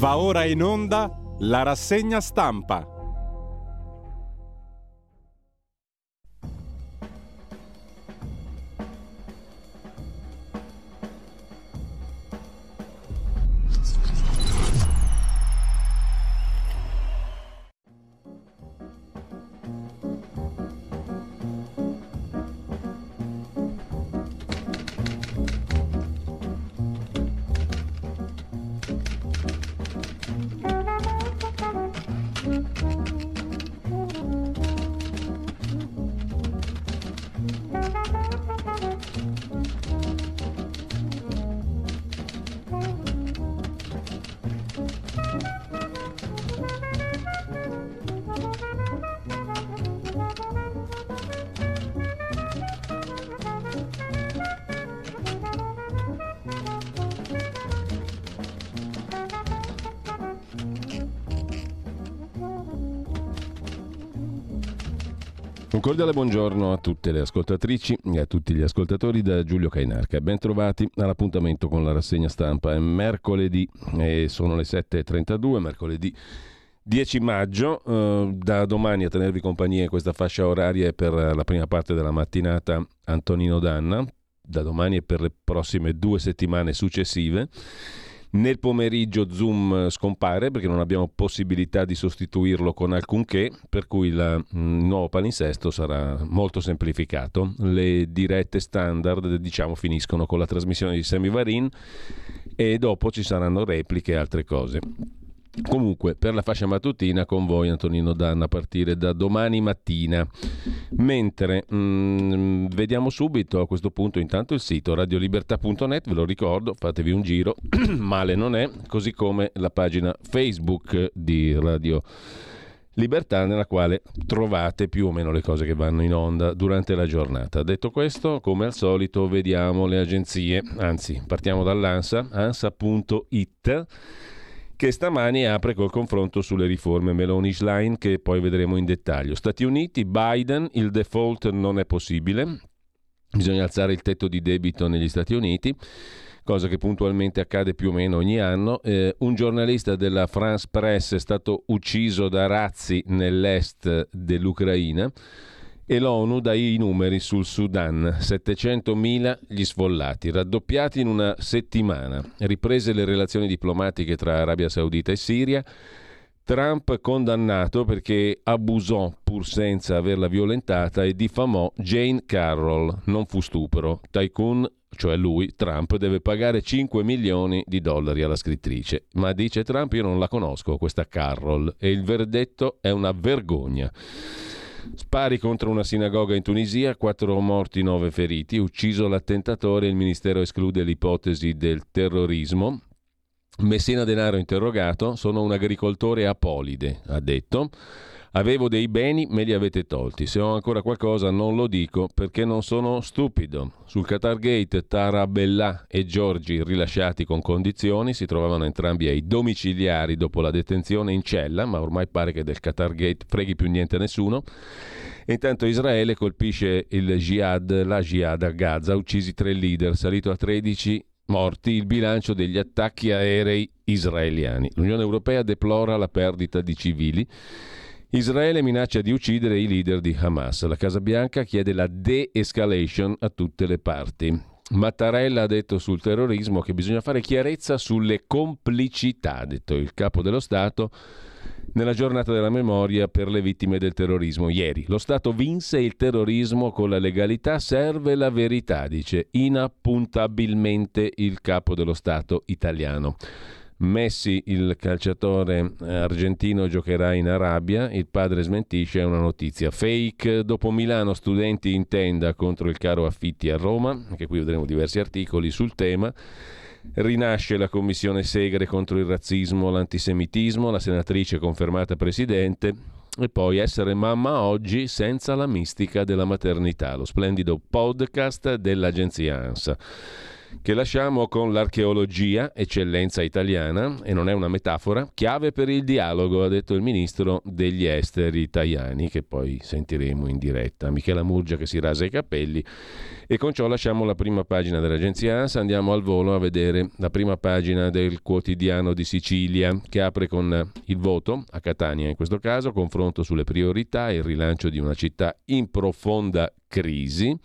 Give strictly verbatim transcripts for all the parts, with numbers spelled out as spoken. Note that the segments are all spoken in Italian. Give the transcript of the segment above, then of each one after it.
Va ora in onda la rassegna stampa. Un cordiale buongiorno a tutte le ascoltatrici e a tutti gli ascoltatori da Giulio Cainarca. Ben trovati all'appuntamento con la rassegna stampa. È mercoledì e sono le sette e trentadue, mercoledì dieci maggio. Eh, da domani a tenervi compagnia in questa fascia oraria e per la prima parte della mattinata Antonino Danna. Da domani e per le prossime due settimane successive. Nel pomeriggio Zoom scompare perché non abbiamo possibilità di sostituirlo con alcunché, per cui la, il nuovo palinsesto sarà molto semplificato. Le dirette standard, diciamo, finiscono con la trasmissione di Semivarin e dopo ci saranno repliche e altre cose. Comunque, per la fascia mattutina con voi Antonino Danna a partire da domani mattina. Mentre mh, vediamo subito a questo punto intanto il sito radiolibertà punto net, ve lo ricordo, fatevi un giro, male non è, così come la pagina Facebook di Radio Libertà, nella quale trovate più o meno le cose che vanno in onda durante la giornata. Detto questo, come al solito vediamo le agenzie, anzi partiamo dall'ANSA, ansa punto it, che stamani apre col confronto sulle riforme Meloni-Schlein, che poi vedremo in dettaglio. Stati Uniti, Biden, il default non è possibile, bisogna alzare il tetto di debito negli Stati Uniti, cosa che puntualmente accade più o meno ogni anno. Eh, un giornalista della France Press è stato ucciso da razzi nell'est dell'Ucraina. E l'ONU dà i numeri sul Sudan, settecentomila gli sfollati, raddoppiati in una settimana, riprese le relazioni diplomatiche tra Arabia Saudita e Siria, Trump condannato perché abusò pur senza averla violentata e diffamò Jane Carroll, non fu stupro, tycoon, cioè lui, Trump, deve pagare cinque milioni di dollari alla scrittrice, ma dice Trump io non la conosco questa Carroll e il verdetto è una vergogna. Spari contro una sinagoga in Tunisia, quattro morti, nove feriti, ucciso l'attentatore, il ministero esclude l'ipotesi del terrorismo. Messina Denaro interrogato, sono un agricoltore apolide, ha detto. Avevo dei beni, me li avete tolti. Se ho ancora qualcosa non lo dico perché non sono stupido. Sul Qatargate, Tarabella e Giorgi rilasciati con condizioni, si trovavano entrambi ai domiciliari dopo la detenzione in cella, ma ormai pare che del Qatargate freghi più niente a nessuno. E intanto Israele colpisce il jihad, la jihad a Gaza, uccisi tre leader, salito a tredici morti il bilancio degli attacchi aerei israeliani. L'Unione Europea deplora la perdita di civili. Israele minaccia di uccidere i leader di Hamas. La Casa Bianca chiede la de-escalation a tutte le parti. Mattarella ha detto sul terrorismo che bisogna fare chiarezza sulle complicità, ha detto il capo dello Stato nella giornata della memoria per le vittime del terrorismo. Ieri lo Stato vinse il terrorismo con la legalità, serve la verità, dice inappuntabilmente il capo dello Stato italiano. Messi, il calciatore argentino, giocherà in Arabia, il padre smentisce, è una notizia fake. Dopo Milano, studenti in tenda contro il caro affitti a Roma, anche qui vedremo diversi articoli sul tema. Rinasce la commissione Segre contro il razzismo, l'antisemitismo, la senatrice confermata presidente. E poi essere mamma oggi senza la mistica della maternità, lo splendido podcast dell'agenzia ANSA, che lasciamo con l'archeologia, eccellenza italiana, e non è una metafora, chiave per il dialogo, ha detto il ministro degli esteri Tajani, che poi sentiremo in diretta. Michela Murgia che si rasa i capelli E con ciò lasciamo la prima pagina dell'agenzia ANSA, andiamo al volo a vedere la prima pagina del Quotidiano di Sicilia, che apre con il voto, a Catania in questo caso, confronto sulle priorità e il rilancio di una città in profonda crisi,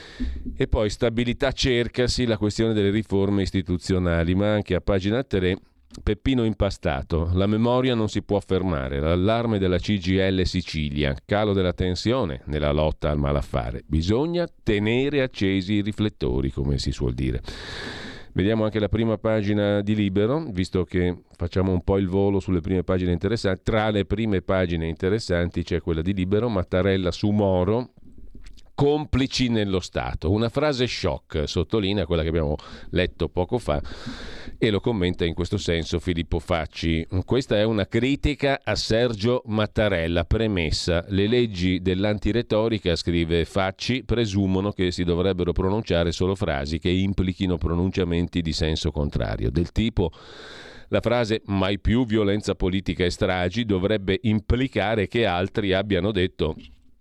e poi stabilità cercasi, la questione delle riforme istituzionali, ma anche a pagina tre Peppino impastato, la memoria non si può fermare, l'allarme della C G I L Sicilia, calo della tensione nella lotta al malaffare, bisogna tenere accesi i riflettori, come si suol dire. Vediamo anche la prima pagina di Libero, visto che facciamo un po' il volo sulle prime pagine interessanti. Tra le prime pagine interessanti c'è quella di Libero, Mattarella su Moro, complici nello Stato. Una frase shock, sottolinea quella che abbiamo letto poco fa, e lo commenta in questo senso Filippo Facci. Questa è una critica a Sergio Mattarella. Premessa: le leggi dell'antiretorica, scrive Facci, presumono che si dovrebbero pronunciare solo frasi che implichino pronunciamenti di senso contrario, del tipo: la frase mai più violenza politica e stragi dovrebbe implicare che altri abbiano detto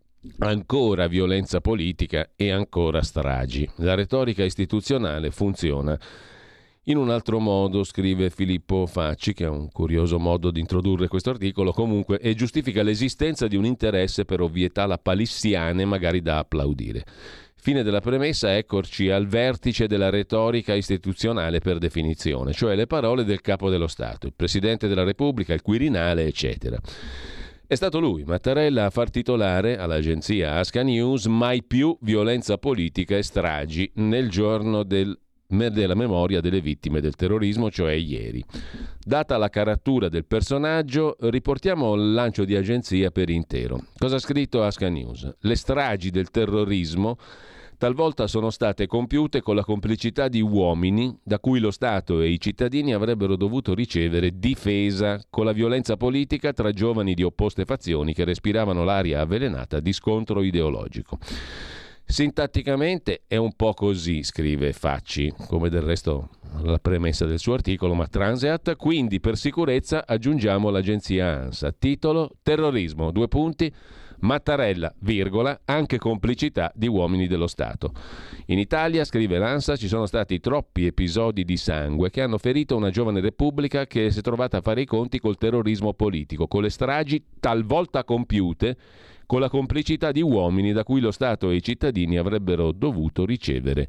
ancora violenza politica e ancora stragi. La retorica istituzionale funziona in un altro modo, scrive Filippo Facci, che è un curioso modo di introdurre questo articolo, comunque, e giustifica l'esistenza di un interesse per ovvietà lapalissiane magari da applaudire. Fine della premessa, eccoci al vertice della retorica istituzionale per definizione, cioè le parole del Capo dello Stato, il Presidente della Repubblica, il Quirinale, eccetera. È stato lui, Mattarella, a far titolare all'agenzia Asca News mai più violenza politica e stragi nel giorno del, della memoria delle vittime del terrorismo, cioè ieri. Data la caratura del personaggio, riportiamo il lancio di agenzia per intero. Cosa ha scritto Asca News? Le stragi del terrorismo talvolta sono state compiute con la complicità di uomini da cui lo Stato e i cittadini avrebbero dovuto ricevere difesa, con la violenza politica tra giovani di opposte fazioni che respiravano l'aria avvelenata di scontro ideologico. Sintatticamente è un po' così, scrive Facci, come del resto la premessa del suo articolo, ma transeat, quindi per sicurezza aggiungiamo l'agenzia ANSA. Titolo: terrorismo, due punti, Mattarella, virgola, anche complicità di uomini dello Stato. In Italia, scrive l'ANSA, ci sono stati troppi episodi di sangue che hanno ferito una giovane repubblica che si è trovata a fare i conti col terrorismo politico, con le stragi talvolta compiute con la complicità di uomini da cui lo Stato e i cittadini avrebbero dovuto ricevere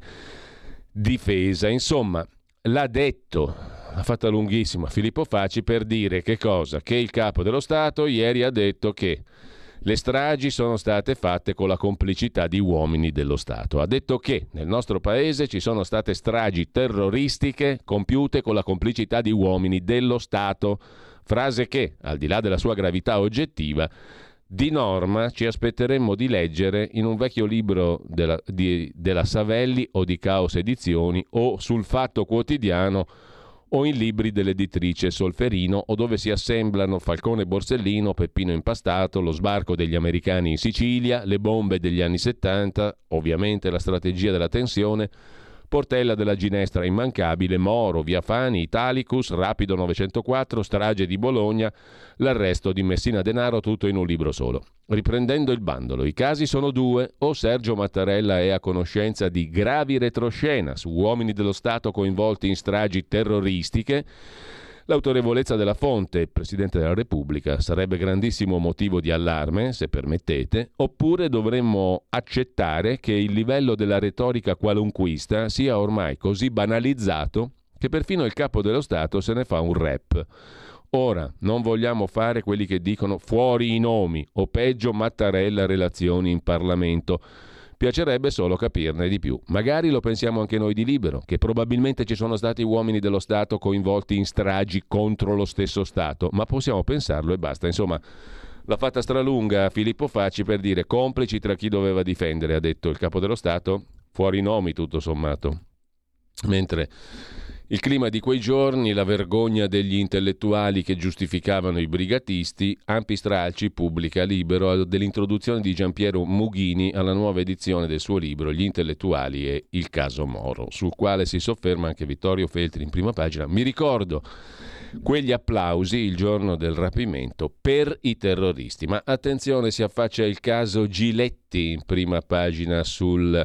difesa. Insomma, l'ha detto, ha fatta lunghissima Filippo Facci per dire che cosa? Che il Capo dello Stato ieri ha detto che le stragi sono state fatte con la complicità di uomini dello Stato. Ha detto che nel nostro paese ci sono state stragi terroristiche compiute con la complicità di uomini dello Stato. Frase che, al di là della sua gravità oggettiva, di norma ci aspetteremmo di leggere in un vecchio libro della, di, della Savelli o di Caos Edizioni o sul Fatto Quotidiano o in libri dell'editrice Solferino, o dove si assemblano Falcone Borsellino, Peppino Impastato, lo sbarco degli americani in Sicilia, le bombe degli anni settanta, ovviamente la strategia della tensione, Portella della Ginestra immancabile, Moro, Via Fani, Italicus, Rapido novecentoquattro, strage di Bologna, l'arresto di Messina Denaro, tutto in un libro solo. Riprendendo il bandolo, i casi sono due: o Sergio Mattarella è a conoscenza di gravi retroscena su uomini dello Stato coinvolti in stragi terroristiche. L'autorevolezza della fonte, Presidente della Repubblica, sarebbe grandissimo motivo di allarme, se permettete, oppure dovremmo accettare che il livello della retorica qualunquista sia ormai così banalizzato che perfino il Capo dello Stato se ne fa un rap. Ora, non vogliamo fare quelli che dicono fuori i nomi o peggio Mattarella relazioni in Parlamento. Piacerebbe solo capirne di più. Magari lo pensiamo anche noi di Libero, che probabilmente ci sono stati uomini dello Stato coinvolti in stragi contro lo stesso Stato, ma possiamo pensarlo e basta. Insomma, l'ha fatta stralunga Filippo Facci per dire complici tra chi doveva difendere, ha detto il Capo dello Stato, fuori nomi tutto sommato. Mentre il clima di quei giorni, la vergogna degli intellettuali che giustificavano i brigatisti, ampi stralci pubblica Libero dell'introduzione di Giampiero Mughini alla nuova edizione del suo libro Gli intellettuali e il caso Moro, sul quale si sofferma anche Vittorio Feltri in prima pagina. Mi ricordo quegli applausi il giorno del rapimento per i terroristi, ma attenzione, si affaccia il caso Giletti in prima pagina sul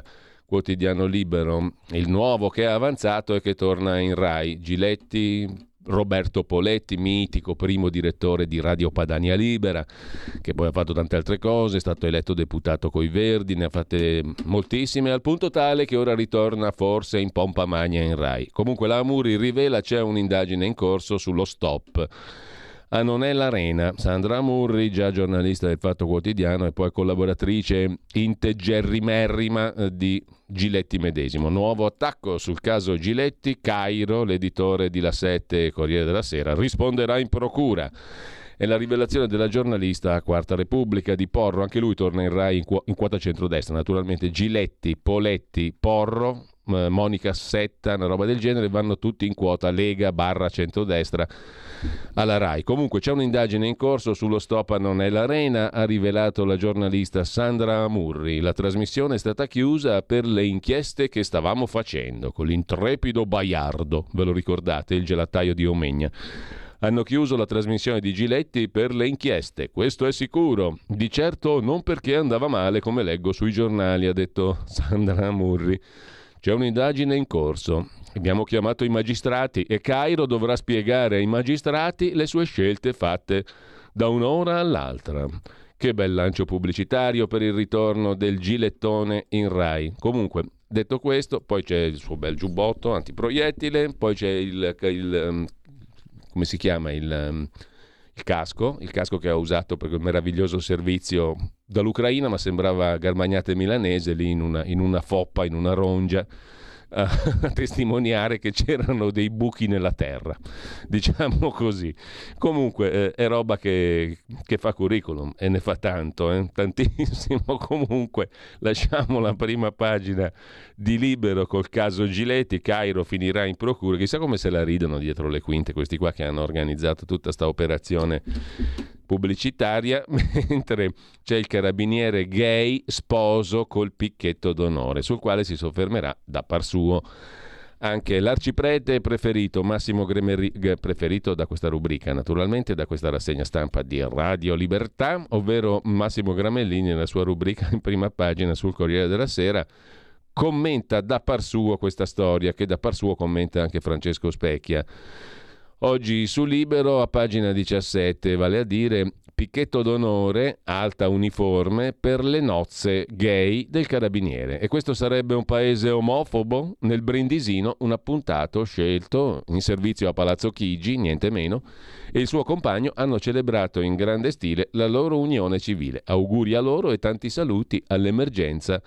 quotidiano Libero, il nuovo che è avanzato e che torna in Rai. Giletti, Roberto Poletti, mitico primo direttore di Radio Padania Libera, che poi ha fatto tante altre cose, è stato eletto deputato coi Verdi, ne ha fatte moltissime, al punto tale che ora ritorna forse in pompa magna in Rai. Comunque la Amurri rivela c'è un'indagine in corso sullo stop a Nonella Arena. Sandra Amurri, già giornalista del Fatto Quotidiano e poi collaboratrice integerrimerrima di Giletti medesimo. Nuovo attacco sul caso Giletti. Cairo, l'editore di La Sette e Corriere della Sera, risponderà in procura. E la rivelazione della giornalista a Quarta Repubblica di Porro, anche lui torna in Rai in, qu- in quota centrodestra, naturalmente Giletti, Poletti, Porro, eh, Monica Setta, una roba del genere, vanno tutti in quota Lega barra centrodestra alla Rai. Comunque c'è un'indagine in corso sullo stop a Nonella Arena, ha rivelato la giornalista Sandra Amurri. La trasmissione è stata chiusa per le inchieste che stavamo facendo con l'intrepido Baiardo, ve lo ricordate, il gelataio di Omegna. Hanno chiuso la trasmissione di Giletti per le inchieste, questo è sicuro. Di certo non perché andava male, come leggo sui giornali, ha detto Sandra Amurri. C'è un'indagine in corso. Abbiamo chiamato i magistrati e Cairo dovrà spiegare ai magistrati le sue scelte fatte da un'ora all'altra. Che bel lancio pubblicitario per il ritorno del gilettone in Rai. Comunque, detto questo, poi c'è il suo bel giubbotto antiproiettile, poi c'è il... il come si chiama, il, il casco, il casco che ha usato per quel meraviglioso servizio dall'Ucraina, ma sembrava Garmagnate milanese lì in una, in una foppa, in una rongia, a testimoniare che c'erano dei buchi nella terra, diciamo così. Comunque eh, è roba che, che fa curriculum e ne fa tanto, eh, tantissimo. Comunque lasciamo la prima pagina di Libero col caso Giletti. Cairo finirà in procura, chissà come se la ridono dietro le quinte questi qua che hanno organizzato tutta sta operazione pubblicitaria, mentre c'è il carabiniere gay sposo col picchetto d'onore, sul quale si soffermerà da par suo anche l'arciprete preferito Massimo Gremeri, preferito da questa rubrica, naturalmente da questa rassegna stampa di Radio Libertà, ovvero Massimo Gramellini nella sua rubrica in prima pagina sul Corriere della Sera. Commenta da par suo questa storia, che da par suo commenta anche Francesco Specchia. Oggi su Libero a pagina diciassette, vale a dire picchetto d'onore, alta uniforme per le nozze gay del carabiniere. E questo sarebbe un paese omofobo? Nel Brindisino un appuntato scelto in servizio a Palazzo Chigi, niente meno, e il suo compagno hanno celebrato in grande stile la loro unione civile. Auguri a loro e tanti saluti all'emergenza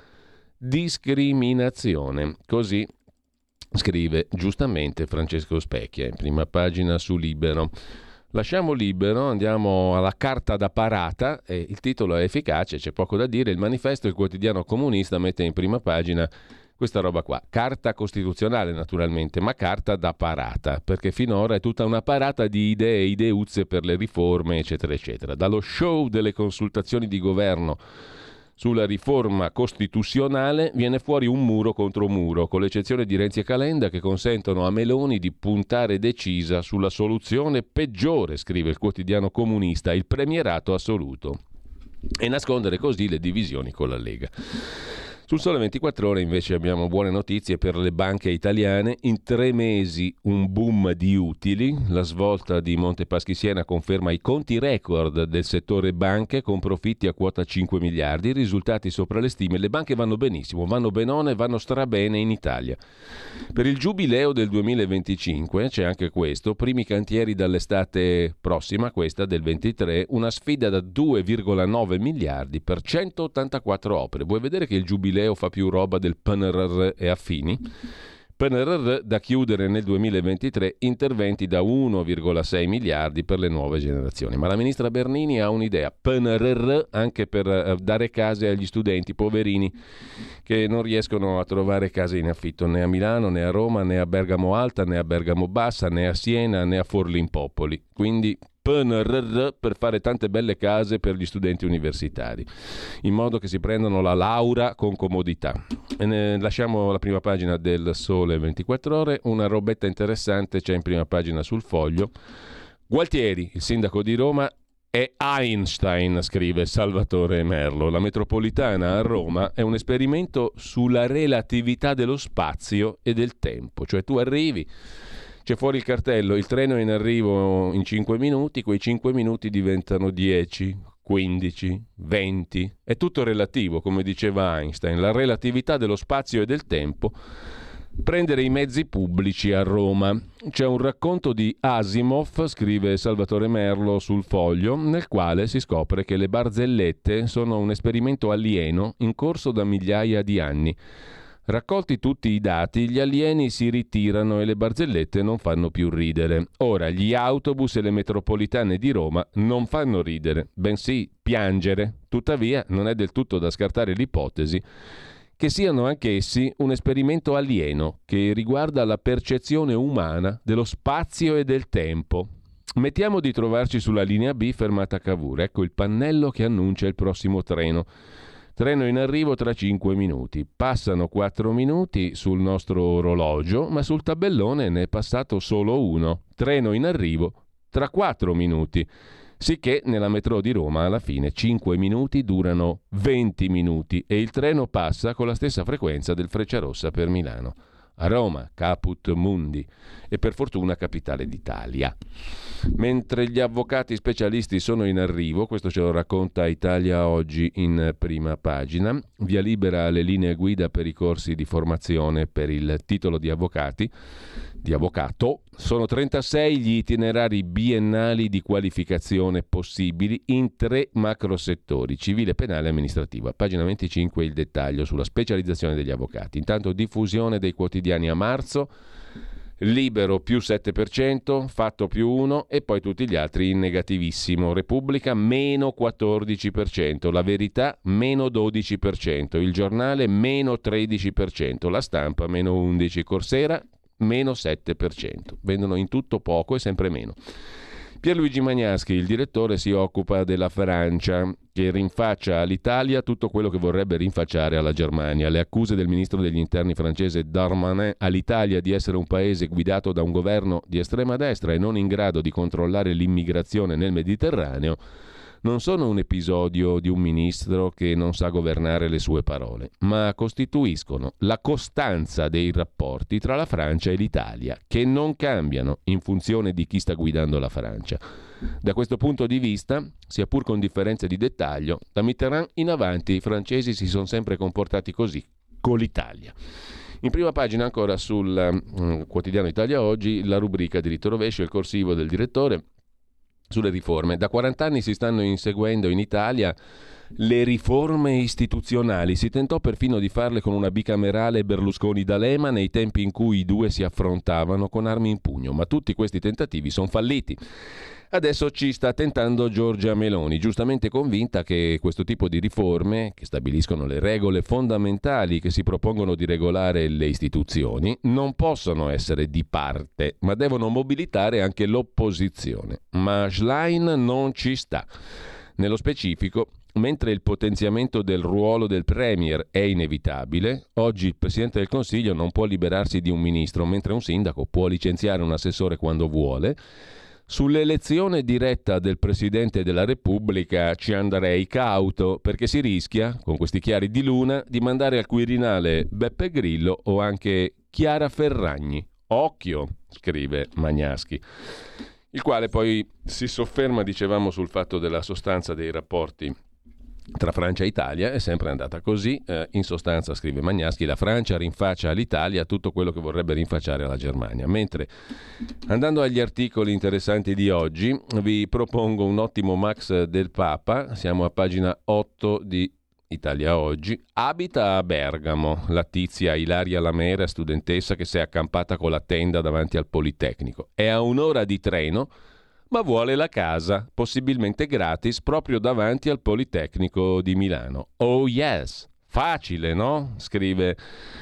discriminazione. Così scrive giustamente Francesco Specchia in prima pagina su Libero. Lasciamo Libero, andiamo alla carta da parata e il titolo è efficace, c'è poco da dire. Il Manifesto, il quotidiano comunista, mette in prima pagina questa roba qua, carta costituzionale naturalmente, ma carta da parata, perché finora è tutta una parata di idee, ideuzze per le riforme, eccetera, eccetera. Dallo show delle consultazioni di governo sulla riforma costituzionale viene fuori un muro contro muro, con l'eccezione di Renzi e Calenda, che consentono a Meloni di puntare decisa sulla soluzione peggiore, scrive il quotidiano comunista, il premierato assoluto, e nascondere così le divisioni con la Lega. Sul Sole ventiquattro Ore invece abbiamo buone notizie per le banche italiane. In tre mesi un boom di utili. La svolta di Monte Paschi Siena conferma i conti record del settore banche con profitti a quota cinque miliardi, risultati sopra le stime. Le banche vanno benissimo, vanno benone, vanno strabene in Italia. Per il giubileo del duemilaventicinque c'è anche questo, primi cantieri dall'estate prossima, questa del ventitré, una sfida da due virgola nove miliardi per centottantaquattro opere. Vuoi vedere che il giubileo fa più roba del P N R R e affini? P N R R da chiudere nel duemilaventitré, interventi da uno virgola sei miliardi per le nuove generazioni. Ma la ministra Bernini ha un'idea, P N R R anche per dare case agli studenti poverini che non riescono a trovare case in affitto né a Milano, né a Roma, né a Bergamo Alta, né a Bergamo Bassa, né a Siena, né a Forlì Popoli. Quindi P N R R per fare tante belle case per gli studenti universitari, in modo che si prendano la laurea con comodità. E ne lasciamo la prima pagina del Sole ventiquattro Ore, una robetta interessante c'è in prima pagina sul Foglio. Gualtieri, il sindaco di Roma, è Einstein, scrive Salvatore Merlo. La metropolitana a Roma è un esperimento sulla relatività dello spazio e del tempo. Cioè tu arrivi, c'è fuori il cartello, il treno è in arrivo in cinque minuti, quei cinque minuti diventano dieci, quindici, venti. È tutto relativo, come diceva Einstein, la relatività dello spazio e del tempo. Prendere i mezzi pubblici a Roma. C'è un racconto di Asimov, scrive Salvatore Merlo sul Foglio, nel quale si scopre che le barzellette sono un esperimento alieno in corso da migliaia di anni. Raccolti tutti i dati, gli alieni si ritirano e le barzellette non fanno più ridere. Ora, gli autobus e le metropolitane di Roma non fanno ridere, bensì piangere. Tuttavia, non è del tutto da scartare l'ipotesi che siano anch'essi un esperimento alieno che riguarda la percezione umana dello spazio e del tempo. Mettiamo di trovarci sulla linea B fermata a Cavour. Ecco il pannello che annuncia il prossimo treno. Treno in arrivo tra cinque minuti. Passano quattro minuti sul nostro orologio, ma sul tabellone ne è passato solo uno. Treno in arrivo tra quattro minuti. Sicché nella metro di Roma alla fine cinque minuti durano venti minuti e il treno passa con la stessa frequenza del Frecciarossa per Milano. A Roma, caput mundi, e per fortuna capitale d'Italia. Mentre gli avvocati specialisti sono in arrivo, questo ce lo racconta Italia Oggi in prima pagina, via libera alle linee guida per i corsi di formazione per il titolo di avvocati, di avvocato. Sono trentasei gli itinerari biennali di qualificazione possibili in tre macrosettori, civile, penale e amministrativa. Pagina venticinque il dettaglio sulla specializzazione degli avvocati. Intanto diffusione dei quotidiani a marzo, Libero più sette per cento, Fatto più uno e poi tutti gli altri in negativissimo. Repubblica meno quattordici per cento, La Verità meno dodici per cento, Il Giornale meno tredici per cento, La Stampa meno undici per cento, Corsera meno sette per cento. Vendono in tutto poco e sempre meno. Pierluigi Magnaschi, il direttore, si occupa della Francia, che rinfaccia all'Italia tutto quello che vorrebbe rinfacciare alla Germania. Le accuse del ministro degli interni francese Darmanin all'Italia di essere un paese guidato da un governo di estrema destra e non in grado di controllare l'immigrazione nel Mediterraneo non sono un episodio di un ministro che non sa governare le sue parole, ma costituiscono la costanza dei rapporti tra la Francia e l'Italia, che non cambiano in funzione di chi sta guidando la Francia. Da questo punto di vista, sia pur con differenze di dettaglio, da Mitterrand in avanti i francesi si sono sempre comportati così con l'Italia. In prima pagina ancora sul um, quotidiano Italia Oggi, la rubrica diritto rovescio, il corsivo del direttore, sulle riforme. Da quaranta anni si stanno inseguendo in Italia le riforme istituzionali. Si tentò perfino di farle con una bicamerale Berlusconi-D'Alema nei tempi in cui i due si affrontavano con armi in pugno, ma tutti questi tentativi sono falliti. Adesso ci sta tentando Giorgia Meloni, giustamente convinta che questo tipo di riforme, che stabiliscono le regole fondamentali che si propongono di regolare le istituzioni, non possono essere di parte, ma devono mobilitare anche l'opposizione. Ma Schlein non ci sta. Nello specifico, mentre il potenziamento del ruolo del Premier è inevitabile, oggi il Presidente del Consiglio non può liberarsi di un ministro, mentre un sindaco può licenziare un assessore quando vuole. Sull'elezione diretta del Presidente della Repubblica ci andrei cauto, perché si rischia, con questi chiari di luna, di mandare al Quirinale Beppe Grillo o anche Chiara Ferragni. Occhio, scrive Magnaschi, il quale poi si sofferma, dicevamo, sul fatto della sostanza dei rapporti tra Francia e Italia. È sempre andata così. Eh, in sostanza, scrive Magnaschi, la Francia rinfaccia all'Italia tutto quello che vorrebbe rinfacciare alla Germania. Mentre, andando agli articoli interessanti di oggi, vi propongo un ottimo Max del Papa. Siamo a pagina otto di Italia Oggi. Abita a Bergamo la tizia Ilaria Lamera, studentessa che si è accampata con la tenda davanti al Politecnico. È a un'ora di treno, ma vuole la casa, possibilmente gratis, proprio davanti al Politecnico di Milano. Oh yes! Facile, no? Scrive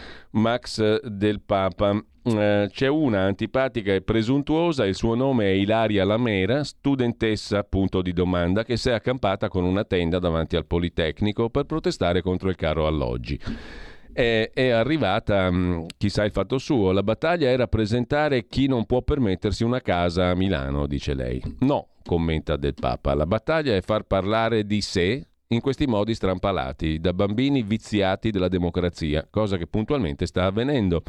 Max del Papa. Eh, c'è una antipatica e presuntuosa, il suo nome è Ilaria Lamera, studentessa, punto di domanda, che si è accampata con una tenda davanti al Politecnico per protestare contro il caro alloggi. è, è arrivata, mh, chissà il fatto suo, la battaglia era presentare chi non può permettersi una casa a Milano, dice lei. No, commenta Del Papa, la battaglia è far parlare di sé in questi modi strampalati, da bambini viziati della democrazia, cosa che puntualmente sta avvenendo.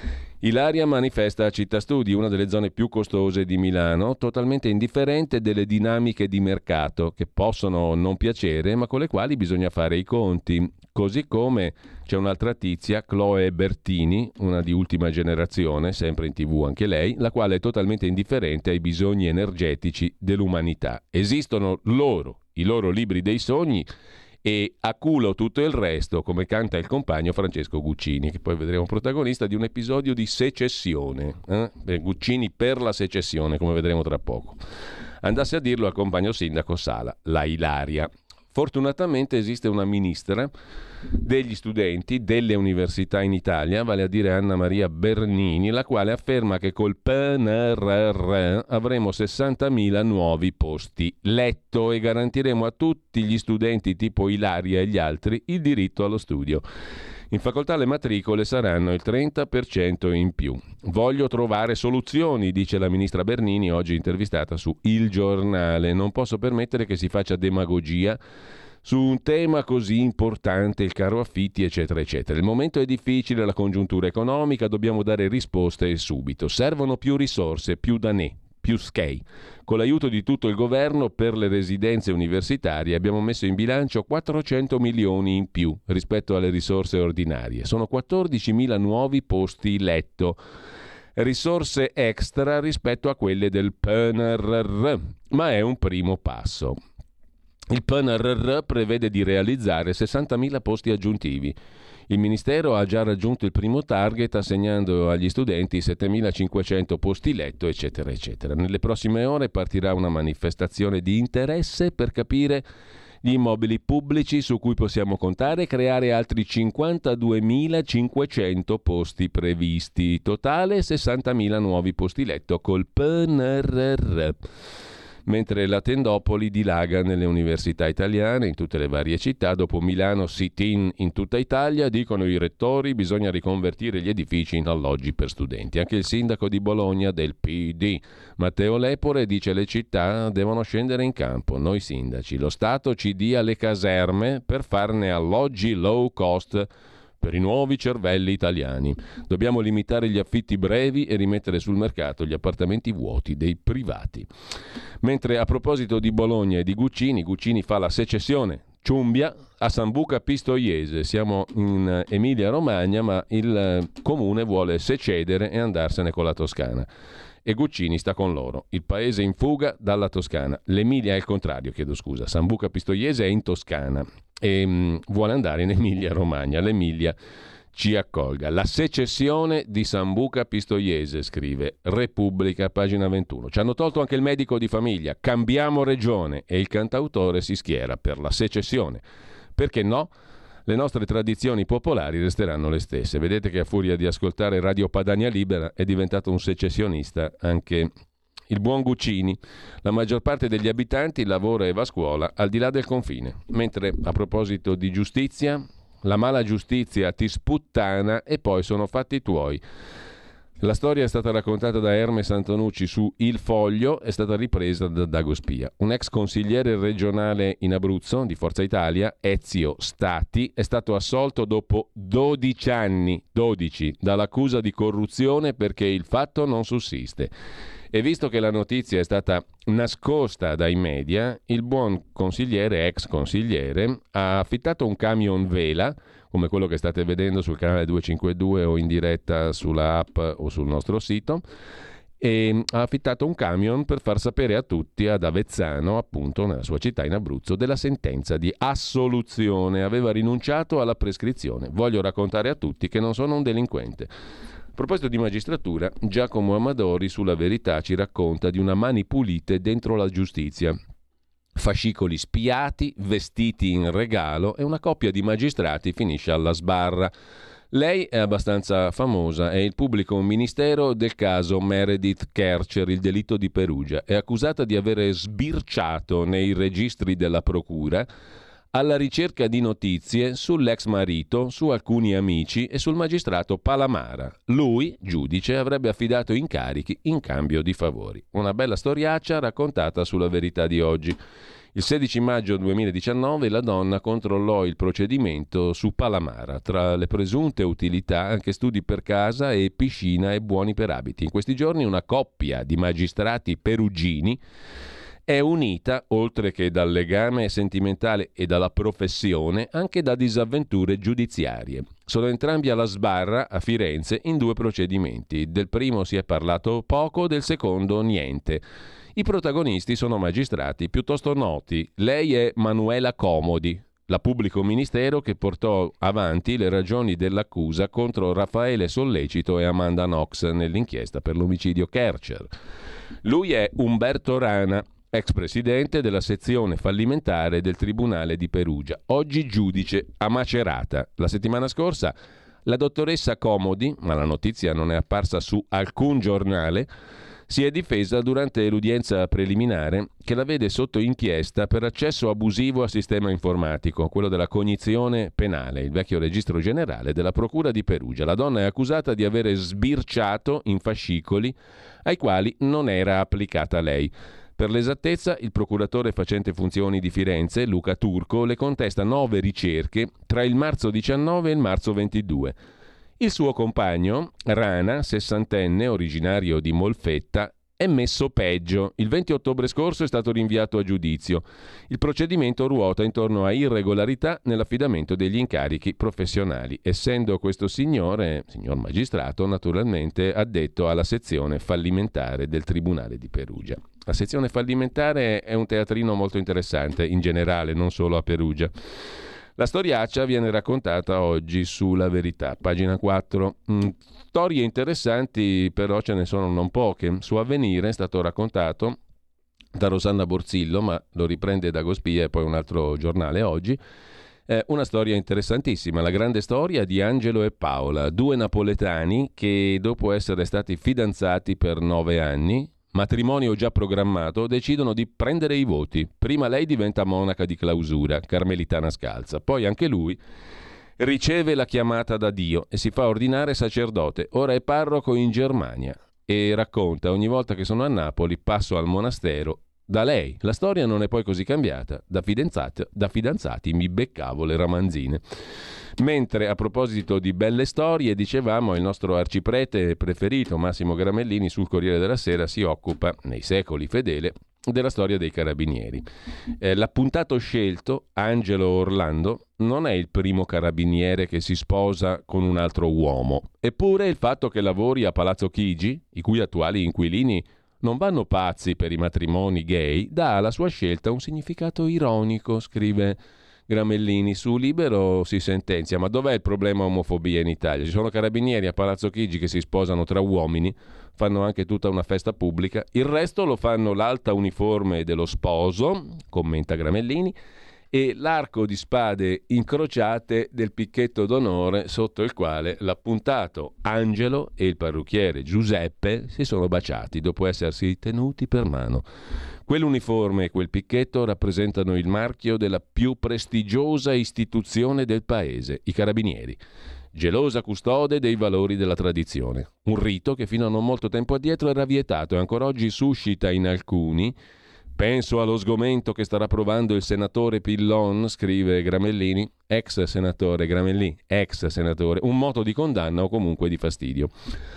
Ilaria manifesta a Città Studi, una delle zone più costose di Milano, totalmente indifferente delle dinamiche di mercato che possono non piacere, ma con le quali bisogna fare i conti. Così come c'è un'altra tizia, Chloe Bertini, una di ultima generazione, sempre in tivù anche lei, la quale è totalmente indifferente ai bisogni energetici dell'umanità. Esistono loro, i loro libri dei sogni, e a culo tutto il resto, come canta il compagno Francesco Guccini, che poi vedremo protagonista di un episodio di secessione. Eh? Guccini per la secessione, come vedremo tra poco. Andasse a dirlo al compagno sindaco Sala, la Ilaria. Fortunatamente esiste una ministra degli studenti delle università in Italia, vale a dire Anna Maria Bernini, la quale afferma che col P N R R avremo sessantamila nuovi posti letto e garantiremo a tutti gli studenti tipo Ilaria e gli altri il diritto allo studio. In facoltà le matricole saranno il trenta per cento in più. Voglio trovare soluzioni, dice la ministra Bernini, oggi intervistata su Il Giornale. Non posso permettere che si faccia demagogia su un tema così importante, il caro affitti, eccetera, eccetera. Il momento è difficile, la congiuntura economica, dobbiamo dare risposte e subito. Servono più risorse, più danè, più schei. Con l'aiuto di tutto il governo per le residenze universitarie abbiamo messo in bilancio quattrocento milioni in più rispetto alle risorse ordinarie. Sono quattordicimila nuovi posti letto. Risorse extra rispetto a quelle del P N R R, ma è un primo passo. Il P N R R prevede di realizzare sessantamila posti aggiuntivi. Il Ministero ha già raggiunto il primo target assegnando agli studenti settemilacinquecento posti letto, eccetera, eccetera. Nelle prossime ore partirà una manifestazione di interesse per capire gli immobili pubblici su cui possiamo contare e creare altri cinquantaduemilacinquecento posti previsti. Totale sessantamila nuovi posti letto col P N R R. Mentre la Tendopoli dilaga nelle università italiane, in tutte le varie città, dopo Milano sit-in in tutta Italia, dicono i rettori bisogna riconvertire gli edifici in alloggi per studenti. Anche il sindaco di Bologna del P D, Matteo Lepore, dice le città devono scendere in campo, noi sindaci, lo Stato ci dia le caserme per farne alloggi low cost per i nuovi cervelli italiani. Dobbiamo limitare gli affitti brevi e rimettere sul mercato gli appartamenti vuoti dei privati. Mentre a proposito di Bologna e di Guccini, Guccini fa la secessione. Ciumbia a Sambuca Pistoiese. Siamo in Emilia Romagna, ma il comune vuole secedere e andarsene con la Toscana. E Guccini sta con loro. Il paese in fuga dalla Toscana. L'Emilia è il contrario, chiedo scusa. Sambuca Pistoiese è in Toscana e mh, vuole andare in Emilia Romagna. L'Emilia ci accolga. La secessione di Sambuca Pistoiese, scrive Repubblica, pagina ventuno. Ci hanno tolto anche il medico di famiglia. Cambiamo regione e il cantautore si schiera per la secessione. Perché no? Le nostre tradizioni popolari resteranno le stesse. Vedete che a furia di ascoltare Radio Padania Libera è diventato un secessionista anche il buon Guccini. La maggior parte degli abitanti lavora e va a scuola al di là del confine. Mentre a proposito di giustizia, la mala giustizia ti sputtana e poi sono fatti tuoi. La storia è stata raccontata da Hermes Antonucci su Il Foglio, è stata ripresa da Dago Spia. Un ex consigliere regionale in Abruzzo di Forza Italia, Ezio Stati, è stato assolto dopo dodici anni, dodici, dall'accusa di corruzione perché il fatto non sussiste. E visto che la notizia è stata nascosta dai media, il buon consigliere, ex consigliere, ha affittato un camion vela, come quello che state vedendo sul canale duecentocinquantadue o in diretta sulla app o sul nostro sito, e ha affittato un camion per far sapere a tutti ad Avezzano, appunto nella sua città in Abruzzo, della sentenza di assoluzione. Aveva rinunciato alla prescrizione. Voglio raccontare a tutti che non sono un delinquente. A proposito di magistratura, Giacomo Amadori sulla Verità ci racconta di una mani pulite dentro la giustizia. Fascicoli spiati, vestiti in regalo e una coppia di magistrati finisce alla sbarra. Lei è abbastanza famosa, è il pubblico ministero del caso Meredith Kercher, il delitto di Perugia. È accusata di avere sbirciato nei registri della procura alla ricerca di notizie sull'ex marito, su alcuni amici e sul magistrato Palamara. Lui, giudice, avrebbe affidato incarichi in cambio di favori. Una bella storiaccia raccontata sulla Verità di oggi. Il sedici maggio duemiladiciannove la donna controllò il procedimento su Palamara. Tra le presunte utilità anche studi per casa e piscina e buoni per abiti. In questi giorni una coppia di magistrati perugini è unita, oltre che dal legame sentimentale e dalla professione, anche da disavventure giudiziarie. Sono entrambi alla sbarra a Firenze in due procedimenti. Del primo si è parlato poco, del secondo niente. I protagonisti sono magistrati piuttosto noti. Lei è Manuela Comodi, la pubblico ministero che portò avanti le ragioni dell'accusa contro Raffaele Sollecito e Amanda Knox nell'inchiesta per l'omicidio Kercher. Lui è Umberto Rana, ex presidente della sezione fallimentare del Tribunale di Perugia, oggi giudice a Macerata. La settimana scorsa la dottoressa Comodi, ma la notizia non è apparsa su alcun giornale, si è difesa durante l'udienza preliminare che la vede sotto inchiesta per accesso abusivo al sistema informatico, quello della cognizione penale, il vecchio registro generale della Procura di Perugia. La donna è accusata di avere sbirciato in fascicoli ai quali non era applicata lei. Per l'esattezza, il procuratore facente funzioni di Firenze, Luca Turco, le contesta nove ricerche tra il marzo diciannove e il marzo ventidue. Il suo compagno, Rana, sessantenne, originario di Molfetta, è messo peggio. Il venti ottobre scorso è stato rinviato a giudizio. Il procedimento ruota intorno a irregolarità nell'affidamento degli incarichi professionali, essendo questo signore, signor magistrato, naturalmente addetto alla sezione fallimentare del Tribunale di Perugia. La sezione fallimentare è un teatrino molto interessante, in generale, non solo a Perugia. La storiaccia viene raccontata oggi sulla Verità, pagina quattro. Mm, storie interessanti però ce ne sono non poche. Su Avvenire è stato raccontato da Rosanna Borzillo, ma lo riprende da Gospia e poi un altro giornale oggi. Eh, una storia interessantissima, la grande storia di Angelo e Paola, due napoletani che dopo essere stati fidanzati per nove anni, matrimonio già programmato, decidono di prendere i voti. Prima lei diventa monaca di clausura, carmelitana scalza, poi anche lui riceve la chiamata da Dio e si fa ordinare sacerdote. Ora è parroco in Germania e racconta: ogni volta che sono a Napoli passo al monastero da lei. La storia non è poi così cambiata. Da fidanzati, da fidanzati mi beccavo le ramanzine. Mentre, a proposito di belle storie, dicevamo, il nostro arciprete preferito Massimo Gramellini sul Corriere della Sera si occupa, nei secoli fedele, della storia dei carabinieri. Eh, l'appuntato scelto, Angelo Orlando, non è il primo carabiniere che si sposa con un altro uomo. Eppure il fatto che lavori a Palazzo Chigi, i cui attuali inquilini non vanno pazzi per i matrimoni gay, dà alla sua scelta un significato ironico, scrive Gramellini. Su Libero si sentenzia: ma dov'è il problema omofobia in Italia? Ci sono carabinieri a Palazzo Chigi che si sposano tra uomini, fanno anche tutta una festa pubblica, il resto lo fanno l'alta uniforme dello sposo, commenta Gramellini, e l'arco di spade incrociate del picchetto d'onore sotto il quale l'appuntato Angelo e il parrucchiere Giuseppe si sono baciati dopo essersi tenuti per mano. Quell'uniforme e quel picchetto rappresentano il marchio della più prestigiosa istituzione del paese, i Carabinieri, gelosa custode dei valori della tradizione. Un rito che fino a non molto tempo addietro era vietato e ancora oggi suscita in alcuni. Penso allo sgomento che starà provando il senatore Pillon, scrive Gramellini, ex senatore Gramellini, ex senatore, un moto di condanna o comunque di fastidio.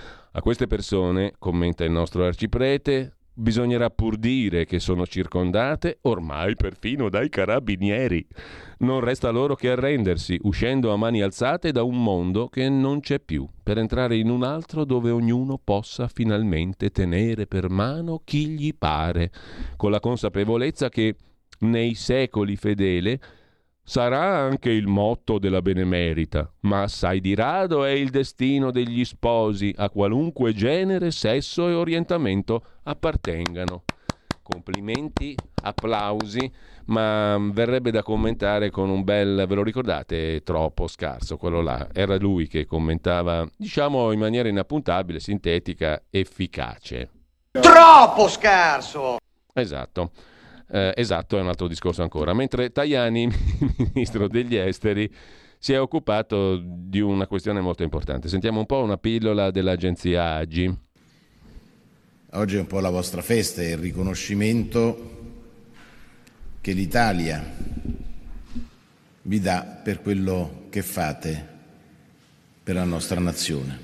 A queste persone, commenta il nostro arciprete, bisognerà pur dire che sono circondate ormai perfino dai carabinieri. Non resta loro che arrendersi, uscendo a mani alzate da un mondo che non c'è più, per entrare in un altro dove ognuno possa finalmente tenere per mano chi gli pare, con la consapevolezza che nei secoli fedele sarà anche il motto della Benemerita, ma assai di rado è il destino degli sposi, a qualunque genere, sesso e orientamento appartengano. Complimenti, applausi, ma verrebbe da commentare con un bel, ve lo ricordate, troppo scarso, quello là, era lui che commentava, diciamo in maniera inappuntabile, sintetica, efficace. Troppo scarso! Esatto. Eh, esatto, è un altro discorso ancora. Mentre Tajani, ministro degli esteri, si è occupato di una questione molto importante. Sentiamo un po' una pillola dell'agenzia A G I. Oggi è un po' la vostra festa, è il riconoscimento che l'Italia vi dà per quello che fate per la nostra nazione.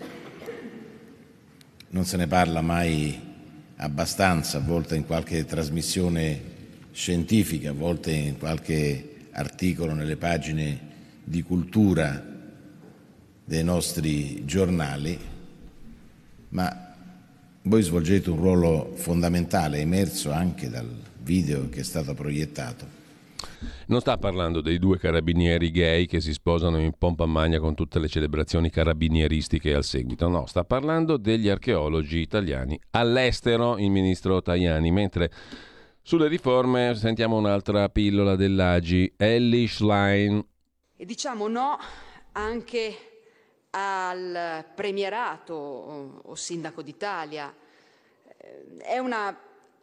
Non se ne parla mai abbastanza, a volte in qualche trasmissione scientifica, a volte in qualche articolo nelle pagine di cultura dei nostri giornali, ma voi svolgete un ruolo fondamentale, emerso anche dal video che è stato proiettato. Non sta parlando dei due carabinieri gay che si sposano in pompa magna con tutte le celebrazioni carabinieristiche al seguito, no, sta parlando degli archeologi italiani all'estero, il ministro Tajani, mentre sulle riforme sentiamo un'altra pillola dell'A G I, Elly Schlein. E diciamo no anche al premierato o sindaco d'Italia. È una,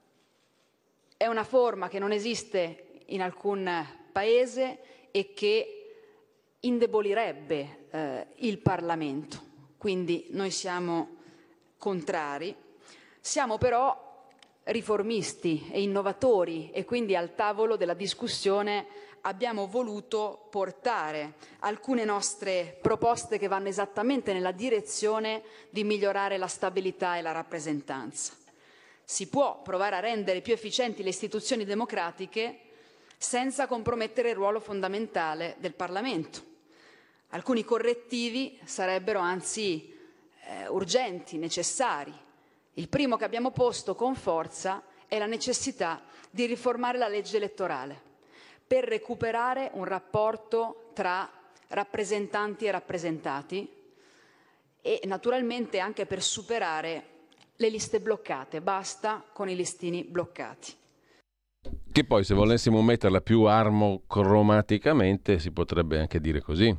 è una forma che non esiste in alcun paese e che indebolirebbe eh, il Parlamento. Quindi noi siamo contrari, siamo però riformisti e innovatori e quindi al tavolo della discussione abbiamo voluto portare alcune nostre proposte che vanno esattamente nella direzione di migliorare la stabilità e la rappresentanza. Si può provare a rendere più efficienti le istituzioni democratiche senza compromettere il ruolo fondamentale del Parlamento. Alcuni correttivi sarebbero anzi eh, urgenti, necessari. Il primo che abbiamo posto con forza è la necessità di riformare la legge elettorale per recuperare un rapporto tra rappresentanti e rappresentati e naturalmente anche per superare le liste bloccate. Basta con i listini bloccati. Che poi, se volessimo metterla più armocromaticamente, si potrebbe anche dire così.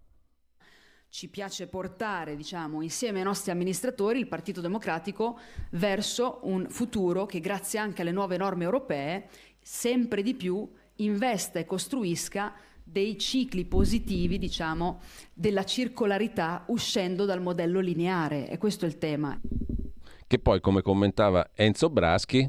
Ci piace portare, diciamo, insieme ai nostri amministratori il Partito Democratico verso un futuro che, grazie anche alle nuove norme europee, sempre di più investa e costruisca dei cicli positivi, diciamo, della circolarità uscendo dal modello lineare. E questo è il tema. Che poi, come commentava Enzo Braschi,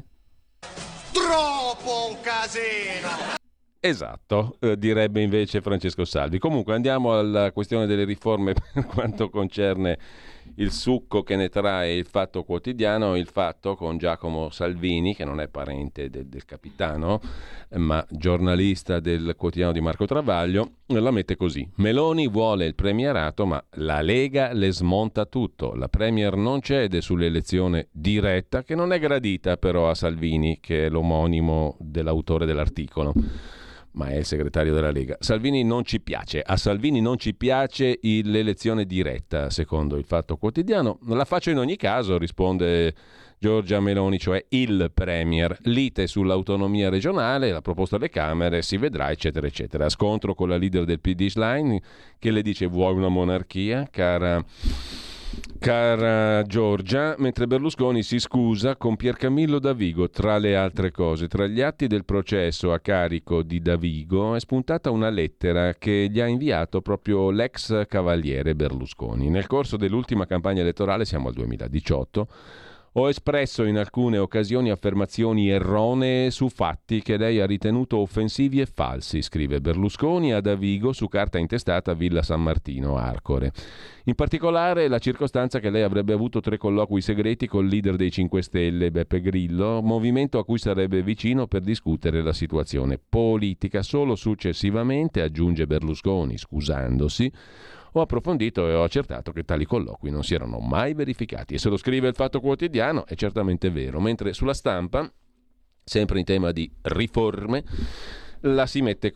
troppo un casino! Esatto, eh, direbbe invece Francesco Salvi. Comunque andiamo alla questione delle riforme per quanto concerne il succo che ne trae il Fatto Quotidiano. Il Fatto, con Giacomo Salvini, che non è parente del, del capitano, ma giornalista del quotidiano di Marco Travaglio, la mette così: Meloni vuole il premierato, ma la Lega le smonta tutto. La premier non cede sull'elezione diretta, che non è gradita però a Salvini, che è l'omonimo dell'autore dell'articolo, ma è il segretario della Lega. Salvini non ci piace, a Salvini non ci piace l'elezione diretta, secondo il Fatto Quotidiano. La faccio in ogni caso, risponde Giorgia Meloni, cioè il premier. Lite sull'autonomia regionale, la proposta alle Camere, si vedrà, eccetera, eccetera. Scontro con la leader del P D Schlein, che le dice: vuoi una monarchia, cara... Cara Giorgia, mentre Berlusconi si scusa con Piercamillo Davigo, tra le altre cose. Tra gli atti del processo a carico di Davigo è spuntata una lettera che gli ha inviato proprio l'ex cavaliere Berlusconi. Nel corso dell'ultima campagna elettorale, siamo al duemiladiciotto, ho espresso in alcune occasioni affermazioni erronee su fatti che lei ha ritenuto offensivi e falsi, scrive Berlusconi a Davigo su carta intestata Villa San Martino, Arcore. In particolare la circostanza che lei avrebbe avuto tre colloqui segreti col leader dei cinque Stelle, Beppe Grillo, movimento a cui sarebbe vicino per discutere la situazione politica. Solo successivamente, aggiunge Berlusconi, scusandosi, ho approfondito e ho accertato che tali colloqui non si erano mai verificati. E se lo scrive il Fatto Quotidiano è certamente vero. Mentre sulla Stampa, sempre in tema di riforme, la si mette così: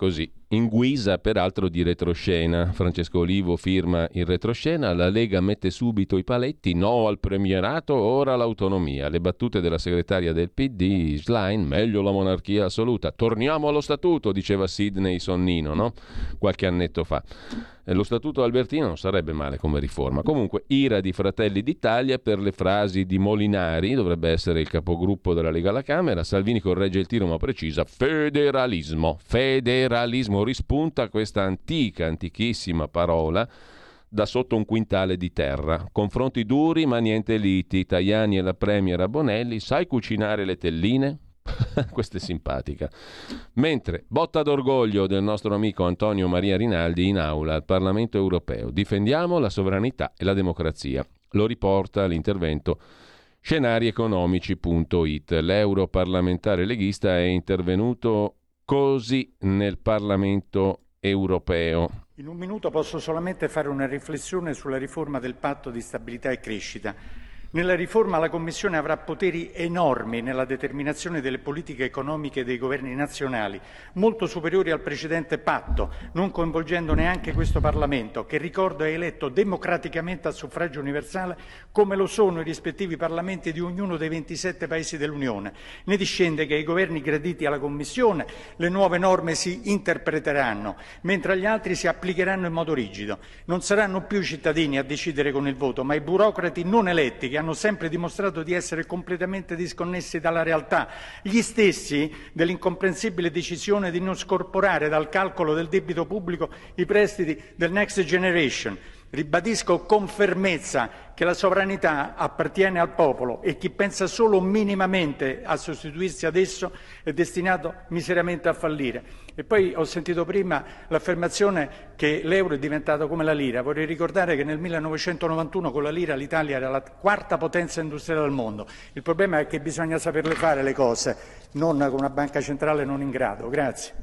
in guisa peraltro di retroscena. Francesco Olivo firma il retroscena, la Lega mette subito i paletti, no al premierato, ora l'autonomia. Le battute della segretaria del P D, Schlein, meglio la monarchia assoluta. Torniamo allo statuto, diceva Sidney Sonnino, no? Qualche annetto fa. Lo statuto albertino non sarebbe male come riforma. Comunque, ira di Fratelli d'Italia per le frasi di Molinari, dovrebbe essere il capogruppo della Lega alla Camera. Salvini corregge il tiro ma precisa: federalismo, federalismo, rispunta questa antica, antichissima parola da sotto un quintale di terra. Confronti duri ma niente liti. Tajani e la premier a Bonelli: sai cucinare le telline? Questa è simpatica. Mentre botta d'orgoglio del nostro amico Antonio Maria Rinaldi in aula al Parlamento europeo: difendiamo la sovranità e la democrazia. Lo riporta l'intervento scenarieconomici punto it. L'europarlamentare leghista è intervenuto così nel Parlamento europeo. In un minuto posso solamente fare una riflessione sulla riforma del Patto di stabilità e crescita. Nella riforma la Commissione avrà poteri enormi nella determinazione delle politiche economiche dei governi nazionali, molto superiori al precedente patto, non coinvolgendo neanche questo Parlamento, che ricordo è eletto democraticamente a suffragio universale, come lo sono i rispettivi Parlamenti di ognuno dei ventisette Paesi dell'Unione. Ne discende che ai governi graditi alla Commissione le nuove norme si interpreteranno, mentre agli altri si applicheranno in modo rigido. Non saranno più i cittadini a decidere con il voto, ma i burocrati non eletti, che hanno sempre dimostrato di essere completamente disconnessi dalla realtà, gli stessi dell'incomprensibile decisione di non scorporare dal calcolo del debito pubblico i prestiti del Next Generation. Ribadisco con fermezza che la sovranità appartiene al popolo e chi pensa solo minimamente a sostituirsi ad esso è destinato miseramente a fallire. E poi ho sentito prima l'affermazione che l'euro è diventato come la lira. Vorrei ricordare che nel millenovecentonovantuno con la lira l'Italia era la quarta potenza industriale del mondo. Il problema è che bisogna saperle fare le cose, non con una banca centrale non in grado. Grazie.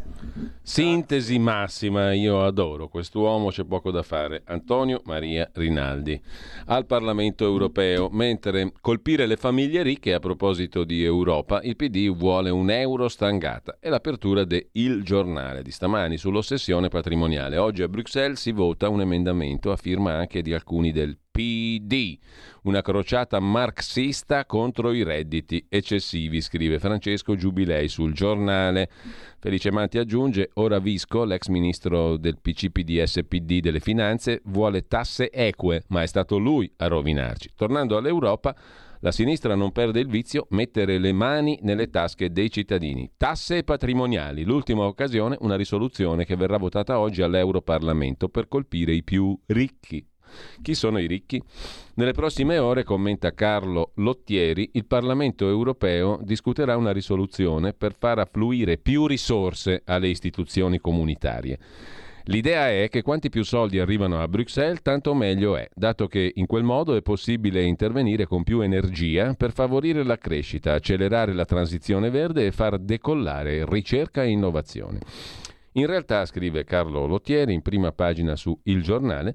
Sintesi massima, io adoro quest'uomo, c'è poco da fare. Antonio Maria Rinaldi al Parlamento europeo. Mentre colpire le famiglie ricche, a proposito di Europa, il P D vuole un euro stangata e l'apertura de Il Giornale di stamani sull'ossessione patrimoniale. Oggi a Bruxelles si vota un emendamento a firma anche di alcuni del P D, una crociata marxista contro i redditi eccessivi, scrive Francesco Giubilei sul Giornale. Felice Manti aggiunge: ora Visco, l'ex ministro del P C P D S P D delle finanze, vuole tasse eque, ma è stato lui a rovinarci. Tornando all'Europa, la sinistra non perde il vizio: mettere le mani nelle tasche dei cittadini. Tasse patrimoniali, l'ultima occasione, una risoluzione che verrà votata oggi all'Europarlamento per colpire i più ricchi. Chi sono i ricchi? Nelle prossime ore, commenta Carlo Lottieri, il Parlamento europeo discuterà una risoluzione per far affluire più risorse alle istituzioni comunitarie. L'idea è che quanti più soldi arrivano a Bruxelles, tanto meglio è, dato che in quel modo è possibile intervenire con più energia per favorire la crescita, accelerare la transizione verde e far decollare ricerca e innovazione. In realtà, scrive Carlo Lottieri in prima pagina su Il Giornale,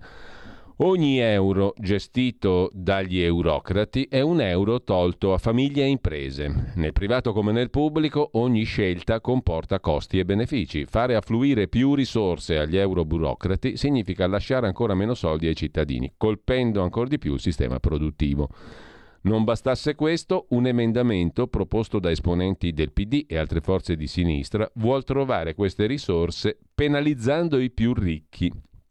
ogni euro gestito dagli eurocrati è un euro tolto a famiglie e imprese. Nel privato come nel pubblico ogni scelta comporta costi e benefici. Fare affluire più risorse agli euroburocrati significa lasciare ancora meno soldi ai cittadini, colpendo ancora di più il sistema produttivo. Non bastasse questo, un emendamento proposto da esponenti del P D e altre forze di sinistra vuol trovare queste risorse penalizzando i più ricchi.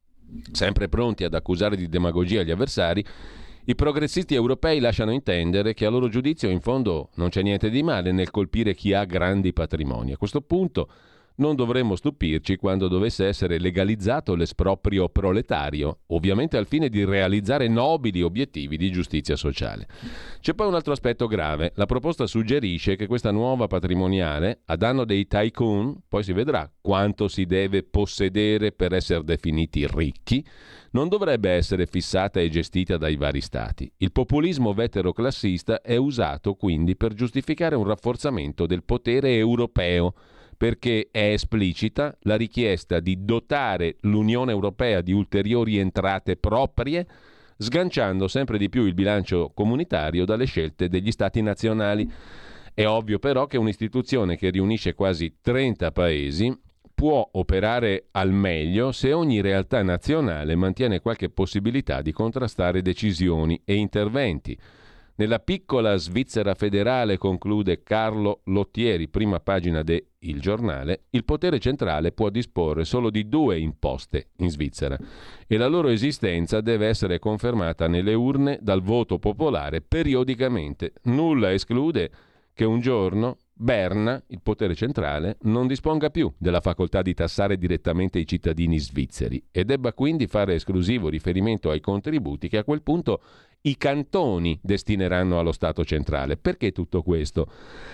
Sempre pronti ad accusare di demagogia gli avversari, i progressisti europei lasciano intendere che a loro giudizio in fondo non c'è niente di male nel colpire chi ha grandi patrimoni. A questo punto non dovremmo stupirci quando dovesse essere legalizzato l'esproprio proletario, ovviamente al fine di realizzare nobili obiettivi di giustizia sociale. C'è poi un altro aspetto grave. La proposta suggerisce che questa nuova patrimoniale, a danno dei tycoon, poi si vedrà quanto si deve possedere per essere definiti ricchi, non dovrebbe essere fissata e gestita dai vari stati. Il populismo veteroclassista è usato quindi per giustificare un rafforzamento del potere europeo, perché è esplicita la richiesta di dotare l'Unione Europea di ulteriori entrate proprie, sganciando sempre di più il bilancio comunitario dalle scelte degli Stati nazionali. È ovvio però che un'istituzione che riunisce quasi trenta paesi può operare al meglio se ogni realtà nazionale mantiene qualche possibilità di contrastare decisioni e interventi. Nella piccola Svizzera federale, conclude Carlo Lottieri, prima pagina de Il Giornale, il potere centrale può disporre solo di due imposte in Svizzera e la loro esistenza deve essere confermata nelle urne dal voto popolare periodicamente. Nulla esclude che un giorno Berna, il potere centrale, non disponga più della facoltà di tassare direttamente i cittadini svizzeri e debba quindi fare esclusivo riferimento ai contributi che a quel punto i cantoni destineranno allo Stato centrale. Perché tutto questo?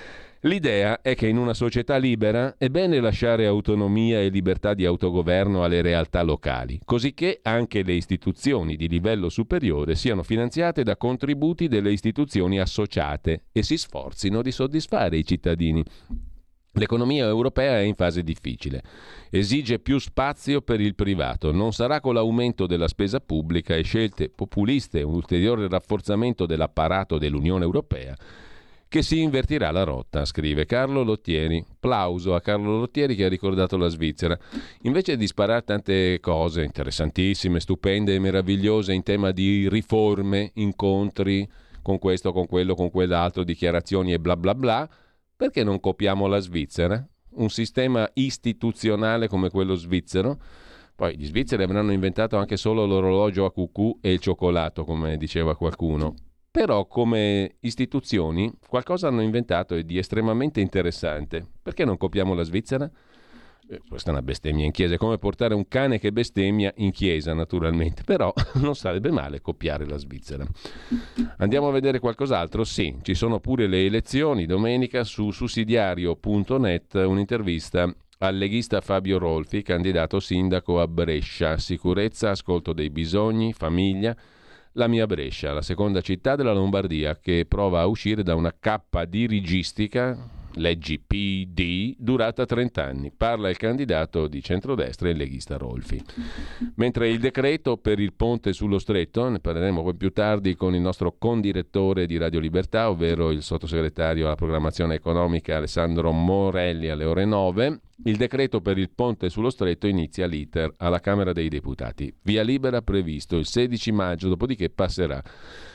L'idea è che in una società libera è bene lasciare autonomia e libertà di autogoverno alle realtà locali, cosicché anche le istituzioni di livello superiore siano finanziate da contributi delle istituzioni associate e si sforzino di soddisfare i cittadini. L'economia europea è in fase difficile, esige più spazio per il privato, non sarà con l'aumento della spesa pubblica e scelte populiste e un ulteriore rafforzamento dell'apparato dell'Unione Europea che si invertirà la rotta, scrive Carlo Lottieri. Plauso a Carlo Lottieri che ha ricordato la Svizzera. Invece di sparare tante cose interessantissime, stupende e meravigliose in tema di riforme, incontri con questo, con quello, con quell'altro, dichiarazioni e bla bla bla, perché non copiamo la Svizzera? Un sistema istituzionale come quello svizzero? Poi gli svizzeri avranno inventato anche solo l'orologio a cucù e il cioccolato, come diceva qualcuno. Però come istituzioni qualcosa hanno inventato e di estremamente interessante. Perché non copiamo la Svizzera? Eh, questa è una bestemmia in chiesa, è come portare un cane che bestemmia in chiesa naturalmente, però non sarebbe male copiare la Svizzera. Andiamo a vedere qualcos'altro? Sì, ci sono pure le elezioni domenica. Su sussidiario punto net un'intervista al leghista Fabio Rolfi, candidato sindaco a Brescia. Sicurezza, ascolto dei bisogni, famiglia. La mia Brescia, la seconda città della Lombardia che prova a uscire da una cappa dirigistica, leggi P D, durata trenta anni. Parla il candidato di centrodestra, il leghista Rolfi. Mentre il decreto per il ponte sullo stretto, ne parleremo poi più tardi con il nostro condirettore di Radio Libertà, ovvero il sottosegretario alla programmazione economica Alessandro Morelli alle ore nove. Il decreto per il ponte sullo stretto inizia l'iter alla Camera dei Deputati. Via libera previsto il sedici maggio, dopodiché passerà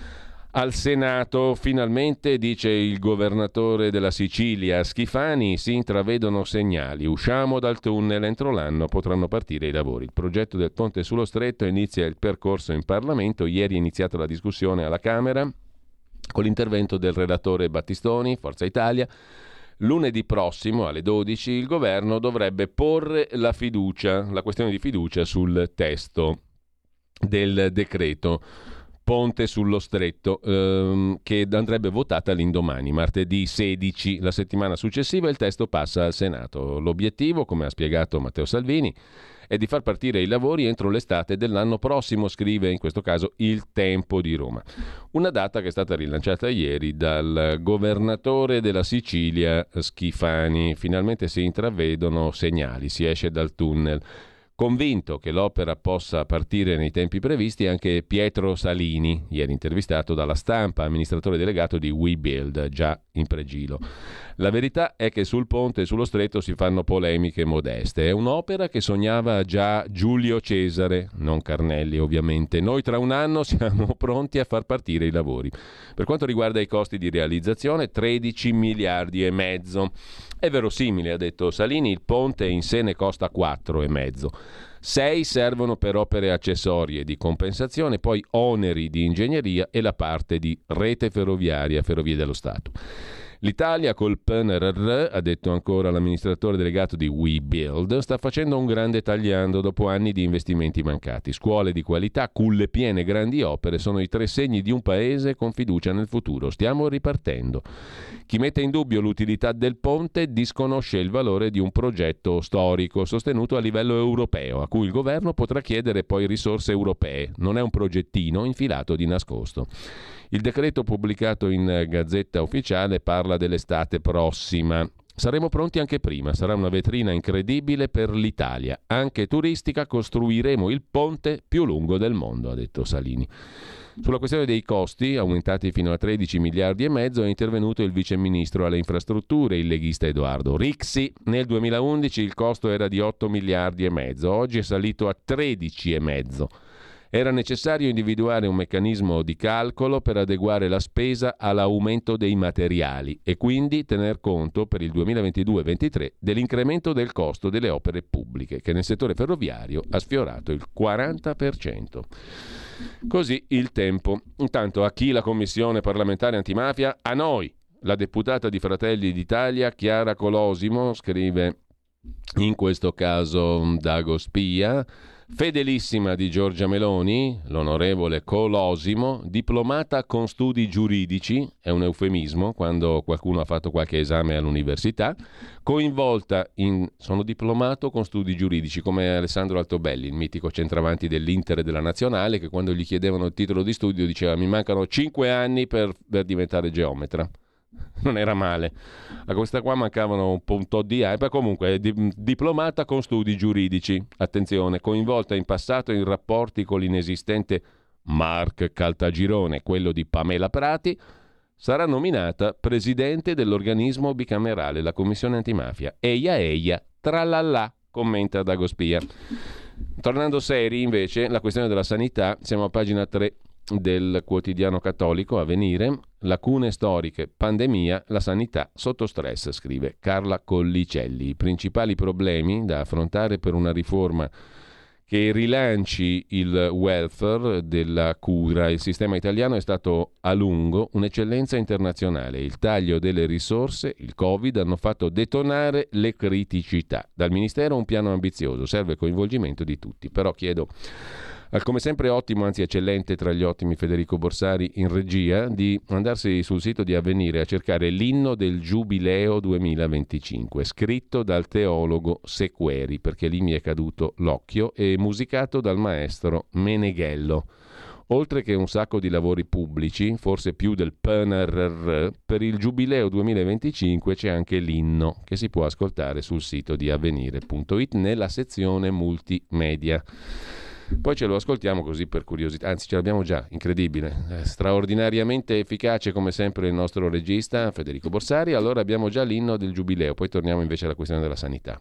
al Senato. Finalmente, dice il governatore della Sicilia Schifani, si intravedono segnali. Usciamo dal tunnel, entro l'anno potranno partire i lavori. Il progetto del ponte sullo stretto inizia il percorso in Parlamento. Ieri è iniziata la discussione alla Camera con l'intervento del relatore Battistoni, Forza Italia. Lunedì prossimo alle dodici il governo dovrebbe porre la fiducia, la questione di fiducia sul testo del decreto ponte sullo stretto, ehm, che andrebbe votata l'indomani, martedì sedici. La settimana successiva il testo passa al Senato. L'obiettivo, come ha spiegato Matteo Salvini, è di far partire i lavori entro l'estate dell'anno prossimo, scrive in questo caso Il Tempo di Roma. Una data che è stata rilanciata ieri dal governatore della Sicilia Schifani. Finalmente si intravedono segnali, si esce dal tunnel. Convinto che l'opera possa partire nei tempi previsti anche Pietro Salini, ieri intervistato dalla Stampa, amministratore delegato di WeBuild, già in pregilo. La verità è che sul ponte e sullo stretto si fanno polemiche modeste. È un'opera che sognava già Giulio Cesare, non Carnelli ovviamente. Noi tra un anno siamo pronti a far partire i lavori. Per quanto riguarda i costi di realizzazione, tredici miliardi e mezzo. È verosimile, ha detto Salini, il ponte in sé ne costa quattro e mezzo. sei servono per opere accessorie di compensazione, poi oneri di ingegneria e la parte di rete ferroviaria, Ferrovie dello Stato. L'Italia col P N R R, ha detto ancora l'amministratore delegato di WeBuild, sta facendo un grande tagliando dopo anni di investimenti mancati. Scuole di qualità, culle piene, grandi opere sono i tre segni di un paese con fiducia nel futuro. Stiamo ripartendo. Chi mette in dubbio l'utilità del ponte disconosce il valore di un progetto storico sostenuto a livello europeo, a cui il governo potrà chiedere poi risorse europee. Non è un progettino infilato di nascosto. Il decreto pubblicato in Gazzetta Ufficiale parla dell'estate prossima. Saremo pronti anche prima, sarà una vetrina incredibile per l'Italia. Anche turistica, costruiremo il ponte più lungo del mondo, ha detto Salini. Sulla questione dei costi, aumentati fino a tredici miliardi e mezzo, è intervenuto il vice ministro alle infrastrutture, il leghista Edoardo Rixi. Nel duemilaundici il costo era di otto miliardi e mezzo, oggi è salito a tredici e mezzo. Era necessario individuare un meccanismo di calcolo per adeguare la spesa all'aumento dei materiali e quindi tener conto per il duemilaventidue ventitré dell'incremento del costo delle opere pubbliche, che nel settore ferroviario ha sfiorato il quaranta per cento. Così il tempo. Intanto a chi la Commissione parlamentare antimafia? A noi. La deputata di Fratelli d'Italia Chiara Colosimo scrive in questo caso Dago Spia, fedelissima di Giorgia Meloni, l'onorevole Colosimo, diplomata con studi giuridici, è un eufemismo quando qualcuno ha fatto qualche esame all'università, coinvolta in... sono diplomato con studi giuridici, come Alessandro Altobelli, il mitico centravanti dell'Inter e della Nazionale, che quando gli chiedevano il titolo di studio diceva mi mancano cinque anni per, per diventare geometra. Non era male. A questa qua mancavano un po' un po' di anni, ma comunque è di, diplomata con studi giuridici. Attenzione, coinvolta in passato in rapporti con l'inesistente Marc Caltagirone, quello di Pamela Prati, sarà nominata presidente dell'organismo bicamerale, la Commissione Antimafia. Eia eia, tralala, commenta Dago Spia. Tornando seri invece, la questione della sanità, siamo a pagina tre del quotidiano cattolico Avvenire, lacune storiche, pandemia, la sanità sotto stress, scrive Carla Collicelli. I principali problemi da affrontare per una riforma che rilanci il welfare della cura. Il sistema italiano è stato a lungo un'eccellenza internazionale. Il taglio delle risorse, il Covid, hanno fatto detonare le criticità. Dal Ministero un piano ambizioso, serve il coinvolgimento di tutti. Però chiedo al come sempre ottimo, anzi eccellente tra gli ottimi Federico Borsari in regia, di andarsi sul sito di Avvenire a cercare l'inno del Giubileo duemilaventicinque, scritto dal teologo Sequeri, perché lì mi è caduto l'occhio, e musicato dal maestro Meneghello. Oltre che un sacco di lavori pubblici, forse più del P N R R, per il Giubileo duemilaventicinque c'è anche l'inno, che si può ascoltare sul sito di avvenire punto it nella sezione multimedia. Poi ce lo ascoltiamo così per curiosità, anzi ce l'abbiamo già, incredibile, eh, straordinariamente efficace come sempre il nostro regista Federico Borsari. Allora abbiamo già l'inno del Giubileo, poi torniamo invece alla questione della sanità.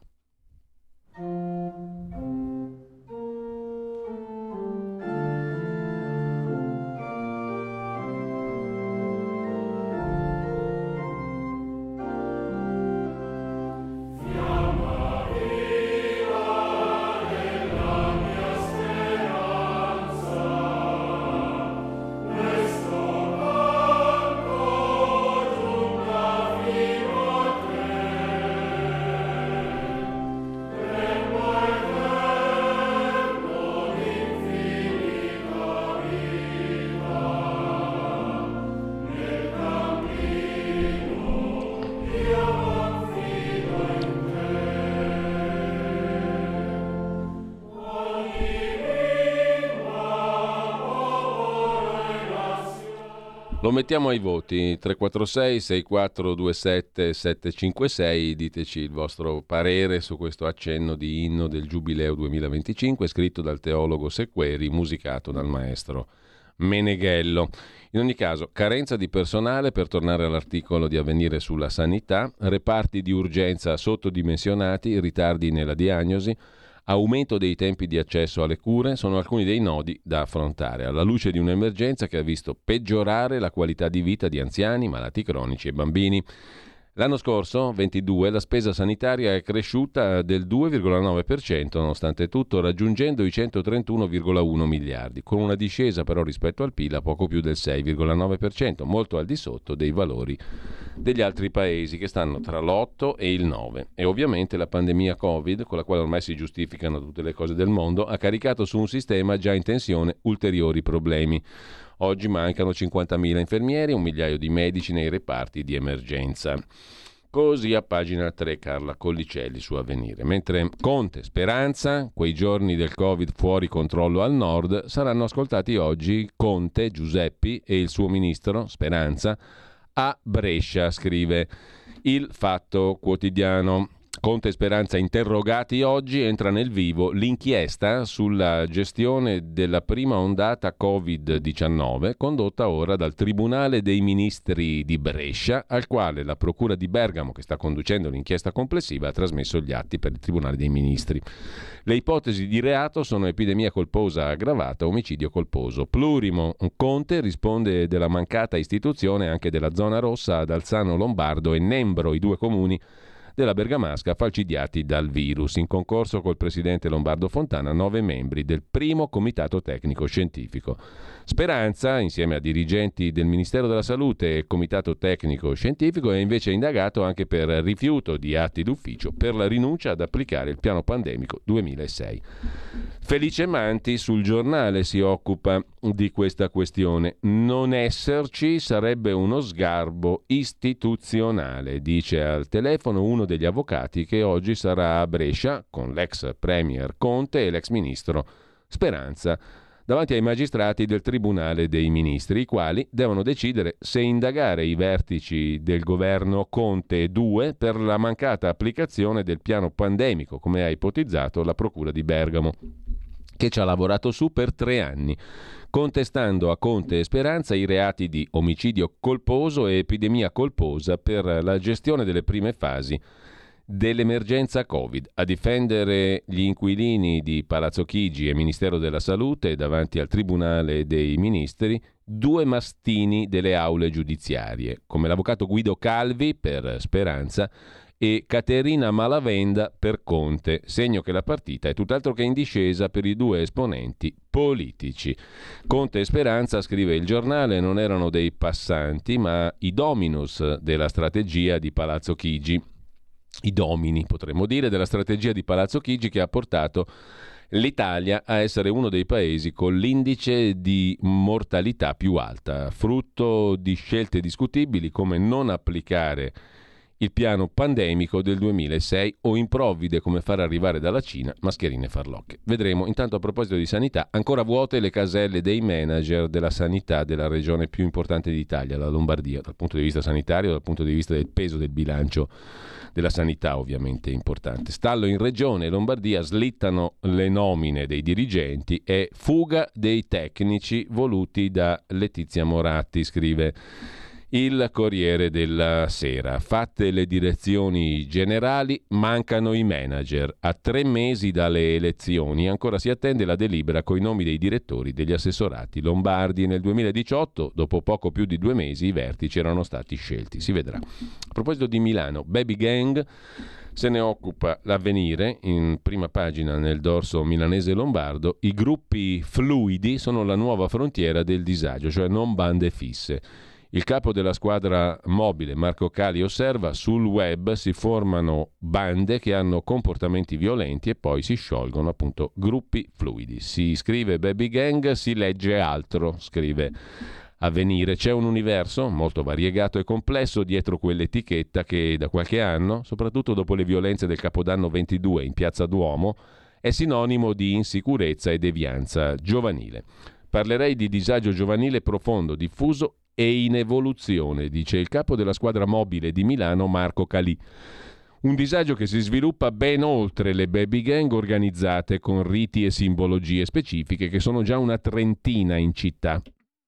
Lo mettiamo ai voti, tre quattro sei sei quattro due sette sette cinque sei, diteci il vostro parere su questo accenno di inno del Giubileo duemilaventicinque, scritto dal teologo Sequeri, musicato dal maestro Meneghello. In ogni caso, carenza di personale, per tornare all'articolo di Avvenire sulla sanità, reparti di urgenza sottodimensionati, ritardi nella diagnosi, aumento dei tempi di accesso alle cure sono alcuni dei nodi da affrontare, alla luce di un'emergenza che ha visto peggiorare la qualità di vita di anziani, malati cronici e bambini. L'anno scorso, ventidue, la spesa sanitaria è cresciuta del due virgola nove per cento, nonostante tutto, raggiungendo i centotrentuno virgola uno miliardi, con una discesa però rispetto al P I L a poco più del sei virgola nove per cento, molto al di sotto dei valori degli altri paesi che stanno tra l'otto e il nove. E ovviamente la pandemia Covid, con la quale ormai si giustificano tutte le cose del mondo, ha caricato su un sistema già in tensione ulteriori problemi. Oggi mancano cinquantamila infermieri e un migliaio di medici nei reparti di emergenza. Così a pagina tre Carla Collicelli su Avvenire. Mentre Conte, Speranza, quei giorni del Covid fuori controllo al nord, saranno ascoltati oggi Conte, Giuseppi e il suo ministro, Speranza, a Brescia, scrive il Fatto Quotidiano. Conte e Speranza interrogati oggi, entra nel vivo l'inchiesta sulla gestione della prima ondata covid diciannove condotta ora dal Tribunale dei Ministri di Brescia, al quale la Procura di Bergamo, che sta conducendo l'inchiesta complessiva, ha trasmesso gli atti per il Tribunale dei Ministri. Le ipotesi di reato sono epidemia colposa aggravata, omicidio colposo. Plurimo. Conte risponde della mancata istituzione anche della zona rossa ad Alzano Lombardo e Nembro, i due comuni della Bergamasca falcidiati dal virus. In concorso col presidente Lombardo Fontana, nove membri del primo comitato tecnico scientifico. Speranza, insieme a dirigenti del Ministero della Salute e comitato tecnico scientifico, è invece indagato anche per rifiuto di atti d'ufficio per la rinuncia ad applicare il piano pandemico duemilasei. Felice Manti sul Giornale si occupa di questa questione. Non esserci sarebbe uno sgarbo istituzionale, dice al telefono uno degli avvocati che oggi sarà a Brescia con l'ex premier Conte e l'ex ministro Speranza davanti ai magistrati del Tribunale dei Ministri, i quali devono decidere se indagare i vertici del governo Conte due per la mancata applicazione del piano pandemico, come ha ipotizzato la Procura di Bergamo, che ci ha lavorato su per tre anni, contestando a Conte e Speranza i reati di omicidio colposo e epidemia colposa per la gestione delle prime fasi dell'emergenza Covid. A difendere gli inquilini di Palazzo Chigi e Ministero della Salute davanti al Tribunale dei Ministri due mastini delle aule giudiziarie, come l'avvocato Guido Calvi per Speranza e Caterina Malavenda per Conte, segno che la partita è tutt'altro che in discesa per i due esponenti politici. Conte e Speranza, scrive il Giornale, non erano dei passanti, ma i dominus della strategia di Palazzo Chigi. I domini, potremmo dire, della strategia di Palazzo Chigi che ha portato l'Italia a essere uno dei paesi con l'indice di mortalità più alta, frutto di scelte discutibili come non applicare il piano pandemico del duemilasei o improvvide come far arrivare dalla Cina mascherine e farlocche. Vedremo. Intanto, a proposito di sanità, ancora vuote le caselle dei manager della sanità della regione più importante d'Italia, la Lombardia, dal punto di vista sanitario, dal punto di vista del peso del bilancio della sanità, ovviamente importante. Stallo in regione Lombardia, slittano le nomine dei dirigenti e fuga dei tecnici voluti da Letizia Moratti, scrive il Corriere della Sera. Fatte le direzioni generali, mancano i manager. A tre mesi dalle elezioni ancora si attende la delibera coi nomi dei direttori degli assessorati lombardi. Nel duemiladiciotto, dopo poco più di due mesi, i vertici erano stati scelti. Si vedrà. A proposito di Milano, Baby Gang se ne occupa l'Avvenire, in prima pagina nel dorso milanese lombardo. I gruppi fluidi sono la nuova frontiera del disagio, cioè non bande fisse. Il capo della squadra mobile, Marco Cali, osserva: sul web si formano bande che hanno comportamenti violenti e poi si sciolgono, appunto, gruppi fluidi. Si scrive Baby Gang, si legge altro, scrive Avvenire. C'è un universo molto variegato e complesso dietro quell'etichetta che da qualche anno, soprattutto dopo le violenze del Capodanno ventidue in Piazza Duomo, è sinonimo di insicurezza e devianza giovanile. Parlerei di disagio giovanile profondo, diffuso e in evoluzione, dice il capo della squadra mobile di Milano, Marco Calì. Un disagio che si sviluppa ben oltre le baby gang organizzate con riti e simbologie specifiche, che sono già una trentina in città.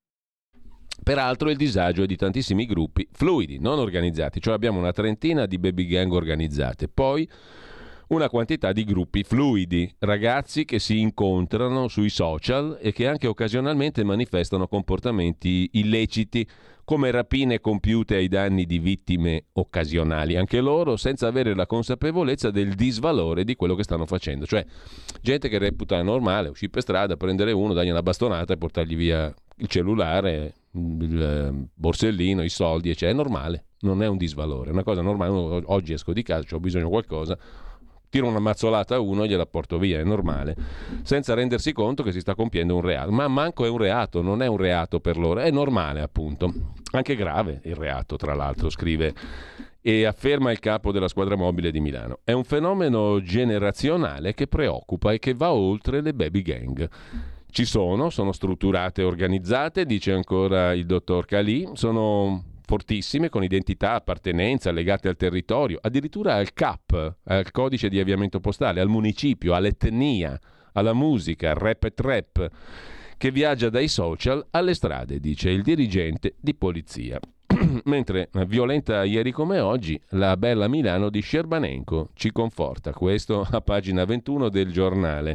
Peraltro il disagio è di tantissimi gruppi fluidi, non organizzati, cioè abbiamo una trentina di baby gang organizzate, poi una quantità di gruppi fluidi, ragazzi che si incontrano sui social e che anche occasionalmente manifestano comportamenti illeciti, come rapine compiute ai danni di vittime occasionali, anche loro senza avere la consapevolezza del disvalore di quello che stanno facendo. Cioè, gente che reputa normale uscire per strada, prendere uno, dargli una bastonata e portargli via il cellulare, il borsellino, i soldi, cioè è normale, non è un disvalore, è una cosa normale. Oggi esco di casa, ho bisogno di qualcosa, tiro una mazzolata a uno e gliela porto via, è normale, senza rendersi conto che si sta compiendo un reato. Ma manco è un reato, non è un reato per loro, è normale, appunto. Anche grave il reato, tra l'altro, scrive e afferma il capo della squadra mobile di Milano. È un fenomeno generazionale che preoccupa e che va oltre le baby gang. Ci sono, sono strutturate e organizzate, dice ancora il dottor Calì, sono fortissime, con identità, appartenenza, legate al territorio, addirittura al C A P, al codice di avviamento postale, al municipio, all'etnia, alla musica, rap e trap, che viaggia dai social alle strade, dice il dirigente di polizia. Mentre violenta ieri come oggi la bella Milano di Scerbanenko, ci conforta questo a pagina ventuno del giornale.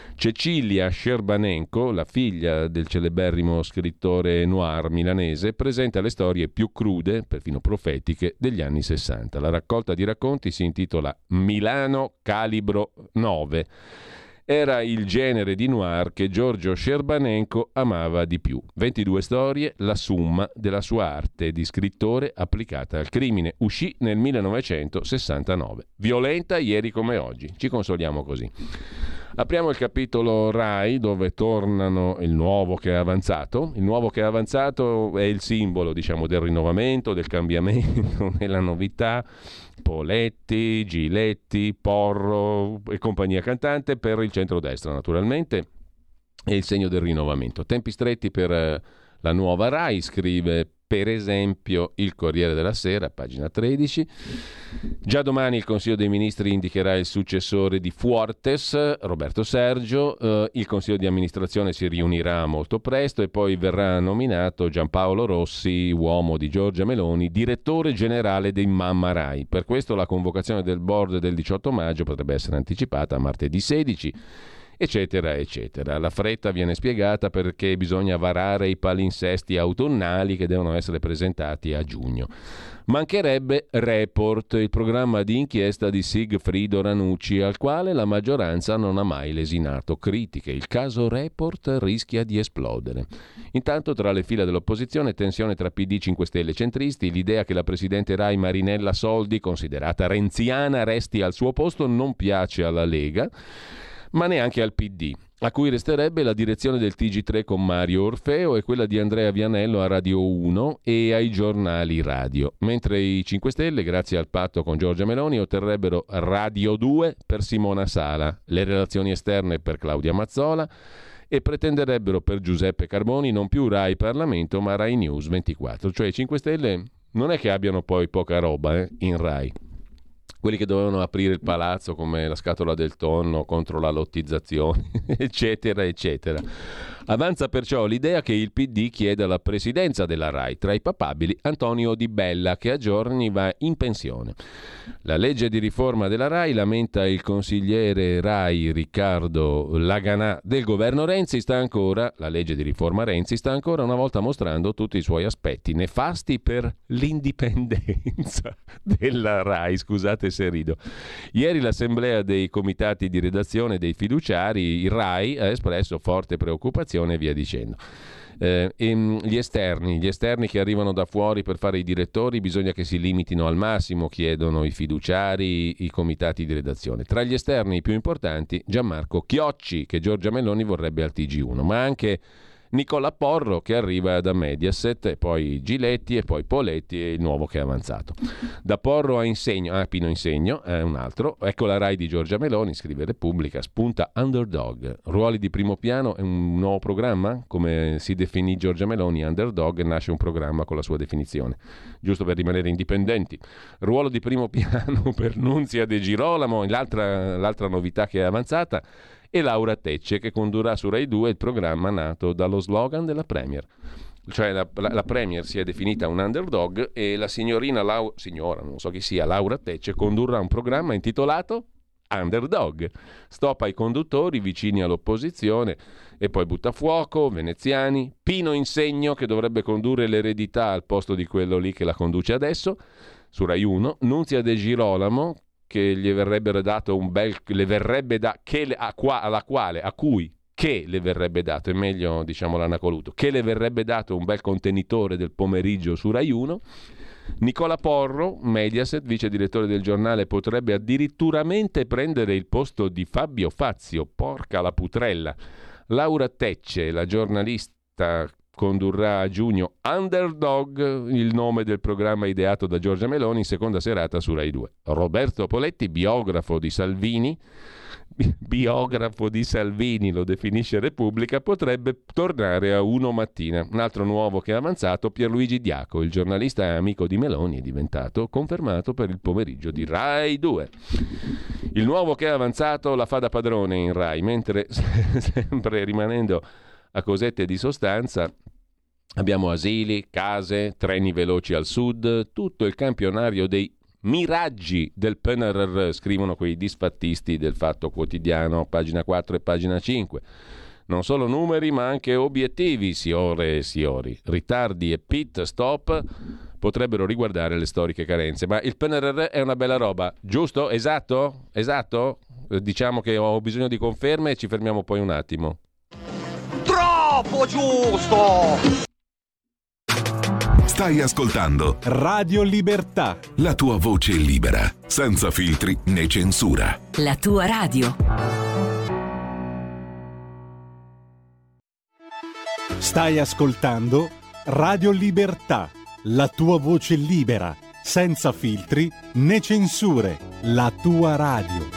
Cecilia Scerbanenko, la figlia del celeberrimo scrittore noir milanese, presenta le storie più crude, perfino profetiche, degli anni sessanta. La raccolta di racconti si intitola Milano calibro nove. Era il genere di noir che Giorgio Scerbanenko amava di più. ventidue storie, la summa della sua arte di scrittore applicata al crimine. Uscì nel millenovecentosessantanove. Violenta ieri come oggi. Ci consoliamo così. Apriamo il capitolo Rai, dove tornano il nuovo che è avanzato. Il nuovo che è avanzato è il simbolo, diciamo, del rinnovamento, del cambiamento, della novità. Poletti, Giletti, Porro e compagnia cantante per il centrodestra, naturalmente, è il segno del rinnovamento. Tempi stretti per la nuova Rai, scrive per esempio il Corriere della Sera, pagina tredici. Già domani il Consiglio dei Ministri indicherà il successore di Fuortes, Roberto Sergio. Eh, il Consiglio di amministrazione si riunirà molto presto e poi verrà nominato Giampaolo Rossi, uomo di Giorgia Meloni, direttore generale di Mamma Rai. Per questo la convocazione del board del diciotto maggio potrebbe essere anticipata a martedì sedici. Eccetera, eccetera. La fretta viene spiegata perché bisogna varare i palinsesti autunnali che devono essere presentati a giugno. Mancherebbe Report, il programma di inchiesta di Sigfrido Ranucci, al quale la maggioranza non ha mai lesinato critiche. Il caso Report rischia di esplodere. Intanto, tra le fila dell'opposizione, tensione tra P D, cinque Stelle e centristi. L'idea che la presidente Rai Marinella Soldi, considerata renziana, resti al suo posto non piace alla Lega, ma neanche al P D, a cui resterebbe la direzione del T G tre con Mario Orfeo e quella di Andrea Vianello a Radio uno e ai giornali radio, mentre i cinque Stelle, grazie al patto con Giorgia Meloni, otterrebbero Radio due per Simona Sala, le relazioni esterne per Claudia Mazzola e pretenderebbero per Giuseppe Carboni non più Rai Parlamento ma Rai News ventiquattro, cioè i cinque Stelle non è che abbiano poi poca roba eh, in Rai. Quelli che dovevano aprire il palazzo come la scatola del tonno contro la lottizzazione, eccetera, eccetera. Avanza perciò l'idea che il P D chieda la presidenza della Rai, tra i papabili Antonio Di Bella, che a giorni va in pensione. La legge di riforma della Rai, lamenta il consigliere Rai Riccardo Laganà del governo Renzi, sta ancora, la legge di riforma Renzi sta ancora una volta mostrando tutti i suoi aspetti nefasti per l'indipendenza della Rai, scusate se rido. Ieri l'assemblea dei comitati di redazione dei fiduciari, il Rai, ha espresso forte preoccupazione e via dicendo. Eh, e gli esterni, gli esterni che arrivano da fuori per fare i direttori bisogna che si limitino al massimo, chiedono i fiduciari, i comitati di redazione. Tra gli esterni più importanti Gianmarco Chiocci, che Giorgia Meloni vorrebbe al T G uno, ma anche Nicola Porro, che arriva da Mediaset, e poi Giletti e poi Poletti e il nuovo che è avanzato. Da Porro a Insegno, ah Pino Insegno è un altro. Ecco la Rai di Giorgia Meloni, scrive Repubblica, spunta Underdog. Ruoli di primo piano è un nuovo programma? Come si definì Giorgia Meloni, Underdog, nasce un programma con la sua definizione, giusto per rimanere indipendenti. Ruolo di primo piano per Nunzia De Girolamo, l'altra, l'altra novità che è avanzata, e Laura Tecce, che condurrà su Rai due il programma nato dallo slogan della Premier. Cioè la, la, la Premier si è definita un underdog e la signorina Lau, signora, non so chi sia, Laura Tecce condurrà un programma intitolato Underdog. Stop ai conduttori vicini all'opposizione e poi butta fuoco, veneziani, Pino Insegno che dovrebbe condurre l'eredità al posto di quello lì che la conduce adesso su Rai uno, Nunzia De Girolamo che gli verrebbe dato un bel le verrebbe da che le, a, qua, alla quale a cui che le verrebbe dato, è meglio diciamo l'anacoluto, che le verrebbe dato un bel contenitore del pomeriggio su Rai uno. Nicola Porro, Mediaset, vice direttore del giornale, potrebbe addiritturamente prendere il posto di Fabio Fazio, porca la putrella. Laura Tecce, la giornalista condurrà a giugno Underdog, il nome del programma ideato da Giorgia Meloni, in seconda serata su Rai due. Roberto Poletti, biografo di Salvini, biografo di Salvini lo definisce Repubblica, potrebbe tornare a Uno Mattina. Un altro nuovo che è avanzato, Pierluigi Diaco, il giornalista e amico di Meloni, è diventato confermato per il pomeriggio di Rai due. Il nuovo che è avanzato la fa da padrone in Rai, mentre sempre rimanendo a cosette di sostanza abbiamo asili, case, treni veloci al sud, tutto il campionario dei miraggi del P N R R, scrivono quei disfattisti del Fatto Quotidiano, pagina quattro e pagina cinque. Non solo numeri ma anche obiettivi, siore e siori. Ritardi e pit stop potrebbero riguardare le storiche carenze, ma il P N R R è una bella roba, giusto? Esatto? Esatto? Diciamo che ho bisogno di conferme e ci fermiamo poi un attimo. Troppo giusto! Stai ascoltando Radio Libertà, la tua voce libera, senza filtri né censura. La tua radio. stai ascoltando Radio Libertà, la tua voce libera, senza filtri né censure. La tua radio.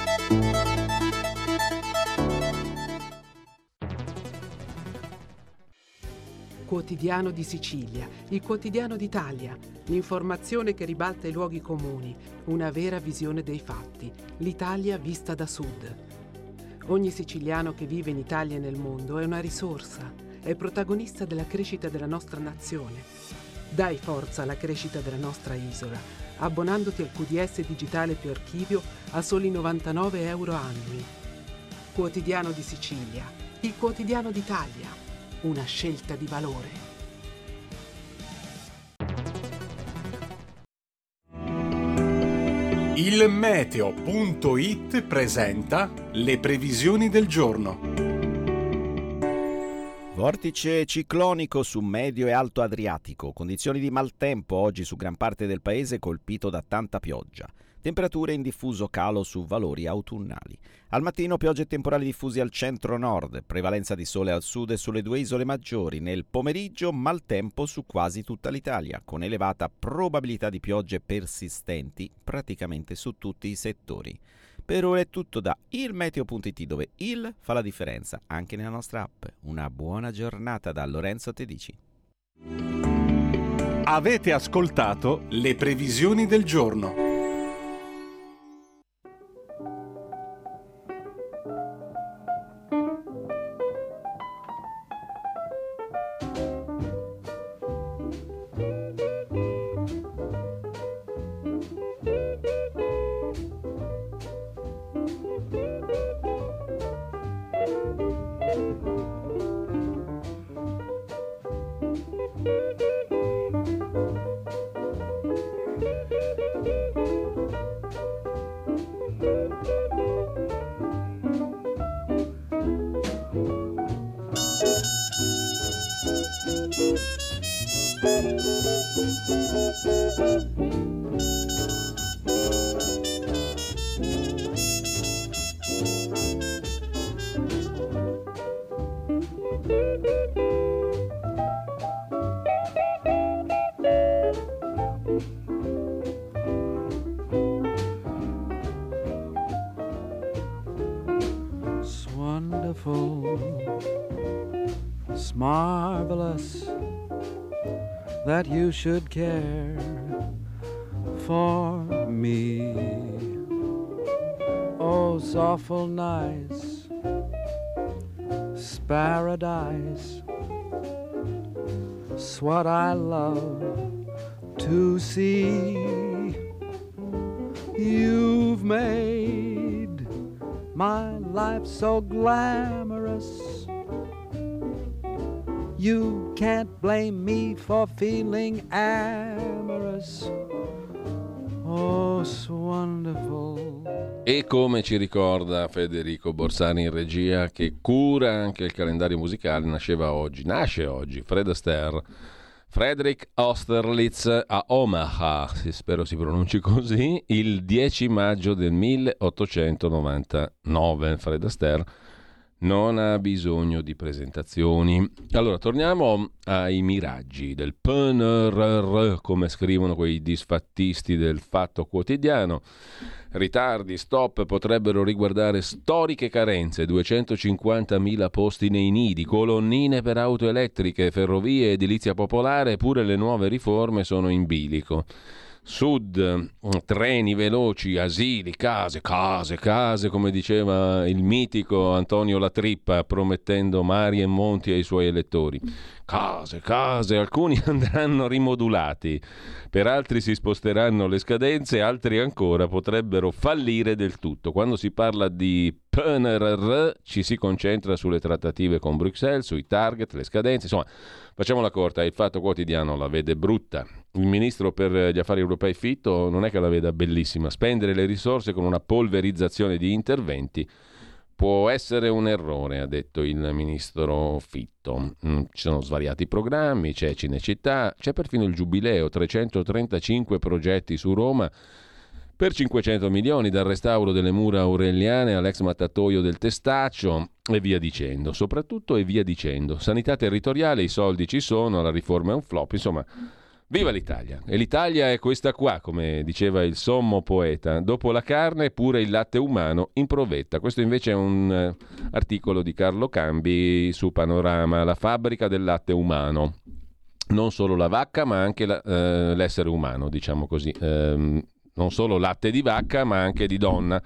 Quotidiano di Sicilia, il quotidiano d'Italia, l'informazione che ribalta i luoghi comuni, una vera visione dei fatti, l'Italia vista da sud. Ogni siciliano che vive in Italia e nel mondo è una risorsa, è protagonista della crescita della nostra nazione. Dai forza alla crescita della nostra isola, abbonandoti al Q D S digitale più archivio a soli novantanove euro annui. Quotidiano di Sicilia, il quotidiano d'Italia. Una scelta di valore. Il meteo punto it presenta le previsioni del giorno. Vortice ciclonico su medio e alto Adriatico, condizioni di maltempo oggi su gran parte del paese colpito da tanta pioggia. Temperature in diffuso calo su valori autunnali. Al mattino piogge e temporali diffusi al centro-nord, prevalenza di sole al sud e sulle due isole maggiori. Nel pomeriggio maltempo su quasi tutta l'Italia, con elevata probabilità di piogge persistenti praticamente su tutti i settori. Per ora è tutto da il meteo punto it, dove il fa la differenza anche nella nostra app. Una buona giornata da Lorenzo Tedici. Avete ascoltato le previsioni del giorno. It's marvelous that you should care for me. Oh, it's awful nice, it's paradise, it's what I love to see. You've made my life so glamorous, you can't blame me for feeling amorous. Oh, so wonderful. E come ci ricorda Federico Borsani in regia, che cura anche il calendario musicale, nasceva oggi, nasce oggi Fred Astaire, Frederick Austerlitz a Omaha, spero si pronunci così, il dieci maggio del milleottocentonovantanove. Fred Astaire non ha bisogno di presentazioni. Allora, torniamo ai miraggi del P N R R, come scrivono quei disfattisti del Fatto Quotidiano. Ritardi, stop potrebbero riguardare storiche carenze, duecentocinquantamila posti nei nidi, colonnine per auto elettriche, ferrovie, edilizia popolare, eppure le nuove riforme sono in bilico. Sud, treni veloci, asili, case, case, case, come diceva il mitico Antonio Latrippa, promettendo mari e monti ai suoi elettori. Case, case, alcuni andranno rimodulati, per altri si sposteranno le scadenze, altri ancora potrebbero fallire del tutto. Quando si parla di P N R R ci si concentra sulle trattative con Bruxelles, sui target, le scadenze, insomma, facciamola corta, il Fatto Quotidiano la vede brutta. Il ministro per gli affari europei Fitto non è che la veda bellissima. Spendere le risorse con una polverizzazione di interventi può essere un errore, ha detto il ministro Fitto. Mm, ci sono svariati programmi, c'è Cinecittà, c'è perfino il Giubileo, trecentotrentacinque progetti su Roma per cinquecento milioni, dal restauro delle mura aureliane all'ex mattatoio del Testaccio e via dicendo. Soprattutto e via dicendo. Sanità territoriale, i soldi ci sono, la riforma è un flop, insomma... Viva l'Italia! E l'Italia è questa qua, come diceva il sommo poeta. Dopo la carne pure il latte umano in provetta. Questo invece è un eh, articolo di Carlo Cambi su Panorama, la fabbrica del latte umano. Non solo la vacca, ma anche la, eh, l'essere umano, diciamo così. Eh, non solo latte di vacca, ma anche di donna.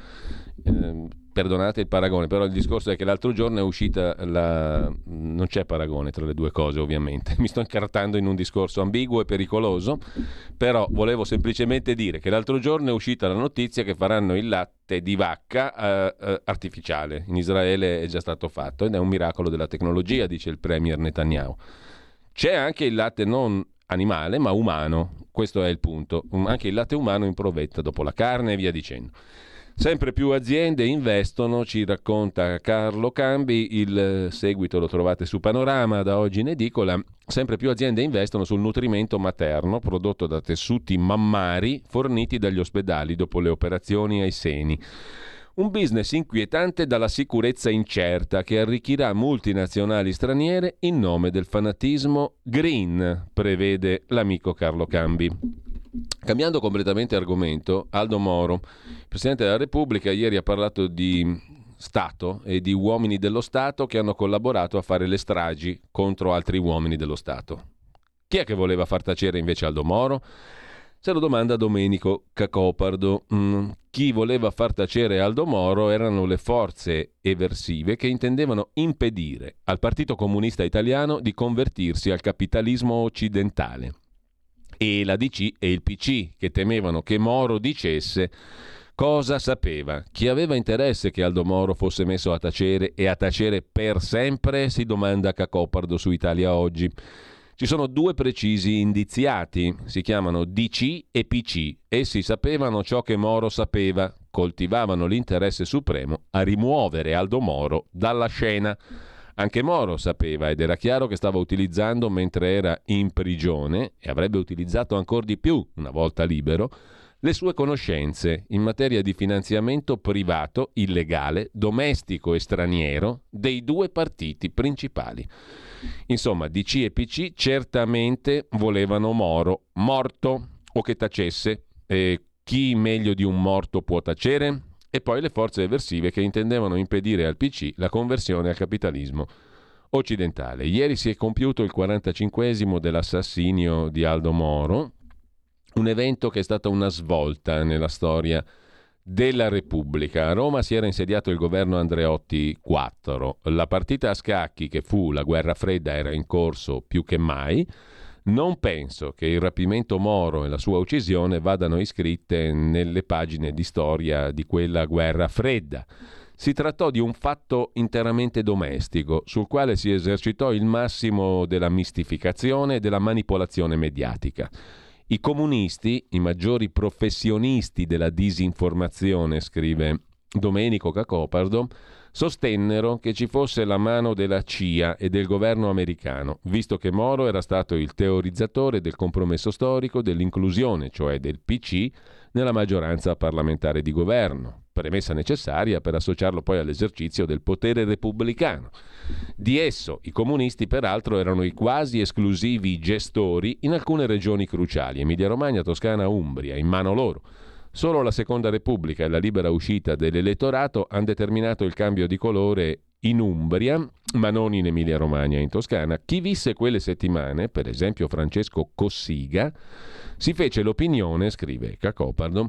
Eh, Perdonate il paragone, però il discorso è che l'altro giorno è uscita la... non c'è paragone tra le due cose, ovviamente. Mi sto incartando in un discorso ambiguo e pericoloso, però volevo semplicemente dire che l'altro giorno è uscita la notizia che faranno il latte di vacca eh, eh, artificiale. In Israele è già stato fatto ed è un miracolo della tecnologia, dice il premier Netanyahu. C'è anche il latte non animale, ma umano. Questo è il punto. Anche il latte umano in provetta dopo la carne e via dicendo. Sempre più aziende investono, ci racconta Carlo Cambi, il seguito lo trovate su Panorama da oggi in edicola. Sempre più aziende investono sul nutrimento materno prodotto da tessuti mammari forniti dagli ospedali dopo le operazioni ai seni. Un business inquietante dalla sicurezza incerta che arricchirà multinazionali straniere in nome del fanatismo green, prevede l'amico Carlo Cambi. Cambiando completamente argomento, Aldo Moro, Presidente della Repubblica, ieri ha parlato di Stato e di uomini dello Stato che hanno collaborato a fare le stragi contro altri uomini dello Stato. Chi è che voleva far tacere invece Aldo Moro? Se lo domanda Domenico Cacopardo. Mm, chi voleva far tacere Aldo Moro erano le forze eversive che intendevano impedire al Partito Comunista Italiano di convertirsi al capitalismo occidentale. E la D C e il P C che temevano che Moro dicesse cosa sapeva. Chi aveva interesse che Aldo Moro fosse messo a tacere e a tacere per sempre, si domanda Cacopardo su Italia Oggi. Ci sono due precisi indiziati, si chiamano D C e P C. Essi sapevano ciò che Moro sapeva, coltivavano l'interesse supremo a rimuovere Aldo Moro dalla scena. Anche Moro sapeva ed era chiaro che stava utilizzando mentre era in prigione, e avrebbe utilizzato ancora di più una volta libero, le sue conoscenze in materia di finanziamento privato, illegale, domestico e straniero dei due partiti principali. Insomma, D C e P C certamente volevano Moro morto o che tacesse. E chi meglio di un morto può tacere? E poi le forze eversive che intendevano impedire al P C la conversione al capitalismo occidentale. Ieri si è compiuto il quarantacinquesimo dell'assassinio di Aldo Moro, un evento che è stata una svolta nella storia della Repubblica. A Roma si era insediato il governo Andreotti quattro. La partita a scacchi che fu la guerra fredda era in corso più che mai. Non penso che il rapimento Moro e la sua uccisione vadano iscritte nelle pagine di storia di quella guerra fredda. Si trattò di un fatto interamente domestico, sul quale si esercitò il massimo della mistificazione e della manipolazione mediatica. I comunisti, i maggiori professionisti della disinformazione, scrive Domenico Cacopardo, sostennero che ci fosse la mano della C I A e del governo americano, visto che Moro era stato il teorizzatore del compromesso storico, dell'inclusione, cioè del P C, nella maggioranza parlamentare di governo. premessa necessaria per associarlo poi all'esercizio del potere repubblicano. Di esso i comunisti peraltro erano i quasi esclusivi gestori in alcune regioni cruciali, Emilia-Romagna, Toscana, Umbria, in mano loro. Solo la Seconda Repubblica e la libera uscita dell'elettorato hanno determinato il cambio di colore in Umbria, ma non in Emilia-Romagna e in Toscana. Chi visse quelle settimane, per esempio Francesco Cossiga, si fece l'opinione, scrive Cacopardo,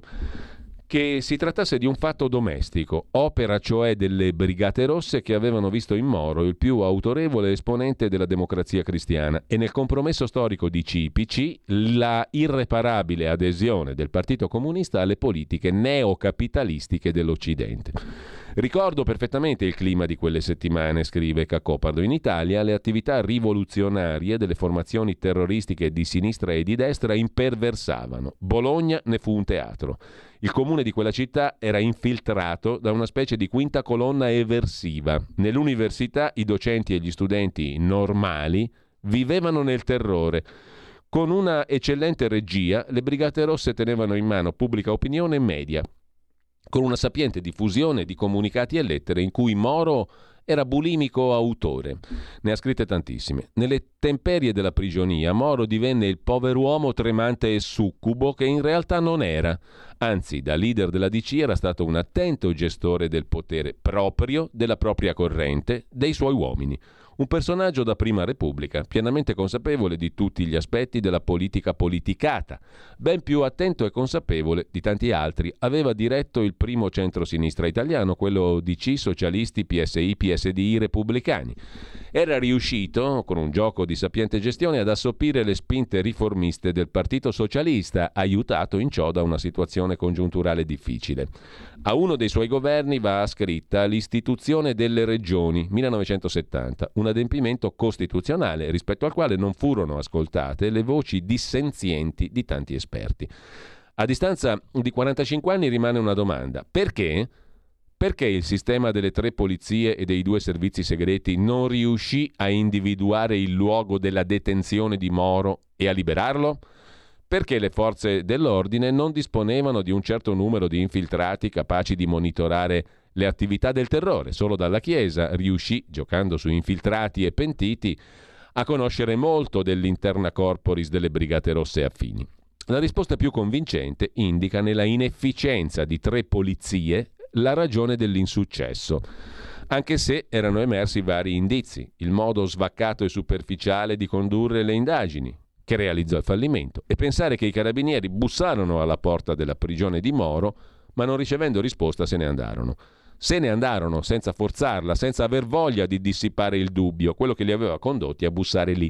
che si trattasse di un fatto domestico, opera cioè delle Brigate Rosse che avevano visto in Moro il più autorevole esponente della Democrazia Cristiana e nel compromesso storico di Cipici la irreparabile adesione del Partito Comunista alle politiche neocapitalistiche dell'Occidente. Ricordo perfettamente il clima di quelle settimane, scrive Cacopardo. In Italia le attività rivoluzionarie delle formazioni terroristiche di sinistra e di destra imperversavano. Bologna ne fu un teatro. Il comune di quella città era infiltrato da una specie di quinta colonna eversiva. Nell'università i docenti e gli studenti normali vivevano nel terrore. Con una eccellente regia, le Brigate Rosse tenevano in mano pubblica opinione e media, con una sapiente diffusione di comunicati e lettere in cui Moro era bulimico autore. Ne ha scritte tantissime. Nelle temperie della prigionia, Moro divenne il pover'uomo tremante e succubo che in realtà non era. Anzi, da leader della D C era stato un attento gestore del potere proprio, della propria corrente, dei suoi uomini. Un personaggio da Prima Repubblica, pienamente consapevole di tutti gli aspetti della politica politicata, ben più attento e consapevole di tanti altri. Aveva diretto il primo centro-sinistra italiano, quello D C, socialisti, P S I, P S D I, repubblicani. Era riuscito, con un gioco di sapiente gestione, ad assopire le spinte riformiste del Partito Socialista, aiutato in ciò da una situazione congiunturale difficile. A uno dei suoi governi va ascritta l'istituzione delle regioni, millenovecentosettanta, un adempimento costituzionale rispetto al quale non furono ascoltate le voci dissenzienti di tanti esperti. A distanza di quarantacinque anni rimane una domanda: perché? Perché il sistema delle tre polizie e dei due servizi segreti non riuscì a individuare il luogo della detenzione di Moro e a liberarlo? Perché le forze dell'ordine non disponevano di un certo numero di infiltrati capaci di monitorare le attività del terrore? Solo dalla Chiesa riuscì, giocando su infiltrati e pentiti, a conoscere molto dell'interna corporis delle Brigate Rosse affini. La risposta più convincente indica nella inefficienza di tre polizie la ragione dell'insuccesso, anche se erano emersi vari indizi, il modo svaccato e superficiale di condurre le indagini, che realizzò il fallimento, e pensare che i carabinieri bussarono alla porta della prigione di Moro, ma non ricevendo risposta se ne andarono. Se ne andarono senza forzarla, senza aver voglia di dissipare il dubbio, quello che li aveva condotti a bussare lì.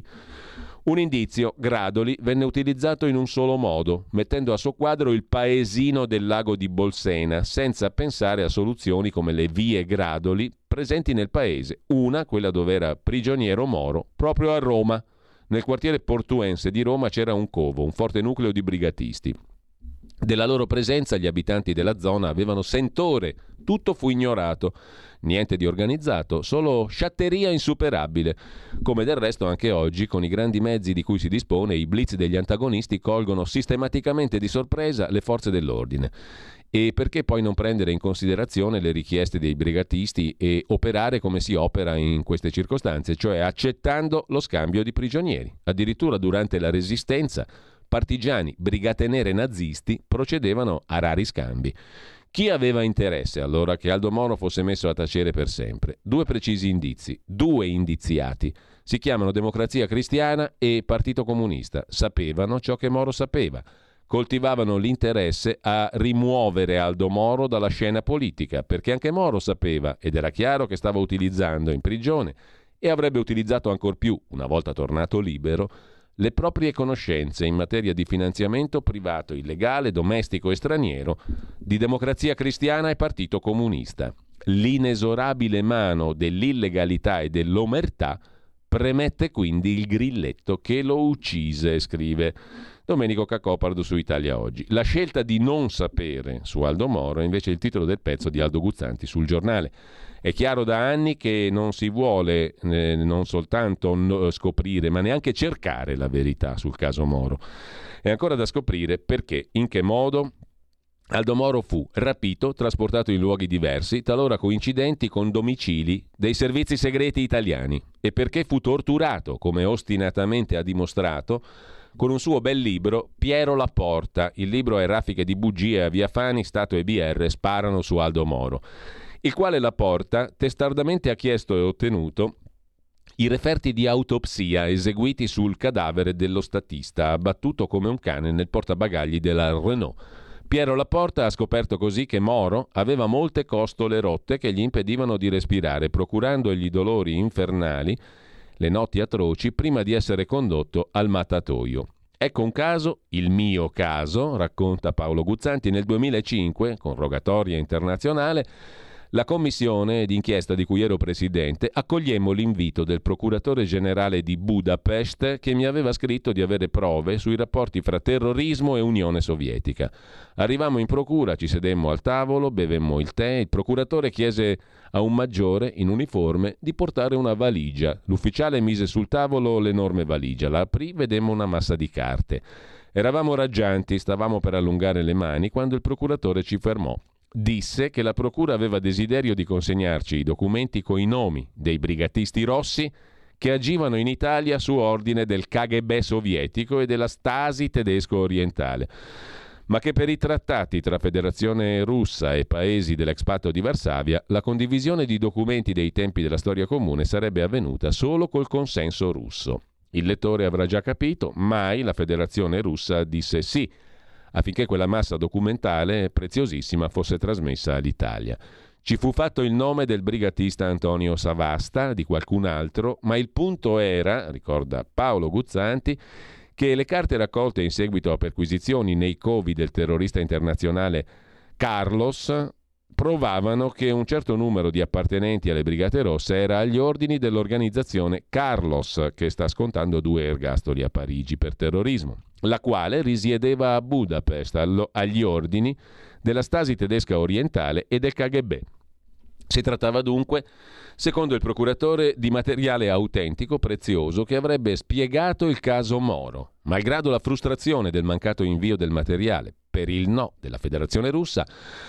Un indizio, Gradoli, venne utilizzato in un solo modo, mettendo a soqquadro il paesino del lago di Bolsena, senza pensare a soluzioni come le vie Gradoli presenti nel paese. Una, quella dove era prigioniero Moro, proprio a Roma. Nel quartiere portuense di Roma c'era un covo, un forte nucleo di brigatisti. Della loro presenza gli abitanti della zona avevano sentore, tutto fu ignorato. Niente di organizzato, solo sciatteria insuperabile. Come del resto anche oggi, con i grandi mezzi di cui si dispone, i blitz degli antagonisti colgono sistematicamente di sorpresa le forze dell'ordine. E perché poi non prendere in considerazione le richieste dei brigatisti e operare come si opera in queste circostanze, cioè accettando lo scambio di prigionieri? Addirittura durante la Resistenza, partigiani, brigate nere nazisti procedevano a rari scambi. Chi aveva interesse allora che Aldo Moro fosse messo a tacere per sempre? Due precisi indizi, due indiziati. Si chiamano Democrazia Cristiana e Partito Comunista. Sapevano ciò che Moro sapeva. Coltivavano l'interesse a rimuovere Aldo Moro dalla scena politica, perché anche Moro sapeva, ed era chiaro che stava utilizzando in prigione, e avrebbe utilizzato ancor più, una volta tornato libero, le proprie conoscenze in materia di finanziamento privato illegale, domestico e straniero di Democrazia Cristiana e Partito Comunista. L'inesorabile mano dell'illegalità e dell'omertà premette quindi il grilletto che lo uccise, scrive Domenico Cacopardo su Italia Oggi. La scelta di non sapere su Aldo Moro è invece il titolo del pezzo di Aldo Guzzanti sul Giornale. È chiaro da anni che non si vuole eh, non soltanto no, scoprire, ma neanche cercare la verità sul caso Moro. È ancora da scoprire perché, in che modo Aldo Moro fu rapito, trasportato in luoghi diversi, talora coincidenti con domicili dei servizi segreti italiani, e perché fu torturato, come ostinatamente ha dimostrato, con un suo bel libro, Piero Laporta. Il libro è Raffiche di bugie a Via Fani, Stato e B R sparano su Aldo Moro, il quale Laporta testardamente ha chiesto e ottenuto i referti di autopsia eseguiti sul cadavere dello statista, abbattuto come un cane nel portabagagli della Renault. Piero Laporta ha scoperto così che Moro aveva molte costole rotte che gli impedivano di respirare, procurandogli dolori infernali, le notti atroci, prima di essere condotto al matatoio. Ecco un caso, il mio caso, racconta Paolo Guzzanti, nel duemilacinque, con rogatoria internazionale, la commissione d'inchiesta di cui ero presidente accogliemmo l'invito del procuratore generale di Budapest che mi aveva scritto di avere prove sui rapporti fra terrorismo e Unione Sovietica. Arrivammo in procura, ci sedemmo al tavolo, bevemmo il tè, il procuratore chiese a un maggiore in uniforme di portare una valigia. L'ufficiale mise sul tavolo l'enorme valigia, la aprì, vedemmo una massa di carte. Eravamo raggianti, stavamo per allungare le mani quando il procuratore ci fermò. Disse che la procura aveva desiderio di consegnarci i documenti coi nomi dei brigatisti rossi che agivano in Italia su ordine del K G B sovietico e della Stasi tedesco orientale, ma che per i trattati tra Federazione Russa e paesi dell'ex patto di Varsavia la condivisione di documenti dei tempi della storia comune sarebbe avvenuta solo col consenso russo. Il lettore avrà già capito, mai la Federazione Russa disse sì affinché quella massa documentale preziosissima fosse trasmessa all'Italia. Ci fu fatto il nome del brigatista Antonio Savasta, di qualcun altro, ma il punto era, ricorda Paolo Guzzanti, che le carte raccolte in seguito a perquisizioni nei covi del terrorista internazionale Carlos provavano che un certo numero di appartenenti alle Brigate Rosse era agli ordini dell'organizzazione Carlos, che sta scontando due ergastoli a Parigi per terrorismo, la quale risiedeva a Budapest allo, agli ordini della Stasi tedesca orientale e del K G B. Si trattava dunque, secondo il procuratore, di materiale autentico, prezioso, che avrebbe spiegato il caso Moro. Malgrado la frustrazione del mancato invio del materiale per il no della Federazione Russa,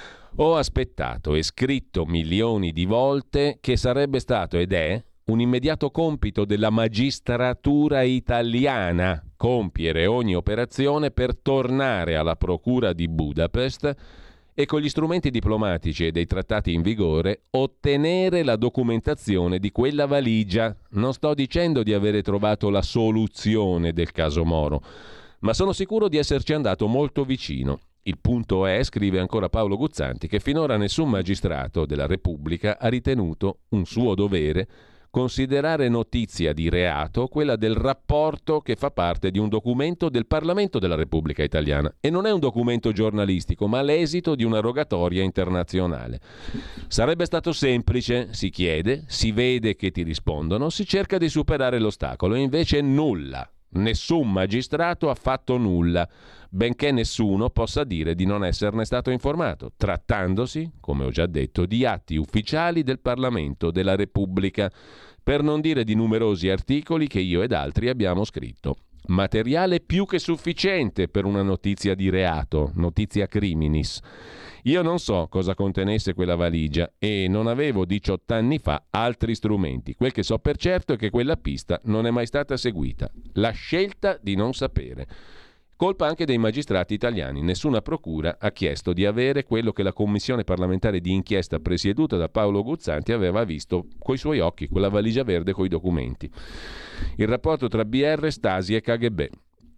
ho aspettato e scritto milioni di volte che sarebbe stato ed è un immediato compito della magistratura italiana compiere ogni operazione per tornare alla procura di Budapest e con gli strumenti diplomatici e dei trattati in vigore ottenere la documentazione di quella valigia. Non sto dicendo di avere trovato la soluzione del caso Moro, ma sono sicuro di esserci andato molto vicino. Il punto è, scrive ancora Paolo Guzzanti, che finora nessun magistrato della Repubblica ha ritenuto un suo dovere considerare notizia di reato quella del rapporto che fa parte di un documento del Parlamento della Repubblica Italiana. E non è un documento giornalistico, ma l'esito di una rogatoria internazionale. Sarebbe stato semplice, si chiede, si vede che ti rispondono, si cerca di superare l'ostacolo, e invece nulla. Nessun magistrato ha fatto nulla, benché nessuno possa dire di non esserne stato informato, trattandosi, come ho già detto, di atti ufficiali del Parlamento della Repubblica, per non dire di numerosi articoli che io ed altri abbiamo scritto. Materiale più che sufficiente per una notizia di reato, notizia criminis. Io non so cosa contenesse quella valigia e non avevo diciotto anni fa altri strumenti. Quel che so per certo è che quella pista non è mai stata seguita. La scelta di non sapere. Colpa anche dei magistrati italiani. Nessuna procura ha chiesto di avere quello che la commissione parlamentare di inchiesta presieduta da Paolo Guzzanti aveva visto coi suoi occhi, quella valigia verde coi documenti. Il rapporto tra B R, Stasi e K G B.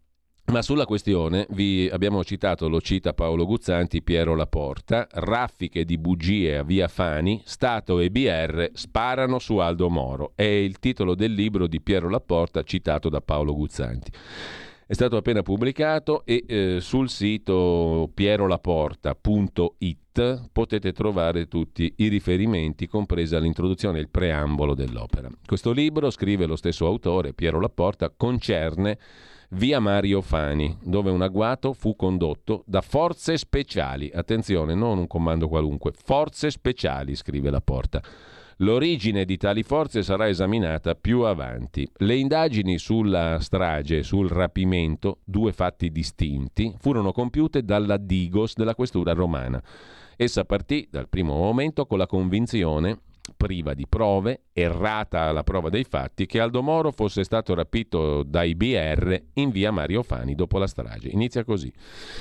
Ma sulla questione vi abbiamo citato, lo cita Paolo Guzzanti, Piero Laporta, raffiche di bugie a Via Fani, Stato e B R sparano su Aldo Moro. È il titolo del libro di Piero Laporta citato da Paolo Guzzanti. È stato appena pubblicato e eh, sul sito pierolaporta punto it potete trovare tutti i riferimenti, compresa l'introduzione e il preambolo dell'opera. Questo libro, scrive lo stesso autore, Piero Laporta, concerne Via Mario Fani, dove un agguato fu condotto da forze speciali. Attenzione, non un comando qualunque, forze speciali, scrive Laporta. L'origine di tali forze sarà esaminata più avanti. Le indagini sulla strage e sul rapimento, due fatti distinti, furono compiute dalla Digos della questura romana. Essa partì dal primo momento con la convinzione, priva di prove, errata la prova dei fatti, che Aldo Moro fosse stato rapito dai B R in via Mario Fani dopo la strage. Inizia così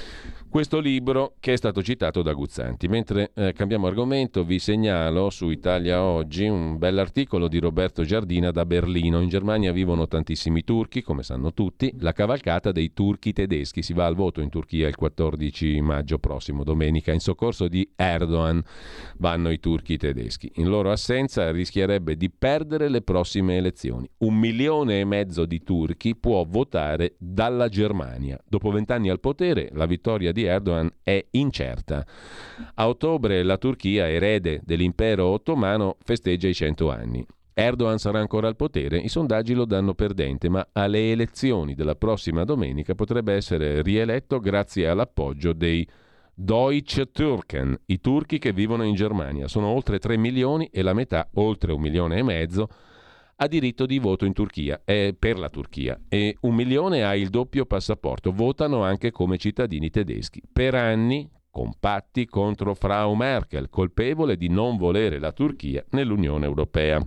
questo libro, che è stato citato da Guzzanti. Mentre eh, cambiamo argomento, vi segnalo su Italia Oggi un bell'articolo di Roberto Giardina da Berlino. In Germania vivono tantissimi turchi, come sanno tutti. La cavalcata dei turchi tedeschi. Si va al voto in Turchia il quattordici maggio prossimo, domenica. In soccorso di Erdogan vanno i turchi tedeschi. In loro assenza rischierebbe di perdere le prossime elezioni. Un milione e mezzo di turchi può votare dalla Germania. Dopo vent'anni al potere, la vittoria di di Erdogan è incerta. A ottobre la Turchia, erede dell'impero ottomano, festeggia i cento anni. Erdogan sarà ancora al potere, i sondaggi lo danno perdente, ma alle elezioni della prossima domenica potrebbe essere rieletto grazie all'appoggio dei Deutsche Türken, i turchi che vivono in Germania. Sono oltre tre milioni e la metà, oltre un milione e mezzo, ha diritto di voto in Turchia, è per la Turchia, e un milione ha il doppio passaporto, votano anche come cittadini tedeschi. Per anni compatti contro Frau Merkel, colpevole di non volere la Turchia nell'Unione Europea.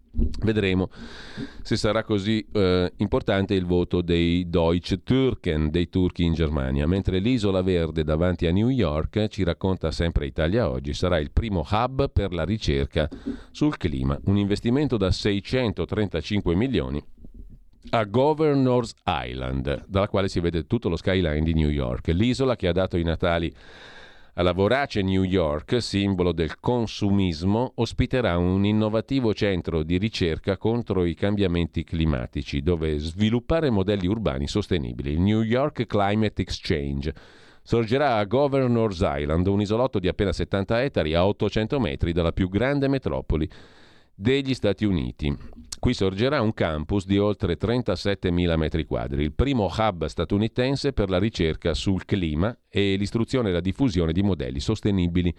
Vedremo se sarà così eh, importante il voto dei Deutsche Türken, dei turchi in Germania, mentre l'Isola Verde davanti a New York, ci racconta sempre Italia Oggi, sarà il primo hub per la ricerca sul clima, un investimento da seicentotrentacinque milioni a Governor's Island, dalla quale si vede tutto lo skyline di New York, l'isola che ha dato i natali alla vorace New York, simbolo del consumismo, ospiterà un innovativo centro di ricerca contro i cambiamenti climatici, dove sviluppare modelli urbani sostenibili, il New York Climate Exchange. Sorgerà a Governor's Island, un isolotto di appena settanta ettari a ottocento metri dalla più grande metropoli degli Stati Uniti. Qui sorgerà un campus di oltre trentasettemila metri quadri, il primo hub statunitense per la ricerca sul clima e l'istruzione e la diffusione di modelli sostenibili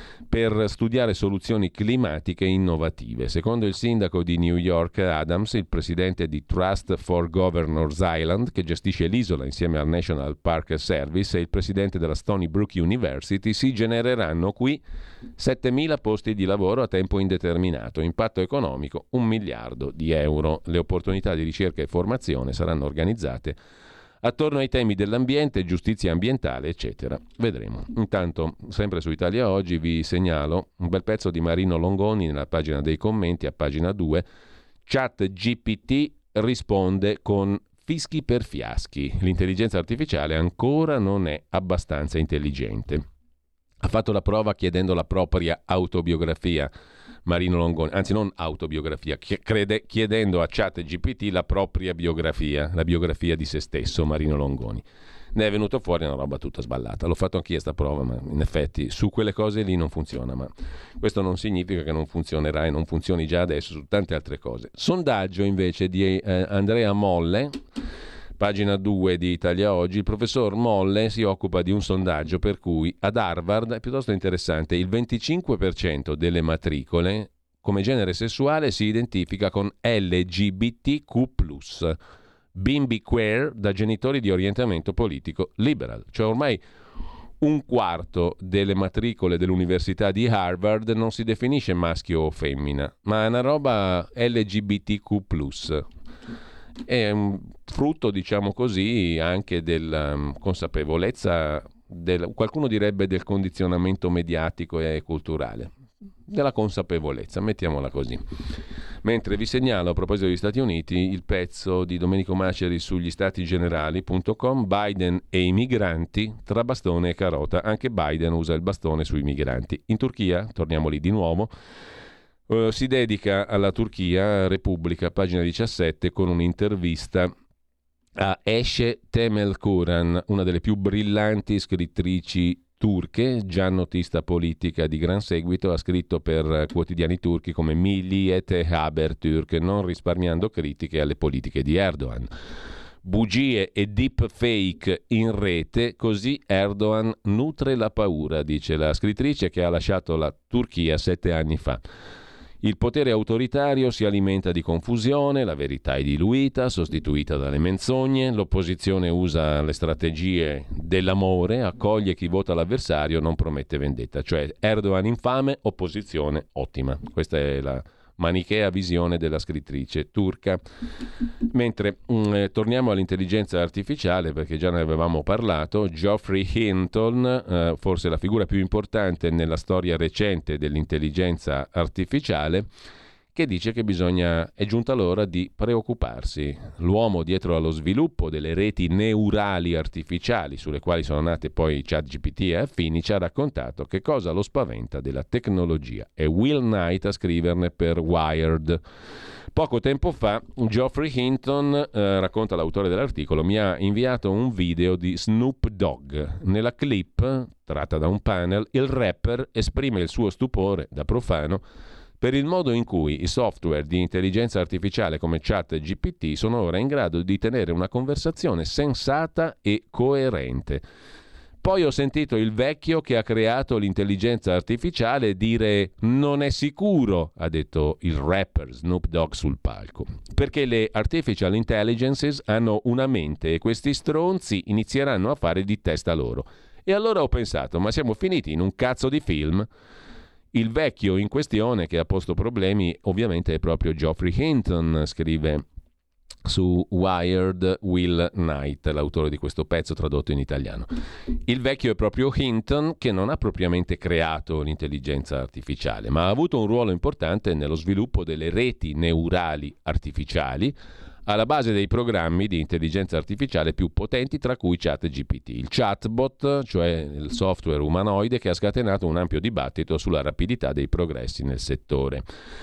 per studiare soluzioni climatiche innovative. Secondo il sindaco di New York Adams, il presidente di Trust for Governor's Island, che gestisce l'isola insieme al National Park Service, e il presidente della Stony Brook University, si genereranno qui settemila posti di lavoro a tempo indeterminato, impatto economico un miliardo di euro. Le opportunità di ricerca e formazione saranno organizzate attorno ai temi dell'ambiente, giustizia ambientale, eccetera. Vedremo. Intanto, sempre su Italia Oggi, vi segnalo un bel pezzo di Marino Longoni nella pagina dei commenti, a pagina due. ChatGPT risponde con fischi per fiaschi. L'intelligenza artificiale ancora non è abbastanza intelligente. Ha fatto la prova chiedendo la propria autobiografia, Marino Longoni, anzi non autobiografia, crede, chiedendo a ChatGPT la propria biografia, la biografia di se stesso, Marino Longoni. Ne è venuto fuori una roba tutta sballata. L'ho fatto anch'io sta prova, ma in effetti su quelle cose lì non funziona, ma questo non significa che non funzionerà e non funzioni già adesso su tante altre cose. Sondaggio invece di eh, Andrea Molle, pagina due di Italia Oggi. Il professor Molle si occupa di un sondaggio per cui ad Harvard è piuttosto interessante. Il venticinque per cento delle matricole come genere sessuale si identifica con L G B T Q plus, bimbi queer da genitori di orientamento politico liberal. Cioè ormai un quarto delle matricole dell'Università di Harvard non si definisce maschio o femmina, ma è una roba L G B T Q plus. È un frutto, diciamo così, anche della um, consapevolezza, del, qualcuno direbbe del condizionamento mediatico e culturale, della consapevolezza, mettiamola così. Mentre vi segnalo, a proposito degli Stati Uniti, il pezzo di Domenico Maceri sugli stati generali punto com, Biden e i migranti, tra bastone e carota. Anche Biden usa il bastone sui migranti. In Turchia, torniamo lì di nuovo, Uh, si dedica alla Turchia, Repubblica, pagina diciassette, con un'intervista a Esce Temelkuran, una delle più brillanti scrittrici turche, già notista politica di gran seguito, ha scritto per quotidiani turchi come Milliyet e Habertürk, non risparmiando critiche alle politiche di Erdogan. Bugie e deepfake in rete, così Erdogan nutre la paura, dice la scrittrice che ha lasciato la Turchia sette anni fa. Il potere autoritario si alimenta di confusione, la verità è diluita, sostituita dalle menzogne, l'opposizione usa le strategie dell'amore, accoglie chi vota l'avversario, non promette vendetta. Cioè Erdogan infame, opposizione ottima. Questa è la manichea visione della scrittrice turca. Mentre mh, eh, torniamo all'intelligenza artificiale, perché già ne avevamo parlato, Geoffrey Hinton, eh, forse la figura più importante nella storia recente dell'intelligenza artificiale, che dice che bisogna, è giunta l'ora di preoccuparsi. L'uomo dietro allo sviluppo delle reti neurali artificiali, sulle quali sono nate poi ChatGPT e affini, ci ha raccontato che cosa lo spaventa della tecnologia. È Will Knight a scriverne per Wired. Poco tempo fa Geoffrey Hinton, eh, racconta l'autore dell'articolo, mi ha inviato un video di Snoop Dogg. Nella clip, tratta da un panel, il rapper esprime il suo stupore da profano per il modo in cui i software di intelligenza artificiale come ChatGPT sono ora in grado di tenere una conversazione sensata e coerente. Poi ho sentito il vecchio che ha creato l'intelligenza artificiale dire non è sicuro, ha detto il rapper Snoop Dogg sul palco, perché le artificial intelligences hanno una mente e questi stronzi inizieranno a fare di testa loro. E allora ho pensato, ma siamo finiti in un cazzo di film? Il vecchio in questione che ha posto problemi ovviamente è proprio Geoffrey Hinton, scrive su Wired Will Knight, l'autore di questo pezzo tradotto in italiano. Il vecchio è proprio Hinton, che non ha propriamente creato l'intelligenza artificiale, ma ha avuto un ruolo importante nello sviluppo delle reti neurali artificiali alla base dei programmi di intelligenza artificiale più potenti, tra cui ChatGPT, il chatbot, cioè il software umanoide che ha scatenato un ampio dibattito sulla rapidità dei progressi nel settore.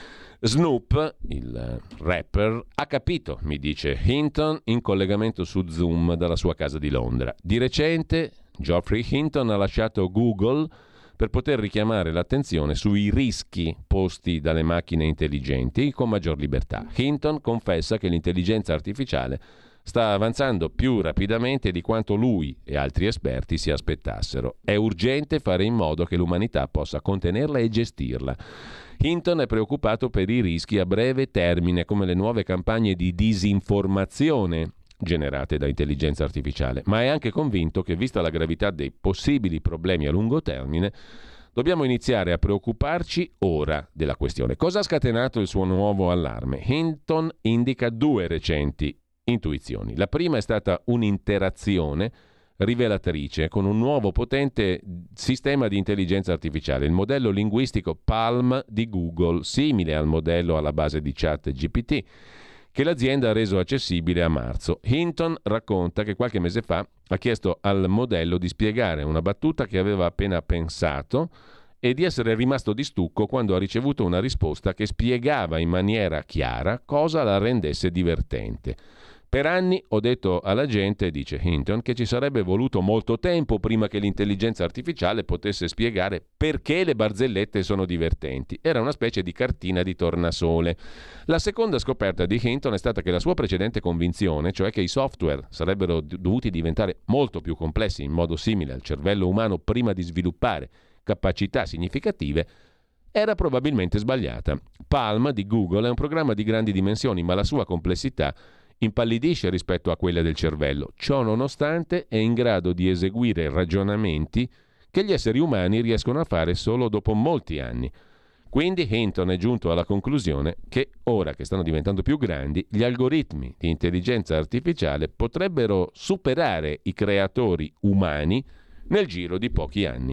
Snoop, il rapper, ha capito, mi dice Hinton in collegamento su Zoom dalla sua casa di Londra. Di recente Geoffrey Hinton ha lasciato Google per poter richiamare l'attenzione sui rischi posti dalle macchine intelligenti con maggior libertà. Hinton confessa che l'intelligenza artificiale sta avanzando più rapidamente di quanto lui e altri esperti si aspettassero. È urgente fare in modo che l'umanità possa contenerla e gestirla. Hinton è preoccupato per i rischi a breve termine, come le nuove campagne di disinformazione generate da intelligenza artificiale, ma è anche convinto che, vista la gravità dei possibili problemi a lungo termine, dobbiamo iniziare a preoccuparci ora della questione. Cosa ha scatenato il suo nuovo allarme? Hinton indica due recenti intuizioni. La prima è stata un'interazione rivelatrice con un nuovo potente sistema di intelligenza artificiale, il modello linguistico Palm di Google, simile al modello alla base di ChatGPT, che l'azienda ha reso accessibile a marzo. Hinton racconta che qualche mese fa ha chiesto al modello di spiegare una battuta che aveva appena pensato e di essere rimasto di stucco quando ha ricevuto una risposta che spiegava in maniera chiara cosa la rendesse divertente. Per anni ho detto alla gente, dice Hinton, che ci sarebbe voluto molto tempo prima che l'intelligenza artificiale potesse spiegare perché le barzellette sono divertenti. Era una specie di cartina di tornasole. La seconda scoperta di Hinton è stata che la sua precedente convinzione, cioè che i software sarebbero dovuti diventare molto più complessi in modo simile al cervello umano prima di sviluppare capacità significative, era probabilmente sbagliata. Palm di Google è un programma di grandi dimensioni, ma la sua complessità impallidisce rispetto a quella del cervello. Ciò nonostante è in grado di eseguire ragionamenti che gli esseri umani riescono a fare solo dopo molti anni. Quindi Hinton è giunto alla conclusione che ora che stanno diventando più grandi, gli algoritmi di intelligenza artificiale potrebbero superare i creatori umani nel giro di pochi anni.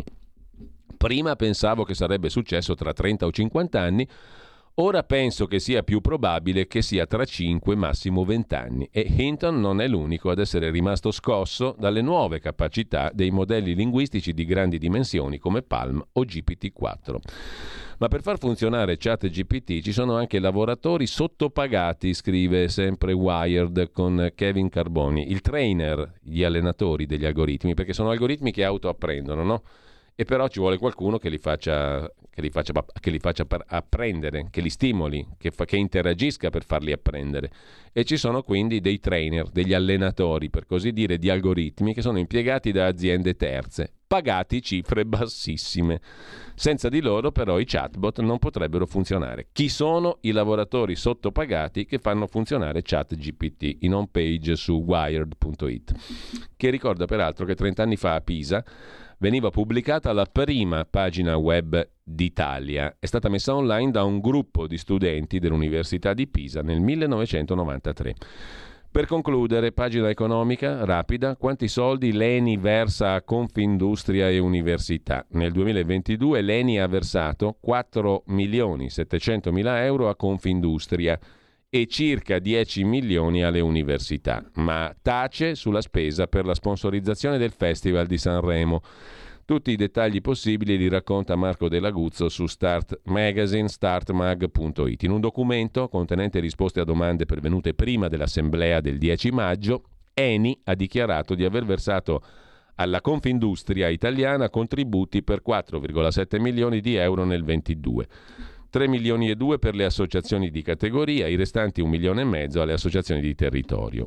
Prima pensavo che sarebbe successo tra trenta o cinquanta anni, ora penso che sia più probabile che sia tra cinque, massimo venti anni, e Hinton non è l'unico ad essere rimasto scosso dalle nuove capacità dei modelli linguistici di grandi dimensioni come Palm o G P T quattro. Ma per far funzionare ChatGPT ci sono anche lavoratori sottopagati, scrive sempre Wired con Kevin Carboni, il trainer, gli allenatori degli algoritmi, perché sono algoritmi che autoapprendono, no? e però ci vuole qualcuno che li faccia, che li faccia, che li faccia apprendere, che li stimoli, che, fa, che interagisca per farli apprendere. E ci sono quindi dei trainer, degli allenatori, per così dire, di algoritmi che sono impiegati da aziende terze, pagati cifre bassissime. Senza di loro però i chatbot non potrebbero funzionare. Chi sono i lavoratori sottopagati che fanno funzionare ChatGPT? In home page su wired punto it, che ricorda peraltro che trent'anni fa a Pisa veniva pubblicata la prima pagina web d'Italia. È stata messa online da un gruppo di studenti dell'Università di Pisa nel millenovecentonovantatré. Per concludere, pagina economica rapida: quanti soldi l'Eni versa a Confindustria e Università? Nel duemilaventidue l'Eni ha versato quattro milioni settecentomila euro a Confindustria e circa dieci milioni alle università, ma tace sulla spesa per la sponsorizzazione del Festival di Sanremo. Tutti i dettagli possibili li racconta Marco Dell'Aguzzo su Start Magazine, startmag punto it. In un documento contenente risposte a domande pervenute prima dell'assemblea del dieci maggio, Eni ha dichiarato di aver versato alla Confindustria italiana contributi per quattro virgola sette milioni di euro nel ventidue. tre milioni e due per le associazioni di categoria, i restanti un milione e mezzo alle associazioni di territorio.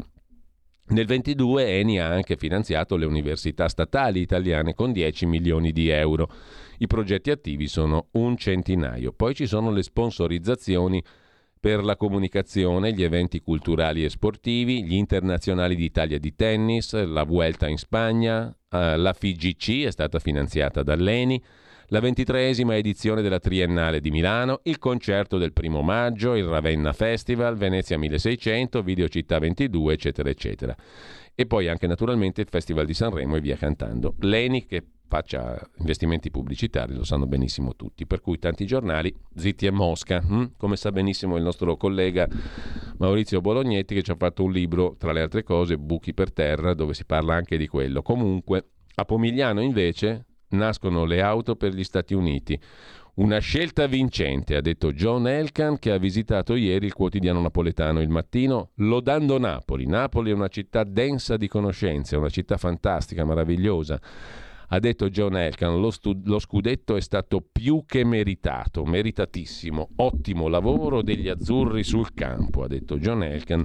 Nel ventidue Eni ha anche finanziato le università statali italiane con dieci milioni di euro. I progetti attivi sono un centinaio. Poi ci sono le sponsorizzazioni per la comunicazione, gli eventi culturali e sportivi, gli internazionali d'Italia di tennis, la Vuelta in Spagna, eh, la F I G C è stata finanziata dall'Eni, la ventitreesima edizione della Triennale di Milano, il concerto del primo maggio, il Ravenna Festival, Venezia milleseicento, Videocittà ventidue, eccetera, eccetera. E poi anche naturalmente il Festival di Sanremo e via cantando. L'Eni che faccia investimenti pubblicitari lo sanno benissimo tutti, per cui tanti giornali zitti e mosca, hm? come sa benissimo il nostro collega Maurizio Bolognetti, che ci ha fatto un libro, tra le altre cose, Buchi per terra, dove si parla anche di quello. Comunque, a Pomigliano invece nascono le auto per gli Stati Uniti. Una scelta vincente, ha detto John Elkann, che ha visitato ieri il quotidiano napoletano Il Mattino, lodando Napoli. Napoli è una città densa di conoscenze, una città fantastica, meravigliosa. Ha detto John Elkann, lo, stu- lo scudetto è stato più che meritato, meritatissimo, ottimo lavoro degli azzurri sul campo, ha detto John Elkann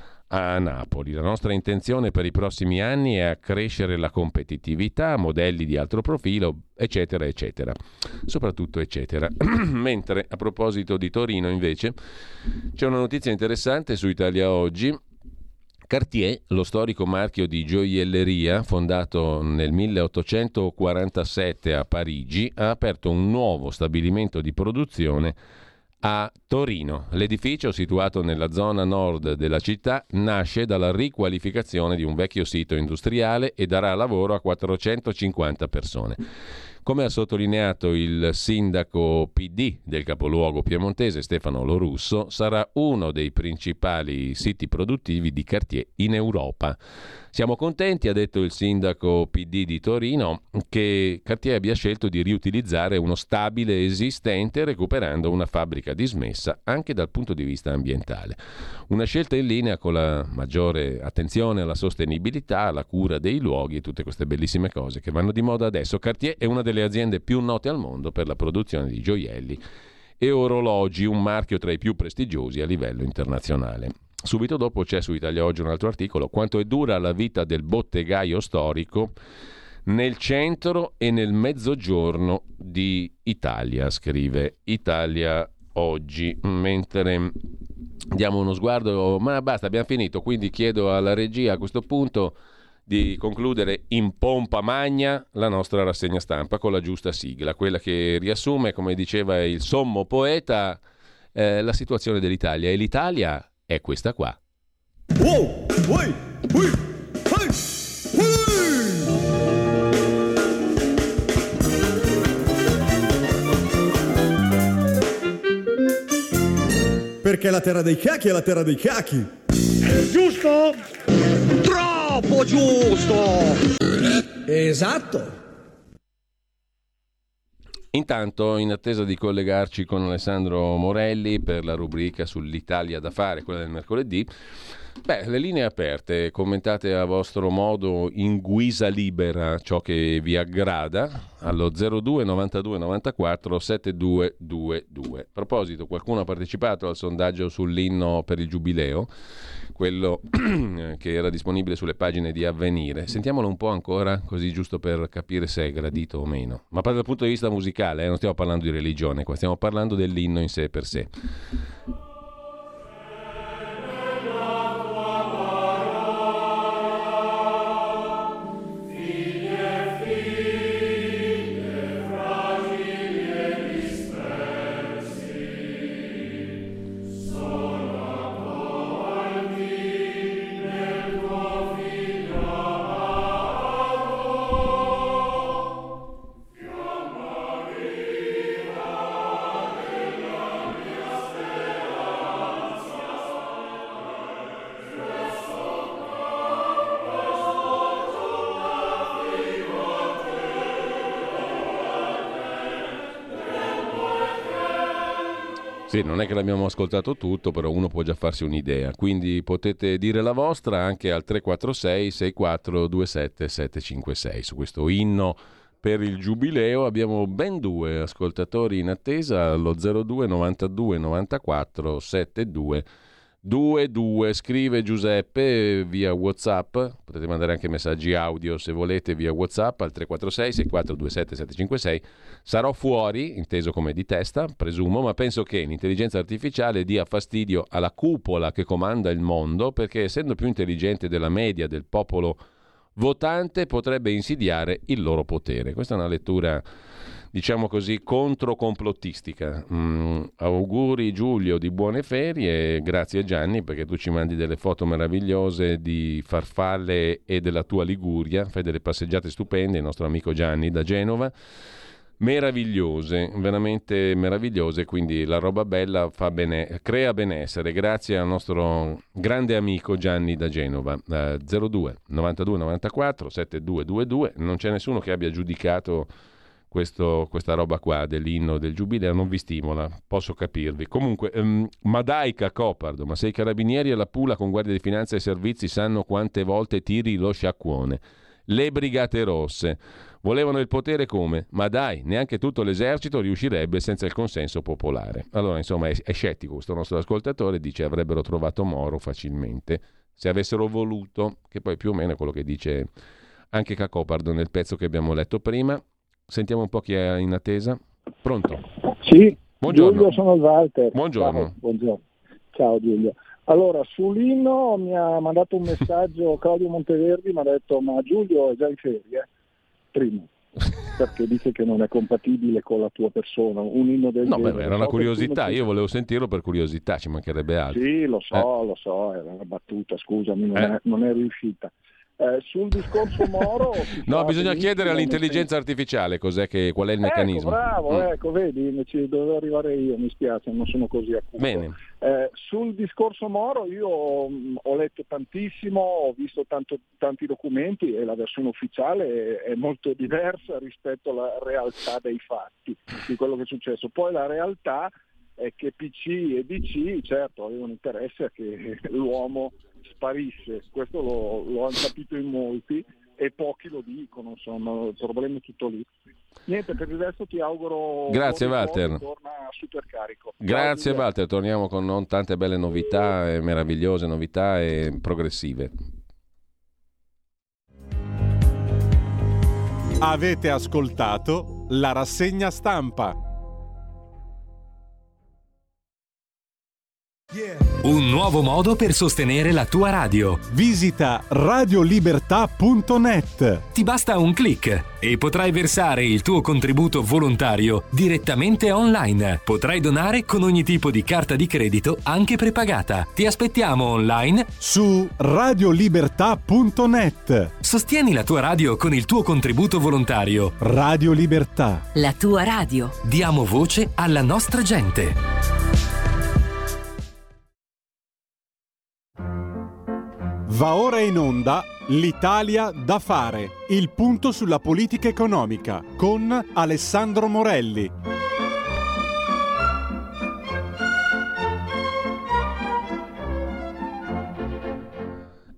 a Napoli. La nostra intenzione per i prossimi anni è accrescere la competitività, modelli di alto profilo, eccetera, eccetera. Soprattutto eccetera. Mentre a proposito di Torino, invece, c'è una notizia interessante su Italia Oggi. Cartier, lo storico marchio di gioielleria fondato nel milleottocentoquarantasette a Parigi, ha aperto un nuovo stabilimento di produzione a Torino. L'edificio, situato nella zona nord della città, nasce dalla riqualificazione di un vecchio sito industriale e darà lavoro a quattrocentocinquanta persone. Come ha sottolineato il sindaco P D del capoluogo piemontese Stefano Lorusso, sarà uno dei principali siti produttivi di Cartier in Europa. Siamo contenti, ha detto il sindaco P D di Torino, che Cartier abbia scelto di riutilizzare uno stabile esistente recuperando una fabbrica dismessa anche dal punto di vista ambientale. Una scelta in linea con la maggiore attenzione alla sostenibilità, alla cura dei luoghi e tutte queste bellissime cose che vanno di moda adesso. Cartier è una delle aziende più note al mondo per la produzione di gioielli e orologi, un marchio tra i più prestigiosi a livello internazionale. Subito dopo c'è su Italia Oggi un altro articolo: quanto è dura la vita del bottegaio storico nel centro e nel mezzogiorno di Italia, scrive Italia Oggi. Mentre diamo uno sguardo, ma basta, abbiamo finito, quindi chiedo alla regia a questo punto di concludere in pompa magna la nostra rassegna stampa con la giusta sigla, quella che riassume, come diceva il sommo poeta, eh, la situazione dell'Italia. E l'Italia è questa qua. Wow, uy, uy, hey, perché la terra dei cacchi è la terra dei cacchi. Giusto? Troppo giusto! Esatto. Intanto, in attesa di collegarci con Alessandro Morelli per la rubrica sull'Italia da fare, quella del mercoledì, Beh, le linee aperte, commentate a vostro modo in guisa libera ciò che vi aggrada allo zero due novantadue novantaquattro settantadue ventidue. A proposito, qualcuno ha partecipato al sondaggio sull'inno per il Giubileo, quello che era disponibile sulle pagine di Avvenire. Sentiamolo un po' ancora, così giusto per capire se è gradito o meno. Ma dal punto di vista musicale, eh, non stiamo parlando di religione, qua stiamo parlando dell'inno in sé per sé. Sì, non è che l'abbiamo ascoltato tutto, però uno può già farsi un'idea. Quindi potete dire la vostra anche al tre quattro sei sei quattro due sette sette cinque sei. Su questo inno per il Giubileo abbiamo ben due ascoltatori in attesa allo zero due novantadue novantaquattro settantadue ventidue. Scrive Giuseppe via WhatsApp, potete mandare anche messaggi audio se volete via WhatsApp al tre quattro sei sei quattro due sette sette cinque sei. Sarò fuori, inteso come di testa, presumo, ma penso che l'intelligenza artificiale dia fastidio alla cupola che comanda il mondo, perché essendo più intelligente della media del popolo votante potrebbe insidiare il loro potere. Questa è una lettura, diciamo così, controcomplotistica. Mm, auguri Giulio di buone ferie, grazie Gianni perché tu ci mandi delle foto meravigliose di farfalle e della tua Liguria, fai delle passeggiate stupende, il nostro amico Gianni da Genova, meravigliose, veramente meravigliose, quindi la roba bella fa bene, crea benessere. Grazie al nostro grande amico Gianni da Genova. uh, zero due novantadue novantaquattro settantadue ventidue. Non c'è nessuno che abbia giudicato questo, questa roba qua dell'inno del Giubileo, non vi stimola, posso capirvi. Comunque, um, ma dai Cacopardo, ma se i carabinieri e la Pula con Guardia di Finanza e Servizi sanno quante volte tiri lo sciacquone. Le Brigate Rosse volevano il potere come? Ma dai, neanche tutto l'esercito riuscirebbe senza il consenso popolare. Allora, insomma, è, è scettico questo nostro ascoltatore, dice avrebbero trovato Moro facilmente se avessero voluto, che poi più o meno è quello che dice anche Cacopardo nel pezzo che abbiamo letto prima. Sentiamo un po' chi è in attesa. Pronto? Sì, buongiorno. Giulio, sono il Walter. Buongiorno. Ciao, buongiorno. Ciao Giulio. Allora, sull'inno mi ha mandato un messaggio Claudio Monteverdi, mi ha detto ma Giulio è già in ferie? Primo, perché dice che non è compatibile con la tua persona, un inno del no, genere. No, beh, era una curiosità, io volevo sentirlo per curiosità, ci mancherebbe altro. Sì, lo so, eh. lo so, era una battuta, scusami, non, eh. è, non è riuscita. Eh, sul discorso Moro no, bisogna chiedere all'intelligenza artificiale cos'è che, qual è il meccanismo. Ecco, bravo, mm. ecco, vedi, ci dovevo arrivare io, mi spiace, non sono così acuto. Bene. Eh, sul discorso Moro io mh, ho letto tantissimo, ho visto tanto, tanti documenti e la versione ufficiale è, è molto diversa rispetto alla realtà dei fatti, di quello che è successo. Poi la realtà è che P C e D C certo avevano interesse a che l'uomo sparisse, questo lo, lo hanno capito in molti e pochi lo dicono, insomma, il problema è tutto lì. Niente, per il resto ti auguro grazie Walter, torna super carico. Grazie Ciao, Walter, torniamo con non tante belle novità, e meravigliose novità e progressive. Avete ascoltato la rassegna stampa. Un nuovo modo per sostenere la tua radio. Visita radiolibertà punto net. Ti basta un click e potrai versare il tuo contributo volontario direttamente online. Potrai donare con ogni tipo di carta di credito, anche prepagata. Ti aspettiamo online su radiolibertà punto net. Sostieni la tua radio con il tuo contributo volontario. Radio Libertà. La tua radio. Diamo voce alla nostra gente. Va ora in onda L'Italia da fare, il punto sulla politica economica con Alessandro Morelli.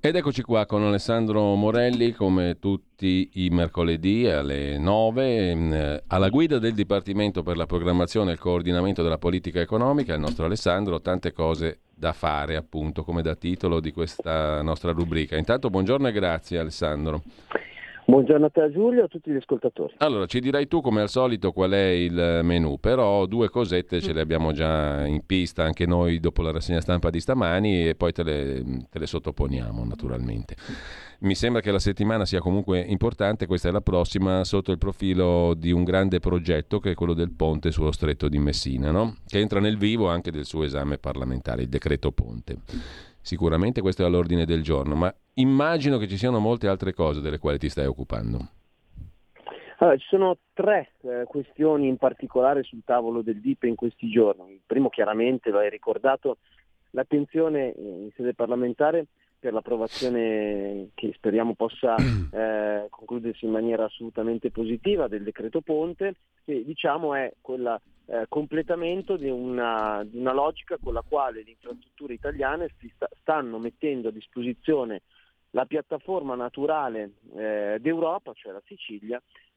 Ed eccoci qua con Alessandro Morelli, come tutti i mercoledì alle nove, alla guida del Dipartimento per la programmazione e il coordinamento della politica economica. Il nostro Alessandro, tante cose da fare, appunto, come da titolo di questa nostra rubrica. Intanto buongiorno e grazie Alessandro. Buongiorno a te Giulio e a tutti gli ascoltatori. Allora, ci dirai tu come al solito qual è il menù, però due cosette ce le abbiamo già in pista anche noi dopo la rassegna stampa di stamani e poi te le, te le sottoponiamo naturalmente. Mi sembra che la settimana sia comunque importante, questa è la prossima, sotto il profilo di un grande progetto che è quello del ponte sullo stretto di Messina, no? Che entra nel vivo anche del suo esame parlamentare, il decreto ponte. Sicuramente questo è all'ordine del giorno, ma immagino che ci siano molte altre cose delle quali ti stai occupando. Allora, ci sono tre eh, questioni in particolare sul tavolo del D I P E in questi giorni. Il primo, chiaramente, lo hai ricordato, l'attenzione in sede parlamentare per l'approvazione che speriamo possa eh, concludersi in maniera assolutamente positiva del decreto ponte, che diciamo è quella eh, completamento di una, di una logica con la quale le infrastrutture italiane si sta, stanno mettendo a disposizione la piattaforma naturale eh, d'Europa, cioè la Sicilia,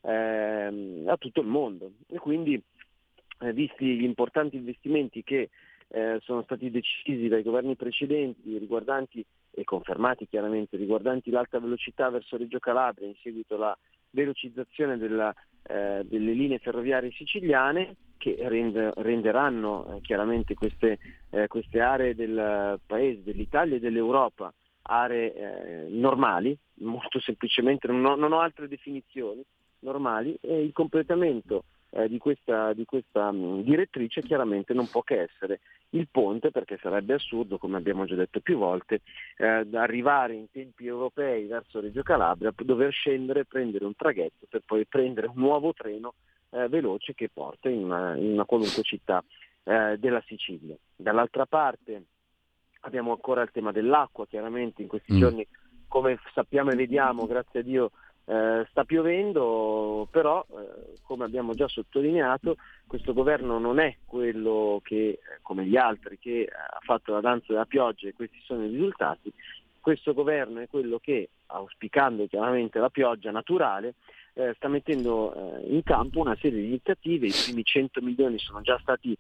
eh, a tutto il mondo. E quindi, eh, visti gli importanti investimenti che eh, sono stati decisi dai governi precedenti riguardanti e confermati chiaramente riguardanti l'alta velocità verso Reggio Calabria in seguito alla velocizzazione della, eh, delle linee ferroviarie siciliane che rende, renderanno eh, chiaramente queste, eh, queste aree del paese, dell'Italia e dell'Europa aree eh, normali, molto semplicemente, non ho, non ho altre definizioni, normali, e il completamento eh, di questa, di questa mh, direttrice chiaramente non può che essere il ponte, perché sarebbe assurdo, come abbiamo già detto più volte, eh, arrivare in tempi europei verso Reggio Calabria, dover scendere, prendere un traghetto per poi prendere un nuovo treno eh, veloce che porta in una, in una qualunque città eh, della Sicilia. Dall'altra parte abbiamo ancora il tema dell'acqua, chiaramente in questi mm. giorni, come sappiamo e vediamo, grazie a Dio, eh, sta piovendo, però eh, come abbiamo già sottolineato questo governo non è quello che, come gli altri, che ha fatto la danza della pioggia e questi sono i risultati. Questo governo è quello che, auspicando chiaramente la pioggia naturale, eh, sta mettendo eh, in campo una serie di iniziative. I primi cento milioni sono già stati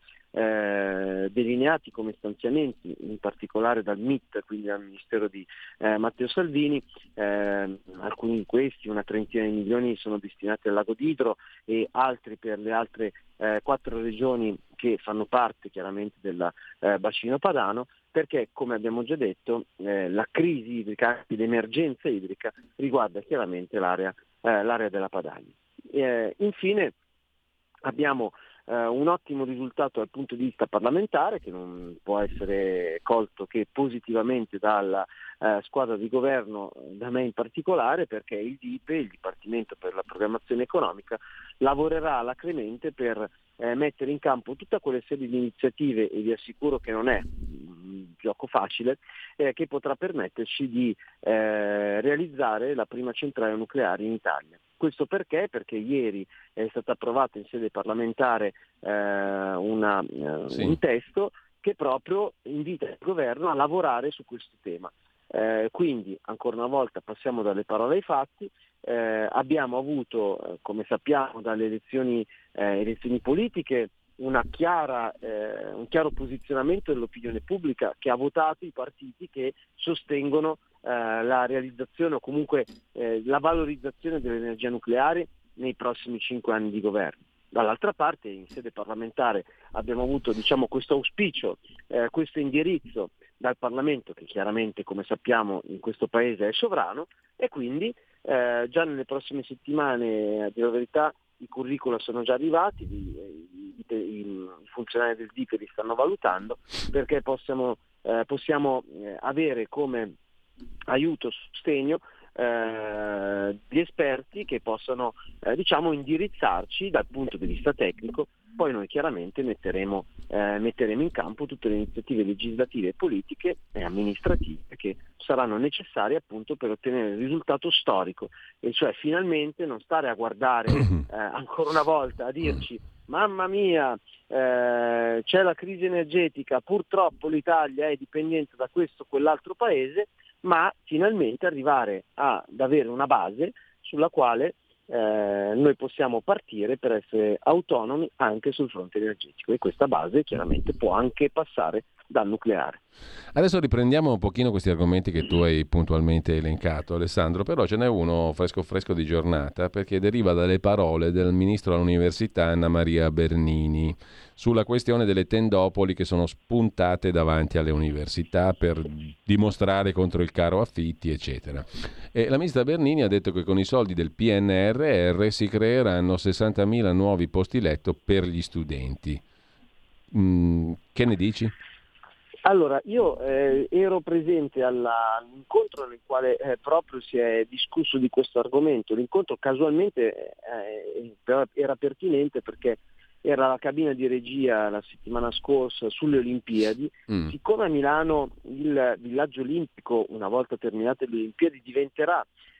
eh, delineati come stanziamenti, in particolare dal M I T, quindi dal Ministero di eh, Matteo Salvini. Eh, alcuni di questi, una trentina di milioni, sono destinati al Lago d'Idro e altri per le altre eh, quattro regioni che fanno parte chiaramente del eh, bacino padano, perché come abbiamo già detto eh, la crisi idrica, l'emergenza idrica riguarda chiaramente l'area, eh, l'area della Padania. Eh, infine abbiamo eh, un ottimo risultato dal punto di vista parlamentare, che non può essere colto che positivamente dalla eh, squadra di governo, da me in particolare, perché il D I P E, il Dipartimento per la Programmazione Economica, lavorerà alacremente per eh, mettere in campo tutta quelle serie di iniziative, e vi assicuro che non è un gioco facile, eh, che potrà permetterci di eh, realizzare la prima centrale nucleare in Italia. Questo perché? Perché ieri è stato approvato in sede parlamentare eh, una, eh, sì. un testo che proprio invita il governo a lavorare su questo tema. Eh, quindi, ancora una volta, passiamo dalle parole ai fatti. Eh, abbiamo avuto, eh, come sappiamo, dalle elezioni, eh, elezioni politiche, una chiara, eh, un chiaro posizionamento dell'opinione pubblica che ha votato i partiti che sostengono eh, la realizzazione o comunque eh, la valorizzazione dell'energia nucleare nei prossimi cinque anni di governo. Dall'altra parte, in sede parlamentare, abbiamo avuto, diciamo, questo auspicio, eh, questo indirizzo dal Parlamento, che chiaramente, come sappiamo, in questo Paese è sovrano, e quindi eh, già nelle prossime settimane, a dire la verità, i curricula sono già arrivati, i, i, i funzionari del D I P E li stanno valutando, perché possiamo, eh, possiamo eh, avere come aiuto, sostegno eh, di esperti che possano eh, diciamo indirizzarci dal punto di vista tecnico. Poi noi chiaramente metteremo, eh, metteremo in campo tutte le iniziative legislative, politiche e amministrative che saranno necessarie appunto per ottenere il risultato storico, e cioè finalmente non stare a guardare eh, ancora una volta a dirci mamma mia, eh, c'è la crisi energetica, purtroppo l'Italia è dipendente da questo o quell'altro paese, ma finalmente arrivare a, ad avere una base sulla quale eh, noi possiamo partire per essere autonomi anche sul fronte energetico, e questa base chiaramente può anche passare dal nucleare. Adesso riprendiamo un pochino questi argomenti che tu hai puntualmente elencato, Alessandro, però ce n'è uno fresco fresco di giornata, perché deriva dalle parole del ministro all'università Anna Maria Bernini sulla questione delle tendopoli che sono spuntate davanti alle università per dimostrare contro il caro affitti, eccetera. E la ministra Bernini ha detto che con i soldi del P N R R si creeranno sessantamila nuovi posti letto per gli studenti. Mm, che ne dici? Allora, io eh, ero presente alla, all'incontro nel quale eh, proprio si è discusso di questo argomento. L'incontro casualmente eh, era pertinente perché era la cabina di regia la settimana scorsa sulle Olimpiadi. Mm. Siccome a Milano il villaggio olimpico, una volta terminate le Olimpiadi, diventerà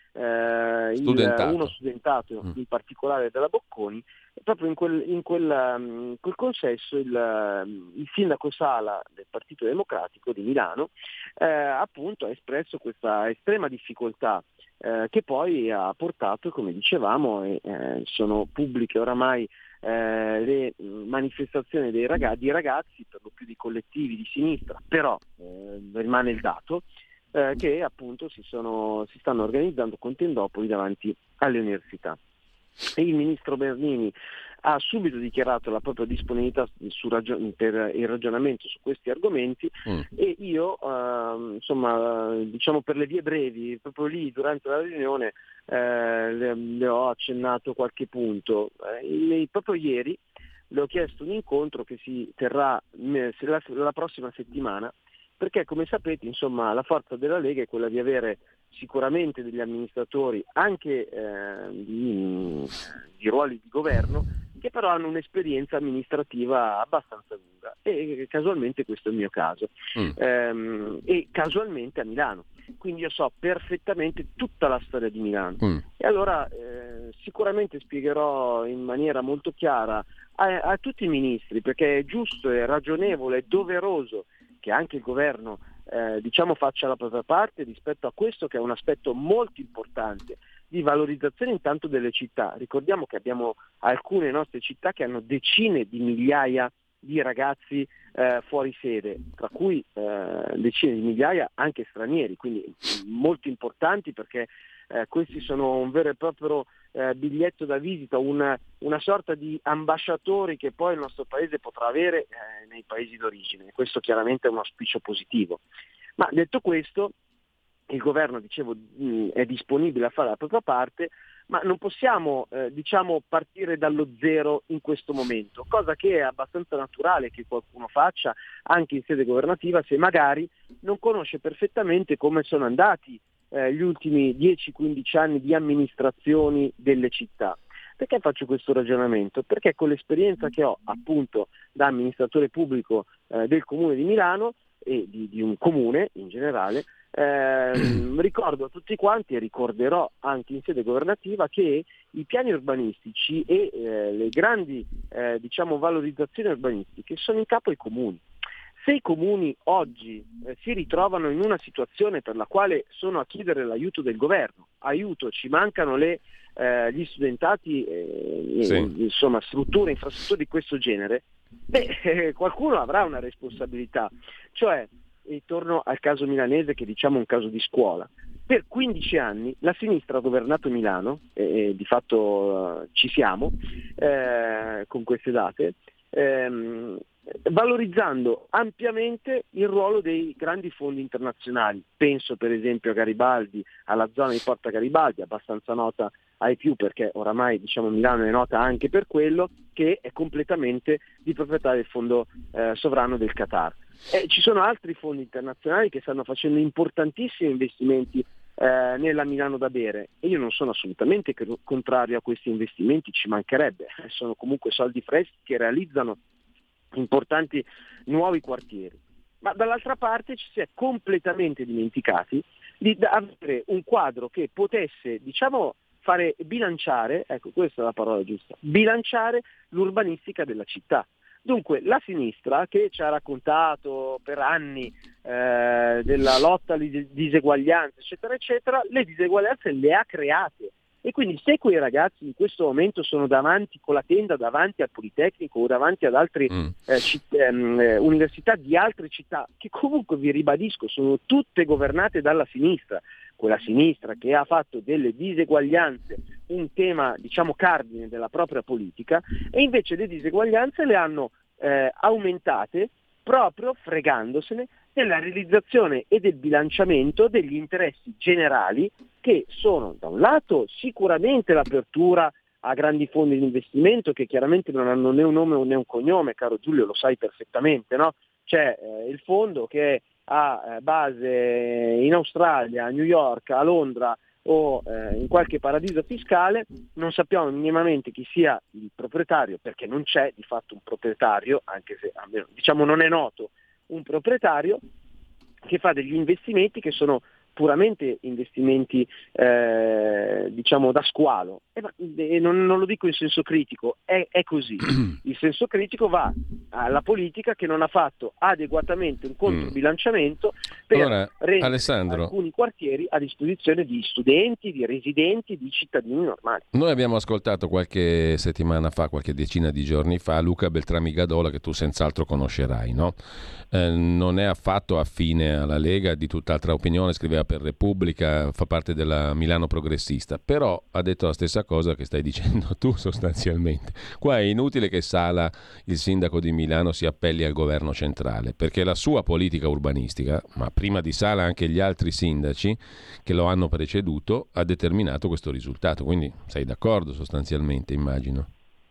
eh, studentato. Il, uno studentato, mm. in particolare della Bocconi, proprio in quel, in quel, um, quel consesso il, um, il sindaco Sala del Partito Democratico di Milano eh, appunto ha espresso questa estrema difficoltà eh, che poi ha portato, come dicevamo, e eh, sono pubbliche oramai eh, le manifestazioni dei ragazzi, di ragazzi, per lo più di collettivi di sinistra, però eh, rimane il dato eh, che appunto si, sono, si stanno organizzando con tendopoli davanti alle università. E il ministro Bernini ha subito dichiarato la propria disponibilità su ragion- per il ragionamento su questi argomenti mm. e io eh, insomma diciamo per le vie brevi, proprio lì durante la riunione eh, le, le ho accennato qualche punto. Eh, proprio ieri le ho chiesto un incontro che si terrà la, la prossima settimana, perché come sapete insomma la forza della Lega è quella di avere sicuramente degli amministratori anche eh, di, di ruoli di governo che però hanno un'esperienza amministrativa abbastanza lunga, e casualmente questo è il mio caso mm. ehm, e casualmente a Milano, quindi io so perfettamente tutta la storia di Milano mm. e allora eh, sicuramente spiegherò in maniera molto chiara a, a tutti i ministri, perché è giusto, è ragionevole, è doveroso che anche il governo eh, diciamo faccia la propria parte rispetto a questo che è un aspetto molto importante di valorizzazione intanto delle città. Ricordiamo che abbiamo alcune nostre città che hanno decine di migliaia di ragazzi eh, fuori sede, tra cui eh, decine di migliaia anche stranieri, quindi molto importanti, perché eh, questi sono un vero e proprio eh, biglietto da visita, una, una sorta di ambasciatori che poi il nostro paese potrà avere eh, nei paesi d'origine. Questo chiaramente è un auspicio positivo. Ma detto questo, il governo, dicevo, mh, è disponibile a fare la propria parte, ma non possiamo eh, diciamo partire dallo zero in questo momento, cosa che è abbastanza naturale che qualcuno faccia anche in sede governativa se magari non conosce perfettamente come sono andati eh, gli ultimi dieci quindici anni di amministrazioni delle città. Perché faccio questo ragionamento? Perché con l'esperienza che ho appunto da amministratore pubblico eh, del Comune di Milano e di, di un comune in generale, Eh, ricordo a tutti quanti e ricorderò anche in sede governativa che i piani urbanistici e eh, le grandi eh, diciamo valorizzazioni urbanistiche sono in capo ai comuni. Se i comuni oggi eh, si ritrovano in una situazione per la quale sono a chiedere l'aiuto del governo, aiuto, ci mancano le, eh, gli studentati, eh, sì. e, insomma strutture, infrastrutture di questo genere, beh, eh, qualcuno avrà una responsabilità, cioè e torno al caso milanese, che diciamo è un caso di scuola. Per quindici anni la sinistra ha governato Milano, e, e di fatto uh, ci siamo eh, con queste date, ehm, valorizzando ampiamente il ruolo dei grandi fondi internazionali. Penso per esempio a Garibaldi, alla zona di Porta Garibaldi, abbastanza nota ai più perché oramai diciamo Milano è nota anche per quello, che è completamente di proprietà del fondo eh, sovrano del Qatar. Eh, ci sono altri fondi internazionali che stanno facendo importantissimi investimenti eh, nella Milano da bere, e io non sono assolutamente contrario a questi investimenti, ci mancherebbe, sono comunque soldi freschi che realizzano importanti nuovi quartieri. Ma dall'altra parte ci si è completamente dimenticati di avere un quadro che potesse diciamo fare bilanciare, ecco questa è la parola giusta, bilanciare l'urbanistica della città. Dunque la sinistra, che ci ha raccontato per anni eh, della lotta alle diseguaglianze, eccetera, eccetera, le diseguaglianze le ha create. E quindi se quei ragazzi in questo momento sono davanti con la tenda davanti al Politecnico o davanti ad altre mm. eh, citt- ehm, eh, università di altre città, che comunque vi ribadisco sono tutte governate dalla sinistra, quella sinistra che ha fatto delle diseguaglianze un tema diciamo cardine della propria politica, e invece le diseguaglianze le hanno eh, aumentate proprio fregandosene della realizzazione e del bilanciamento degli interessi generali, che sono da un lato sicuramente l'apertura a grandi fondi di investimento che chiaramente non hanno né un nome né un cognome, caro Giulio, lo sai perfettamente, no? C'è eh, il fondo che ha eh, base in Australia, a New York, a Londra o eh, in qualche paradiso fiscale, non sappiamo minimamente chi sia il proprietario, perché non c'è di fatto un proprietario, anche se almeno, diciamo non è noto un proprietario, che fa degli investimenti che sono puramente investimenti eh, diciamo da squalo, e, e non, non lo dico in senso critico, è, è così. Il senso critico va alla politica che non ha fatto adeguatamente un controbilanciamento per allora, rendere Alessandro, alcuni quartieri a disposizione di studenti, di residenti, di cittadini normali. Noi abbiamo ascoltato qualche settimana fa, qualche decina di giorni fa, Luca Beltrami Gadola, che tu senz'altro conoscerai, no? Eh, non è affatto affine alla Lega, di tutt'altra opinione, scriveva per Repubblica, fa parte della Milano progressista, però ha detto la stessa cosa che stai dicendo tu sostanzialmente. Qua è inutile che Sala, il sindaco di Milano, si appelli al governo centrale, perché la sua politica urbanistica, ma prima di Sala anche gli altri sindaci che lo hanno preceduto, ha determinato questo risultato. Quindi sei d'accordo sostanzialmente, immagino?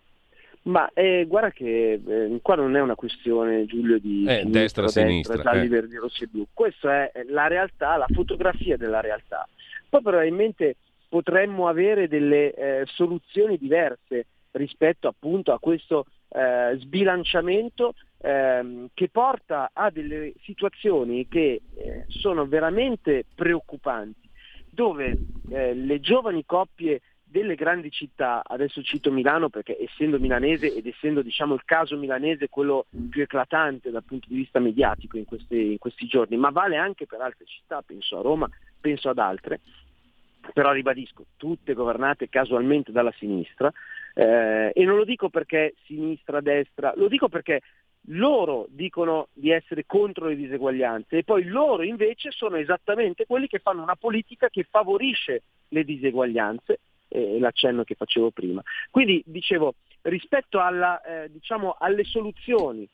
Ma eh, guarda che eh, qua non è una questione, Giulio, di eh, sinistra, destra, sinistra, gialli, eh. verdi, rossi e blu. Questa è la realtà, la fotografia della realtà. Poi probabilmente potremmo avere delle eh, soluzioni diverse rispetto appunto a questo eh, sbilanciamento ehm, che porta a delle situazioni che eh, sono veramente preoccupanti, dove eh, le giovani coppie delle grandi città, adesso cito Milano perché essendo milanese ed essendo diciamo il caso milanese quello più eclatante dal punto di vista mediatico in questi, in questi giorni, ma vale anche per altre città, penso a Roma, penso ad altre, però ribadisco, tutte governate casualmente dalla sinistra, eh, e non lo dico perché sinistra, destra, lo dico perché loro dicono di essere contro le diseguaglianze e poi loro invece sono esattamente quelli che fanno una politica che favorisce le diseguaglianze, e l'accenno che facevo prima. Quindi dicevo, rispetto alla, eh, diciamo, alle soluzioni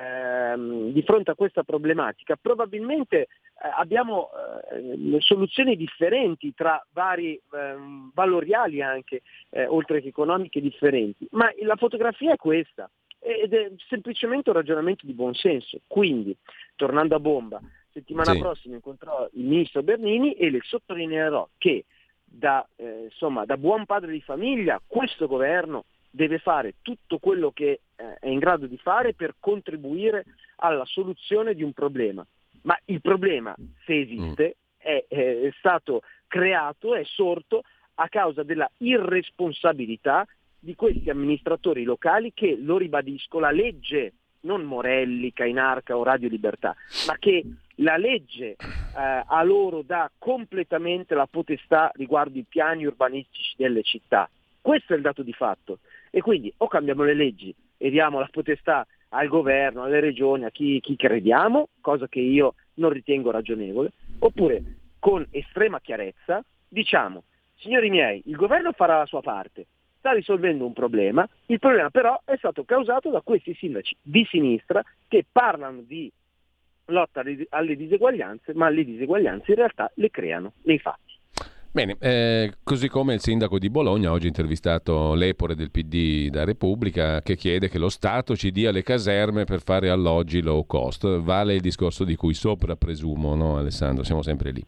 ehm, di fronte a questa problematica, probabilmente eh, abbiamo eh, soluzioni differenti tra vari ehm, valoriali anche, eh, oltre che economiche differenti, ma la fotografia è questa ed è semplicemente un ragionamento di buonsenso. Quindi, tornando a bomba, settimana sì. prossima incontrerò il ministro Bernini e le sottolineerò che Da, eh, insomma, da buon padre di famiglia questo governo deve fare tutto quello che eh, è in grado di fare per contribuire alla soluzione di un problema, ma il problema, se esiste, è, è stato creato, è sorto a causa della irresponsabilità di questi amministratori locali che, lo ribadisco, la legge, non Morelli, Cainarca o Radio Libertà, ma che la legge eh, a loro dà completamente la potestà riguardo i piani urbanistici delle città. Questo è il dato di fatto. E quindi o cambiamo le leggi e diamo la potestà al governo, alle regioni, a chi, chi crediamo, cosa che io non ritengo ragionevole, oppure con estrema chiarezza diciamo: signori miei, il governo farà la sua parte, sta risolvendo un problema, il problema però è stato causato da questi sindaci di sinistra che parlano di lotta alle diseguaglianze, ma le diseguaglianze in realtà le creano nei fatti. Bene, eh, così come il sindaco di Bologna, oggi intervistato l'Epore del P D da Repubblica, che chiede che lo Stato ci dia le caserme per fare alloggi low cost. Vale il discorso di cui sopra, presumo, no Alessandro? Siamo sempre lì.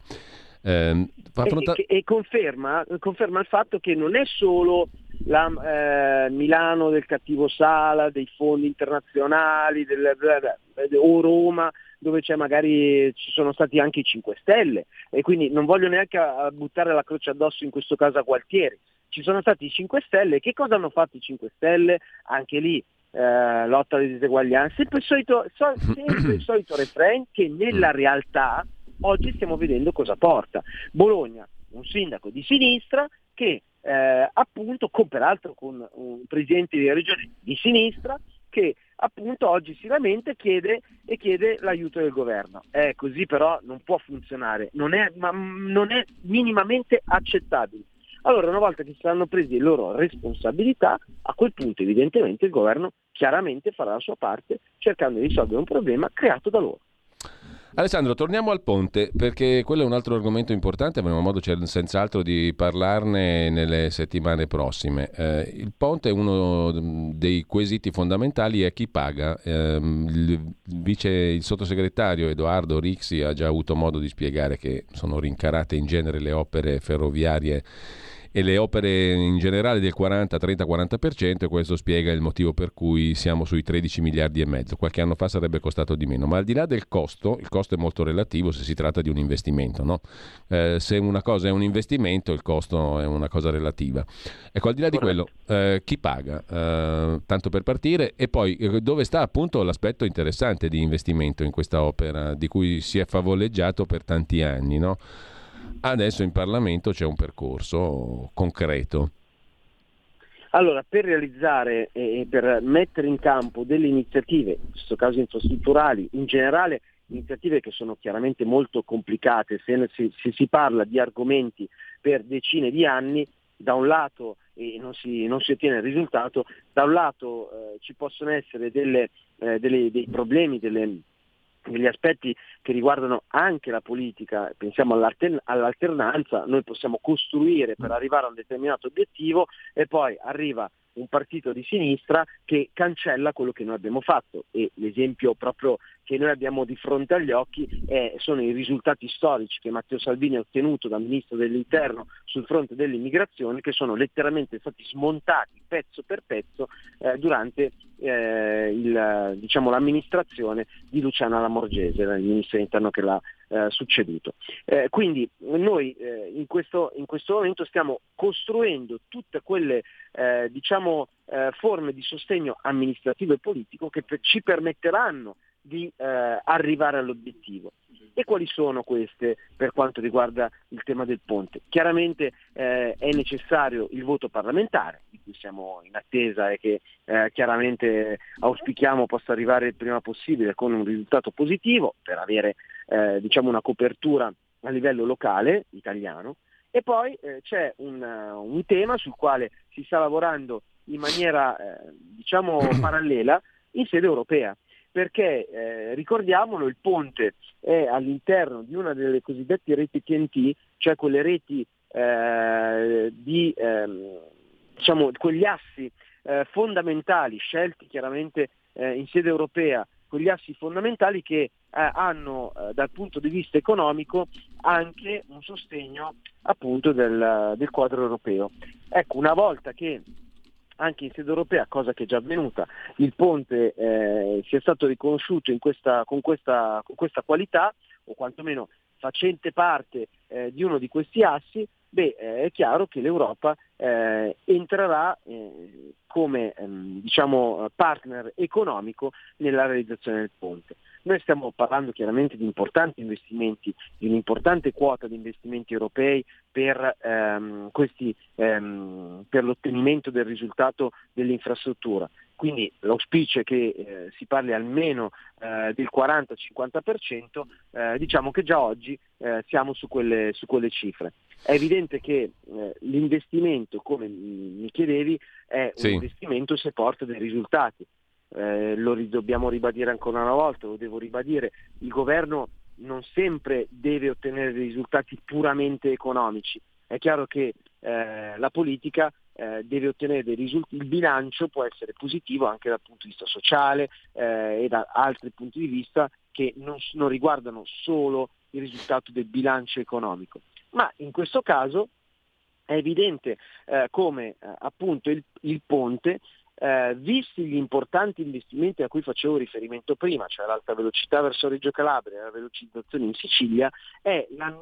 Eh, affronta... e, e, e conferma, conferma il fatto che non è solo la eh, Milano del cattivo Sala, dei fondi internazionali, del, o Roma, dove c'è magari ci sono stati anche i cinque Stelle, e quindi non voglio neanche buttare la croce addosso in questo caso a Gualtieri, ci sono stati i cinque Stelle. Che cosa hanno fatto i cinque Stelle? Anche lì eh, lotta alle diseguaglianze, sempre il solito, so, sempre il solito refrain che nella realtà oggi stiamo vedendo cosa porta. Bologna, un sindaco di sinistra che eh, appunto, con, peraltro con un presidente di regione di sinistra, che appunto oggi si lamenta e chiede, e chiede l'aiuto del governo. Eh, così però non può funzionare, non è, ma, non è minimamente accettabile. Allora, una volta che saranno presi le loro responsabilità, a quel punto evidentemente il governo chiaramente farà la sua parte cercando di risolvere un problema creato da loro. Alessandro, torniamo al ponte, perché quello è un altro argomento importante, avremo modo senz'altro di parlarne nelle settimane prossime. Eh, il ponte è uno dei quesiti fondamentali, è chi paga. Eh, il, vice, il sottosegretario Edoardo Rixi ha già avuto modo di spiegare che sono rincarate in genere le opere ferroviarie e le opere in generale del quaranta, trenta, quaranta per cento, e questo spiega il motivo per cui siamo sui tredici miliardi e mezzo. Qualche anno fa sarebbe costato di meno, ma al di là del costo, il costo è molto relativo se si tratta di un investimento, no? Eh, se una cosa è un investimento, il costo è una cosa relativa. Ecco, al di là di quello, eh, chi paga? Eh, tanto per partire, e poi eh, dove sta appunto l'aspetto interessante di investimento in questa opera di cui si è favoleggiato per tanti anni, no? Adesso in Parlamento c'è un percorso concreto. Allora, per realizzare e per mettere in campo delle iniziative, in questo caso infrastrutturali, in generale iniziative che sono chiaramente molto complicate, se, se, se si parla di argomenti per decine di anni, da un lato e non si, non si ottiene il risultato, da un lato eh, ci possono essere delle, eh, delle, dei problemi, delle degli aspetti che riguardano anche la politica, pensiamo all'altern- all'alternanza, noi possiamo costruire per arrivare a un determinato obiettivo e poi arriva un partito di sinistra che cancella quello che noi abbiamo fatto, e l'esempio proprio che noi abbiamo di fronte agli occhi è, sono i risultati storici che Matteo Salvini ha ottenuto da Ministro dell'Interno sul fronte dell'immigrazione, che sono letteralmente stati smontati pezzo per pezzo eh, durante eh, il, diciamo, l'amministrazione di Luciana Lamorgese, il Ministro dell'Interno che l'ha eh, succeduto. Eh, quindi noi eh, in, questo, in questo momento stiamo costruendo tutte quelle eh, diciamo eh, forme di sostegno amministrativo e politico che per, ci permetteranno di eh, arrivare all'obiettivo. E quali sono queste per quanto riguarda il tema del ponte? Chiaramente eh, è necessario il voto parlamentare, di cui siamo in attesa e che eh, chiaramente auspichiamo possa arrivare il prima possibile con un risultato positivo per avere eh, diciamo una copertura a livello locale italiano. E poi eh, c'è un, uh, un tema sul quale si sta lavorando in maniera eh, diciamo parallela in sede europea. Perché eh, ricordiamolo, il ponte è all'interno di una delle cosiddette reti T N T, cioè quelle reti eh, di ehm, diciamo quegli assi eh, fondamentali scelti chiaramente eh, in sede europea, quegli assi fondamentali che eh, hanno eh, dal punto di vista economico anche un sostegno appunto del, del quadro europeo. Ecco, una volta che anche in sede europea, cosa che è già avvenuta, il ponte eh, sia stato riconosciuto in questa, con, questa, con questa qualità, o quantomeno facente parte eh, di uno di questi assi, beh, eh, è chiaro che l'Europa eh, entrerà eh, come ehm, diciamo partner economico nella realizzazione del ponte. Noi stiamo parlando chiaramente di importanti investimenti, di un'importante quota di investimenti europei per, ehm, questi, ehm, per l'ottenimento del risultato dell'infrastruttura. Quindi l'auspicio è che eh, si parli almeno eh, del quaranta cinquanta per cento, eh, diciamo che già oggi eh, siamo su quelle, su quelle cifre. È evidente che eh, l'investimento, come mi chiedevi, è un sì. investimento se porta dei risultati. Eh, lo ri- dobbiamo ribadire ancora una volta, lo devo ribadire, il governo non sempre deve ottenere dei risultati puramente economici. È chiaro che eh, la politica eh, deve ottenere dei risultati, il bilancio può essere positivo anche dal punto di vista sociale eh, e da altri punti di vista che non, non riguardano solo il risultato del bilancio economico. Ma in questo caso è evidente eh, come eh, appunto il, il ponte eh, visti gli importanti investimenti a cui facevo riferimento prima, cioè l'alta velocità verso Reggio Calabria e la velocizzazione in Sicilia, è la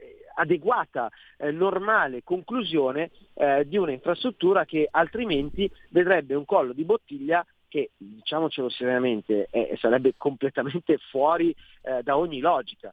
adeguata, eh, normale conclusione eh, di una infrastruttura che altrimenti vedrebbe un collo di bottiglia che, diciamocelo seriamente, eh, sarebbe completamente fuori eh, da ogni logica.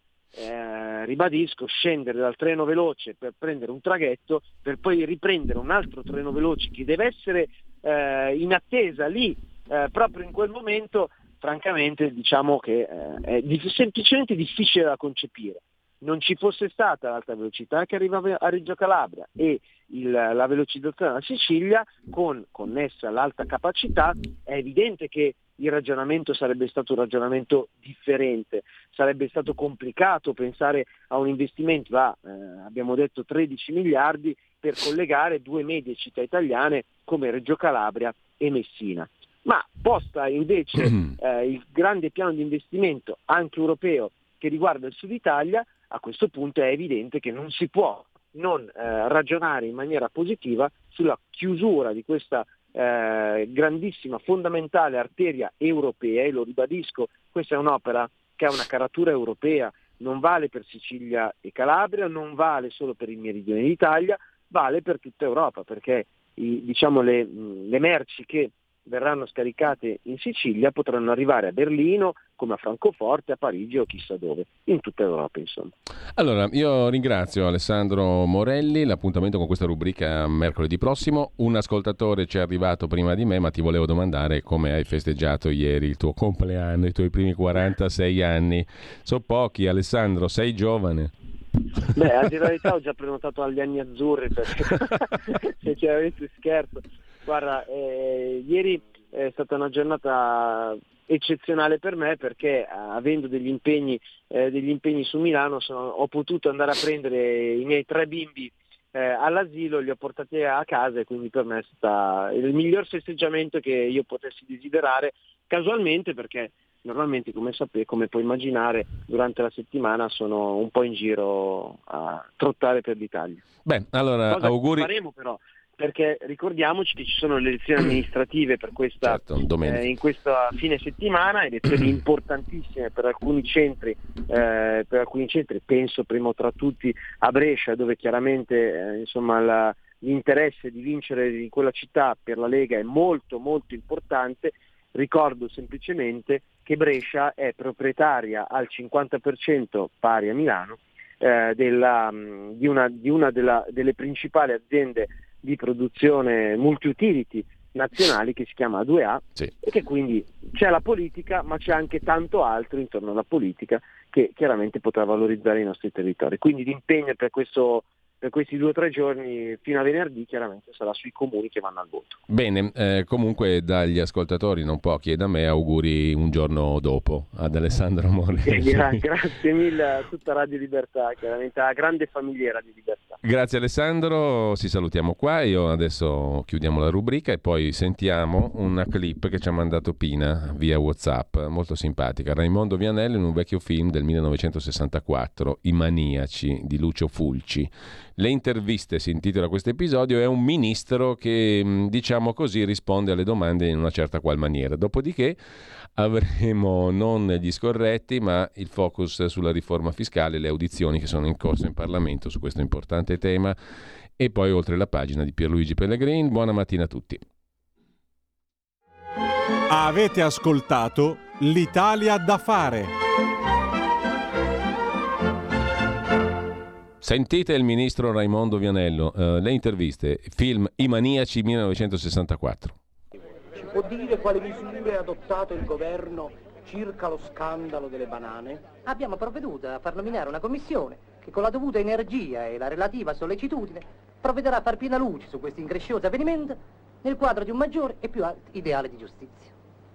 Eh, ribadisco, scendere dal treno veloce per prendere un traghetto, per poi riprendere un altro treno veloce che deve essere eh, in attesa lì eh, proprio in quel momento, francamente diciamo che eh, è di- semplicemente difficile da concepire. Non ci fosse stata l'alta velocità che arriva a Reggio Calabria e il, la velocizzazione alla Sicilia con connessa all'alta capacità, è evidente che il ragionamento sarebbe stato un ragionamento differente, sarebbe stato complicato pensare a un investimento da, eh, abbiamo detto, tredici miliardi per collegare due medie città italiane come Reggio Calabria e Messina. Ma posta invece eh, il grande piano di investimento anche europeo che riguarda il Sud Italia, a questo punto è evidente che non si può non eh, ragionare in maniera positiva sulla chiusura di questa eh, grandissima, fondamentale arteria europea, e lo ribadisco, questa è un'opera che ha una caratura europea, non vale per Sicilia e Calabria, non vale solo per il meridione d'Italia, vale per tutta Europa, perché i, diciamo le, le merci che verranno scaricate in Sicilia potranno arrivare a Berlino, come a Francoforte, a Parigi o chissà dove, in tutta Europa insomma. Allora, io ringrazio Alessandro Morelli, l'appuntamento con questa rubrica mercoledì prossimo. Un ascoltatore ci è arrivato prima di me, ma ti volevo domandare come hai festeggiato ieri il tuo compleanno, i tuoi primi quarantasei anni. So pochi, Alessandro, sei giovane. Beh, a dire la verità ho già prenotato agli anni azzurri, perché sinceramente scherzo. Guarda, eh, ieri è stata una giornata eccezionale per me perché avendo degli impegni, eh, degli impegni su Milano sono, ho potuto andare a prendere i miei tre bimbi eh, all'asilo, li ho portati a casa e quindi per me è stato il miglior festeggiamento che io potessi desiderare, casualmente, perché normalmente, come sapete, come puoi immaginare, durante la settimana sono un po' in giro a trottare per l'Italia. Beh, allora Cosa auguri. Che faremo però, perché ricordiamoci che ci sono le elezioni amministrative per questa, certo, eh, in questa fine settimana, elezioni importantissime per alcuni centri, eh, per alcuni centri, penso primo tra tutti a Brescia, dove chiaramente eh, insomma la, l'interesse di vincere in quella città per la Lega è molto molto importante. Ricordo semplicemente che Brescia è proprietaria al cinquanta per cento, pari a Milano, eh, della, di una, di una della, delle principali aziende di produzione multi-utility nazionali che si chiama A due A, sì. E che quindi c'è la politica, ma c'è anche tanto altro intorno alla politica che chiaramente potrà valorizzare i nostri territori. Quindi l'impegno per questo per questi due o tre giorni fino a venerdì chiaramente sarà sui comuni che vanno al voto. Bene, eh, comunque dagli ascoltatori, non pochi, e da me auguri un giorno dopo ad Alessandro Morelli. Gra- grazie mille a tutta Radio Libertà, chiaramente a grande famiglia Radio Libertà. Grazie Alessandro, ci salutiamo qua, io adesso chiudiamo la rubrica e poi sentiamo una clip che ci ha mandato Pina via WhatsApp, molto simpatica. Raimondo Vianello in un vecchio film del millenovecentosessantaquattro, I Maniaci di Lucio Fulci. Le interviste si intitola questo episodio, è un ministro che, diciamo così, risponde alle domande in una certa qual maniera. Dopodiché avremo non gli scorretti, ma il focus sulla riforma fiscale, le audizioni che sono in corso in Parlamento su questo importante tema, e poi oltre la pagina di Pierluigi Pellegrin. Buona mattina a tutti. Avete ascoltato l'Italia da fare. Sentite il ministro Raimondo Vianello, uh, le interviste, film I Maniaci millenovecentosessantaquattro. Ci può dire quali misure ha adottato il governo circa lo scandalo delle banane? Abbiamo provveduto a far nominare una commissione che con la dovuta energia e la relativa sollecitudine provvederà a far piena luce su questo increscioso avvenimento nel quadro di un maggiore e più alto ideale di giustizia.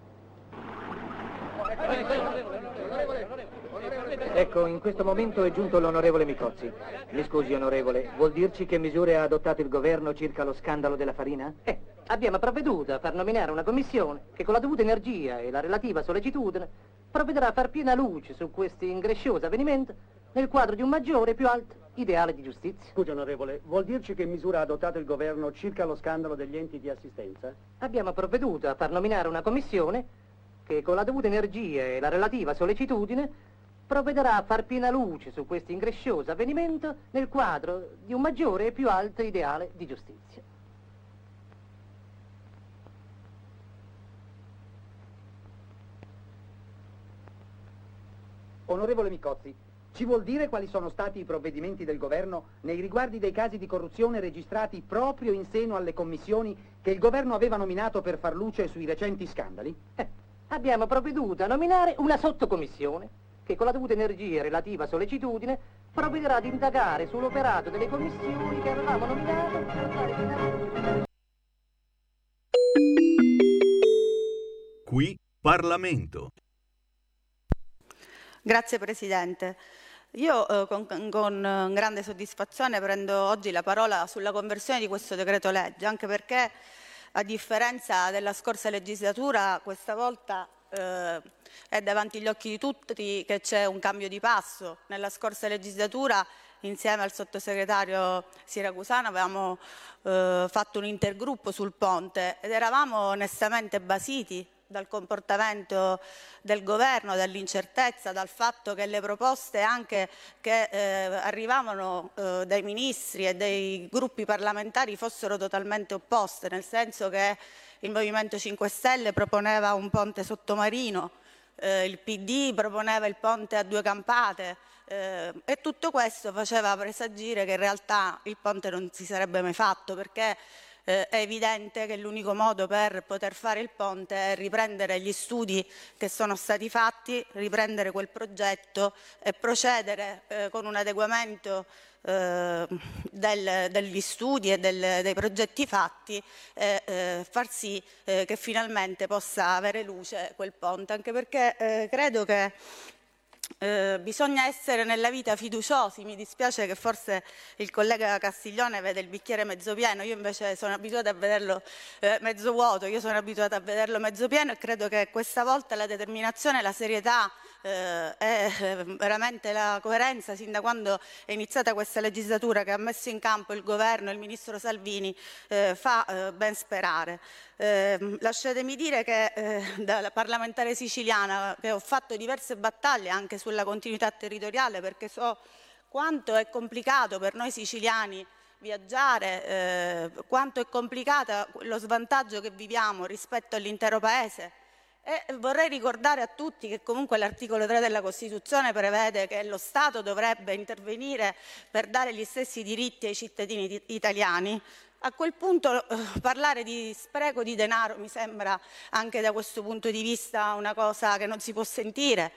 Ecco, in questo momento è giunto l'onorevole Micozzi. Mi scusi, onorevole, vuol dirci che misure ha adottato il governo circa lo scandalo della farina? Eh, abbiamo provveduto a far nominare una commissione che con la dovuta energia e la relativa sollecitudine provvederà a far piena luce su questo increscioso avvenimento nel quadro di un maggiore e più alto ideale di giustizia. Scusi onorevole, vuol dirci che misura ha adottato il governo circa lo scandalo degli enti di assistenza? Abbiamo provveduto a far nominare una commissione che con la dovuta energia e la relativa sollecitudine provvederà a far piena luce su questo increscioso avvenimento nel quadro di un maggiore e più alto ideale di giustizia. Onorevole Micozzi, ci vuol dire quali sono stati i provvedimenti del governo nei riguardi dei casi di corruzione registrati proprio in seno alle commissioni che il governo aveva nominato per far luce sui recenti scandali? Eh, abbiamo provveduto a nominare una sottocommissione che con la dovuta energia e relativa sollecitudine provvederà ad indagare sull'operato delle commissioni che avevamo nominato per fare finalmente. Qui Parlamento. Grazie Presidente. Io eh, con, con grande soddisfazione prendo oggi la parola sulla conversione di questo decreto legge, anche perché a differenza della scorsa legislatura questa volta eh, è davanti agli occhi di tutti che c'è un cambio di passo. Nella scorsa legislatura insieme al sottosegretario Siracusano avevamo eh, fatto un intergruppo sul ponte ed eravamo onestamente basiti dal comportamento del governo, dall'incertezza, dal fatto che le proposte anche che eh, arrivavano eh, dai ministri e dai gruppi parlamentari fossero totalmente opposte, nel senso che il Movimento cinque Stelle proponeva un ponte sottomarino, eh, il P D proponeva il ponte a due campate eh, e tutto questo faceva presagire che in realtà il ponte non si sarebbe mai fatto, perché Eh, è evidente che l'unico modo per poter fare il ponte è riprendere gli studi che sono stati fatti, riprendere quel progetto e procedere eh, con un adeguamento eh, del, degli studi e del, dei progetti fatti e eh, far sì eh, che finalmente possa avere luce quel ponte, anche perché eh, credo che Eh, bisogna essere nella vita fiduciosi. Mi dispiace che forse il collega Castiglione vede il bicchiere mezzo pieno, io invece sono abituata a vederlo eh, mezzo vuoto, io sono abituata a vederlo mezzo pieno e credo che questa volta la determinazione e la serietà eh, è veramente la coerenza sin da quando è iniziata questa legislatura che ha messo in campo il governo e il ministro Salvini eh, fa eh, ben sperare. Eh, lasciatemi dire che eh, da parlamentare siciliana che ho fatto diverse battaglie anche sulla continuità territoriale, perché so quanto è complicato per noi siciliani viaggiare, eh, quanto è complicata lo svantaggio che viviamo rispetto all'intero Paese. E vorrei ricordare a tutti che comunque l'articolo tre della Costituzione prevede che lo Stato dovrebbe intervenire per dare gli stessi diritti ai cittadini italiani. A quel punto eh, parlare di spreco di denaro mi sembra anche da questo punto di vista una cosa che non si può sentire.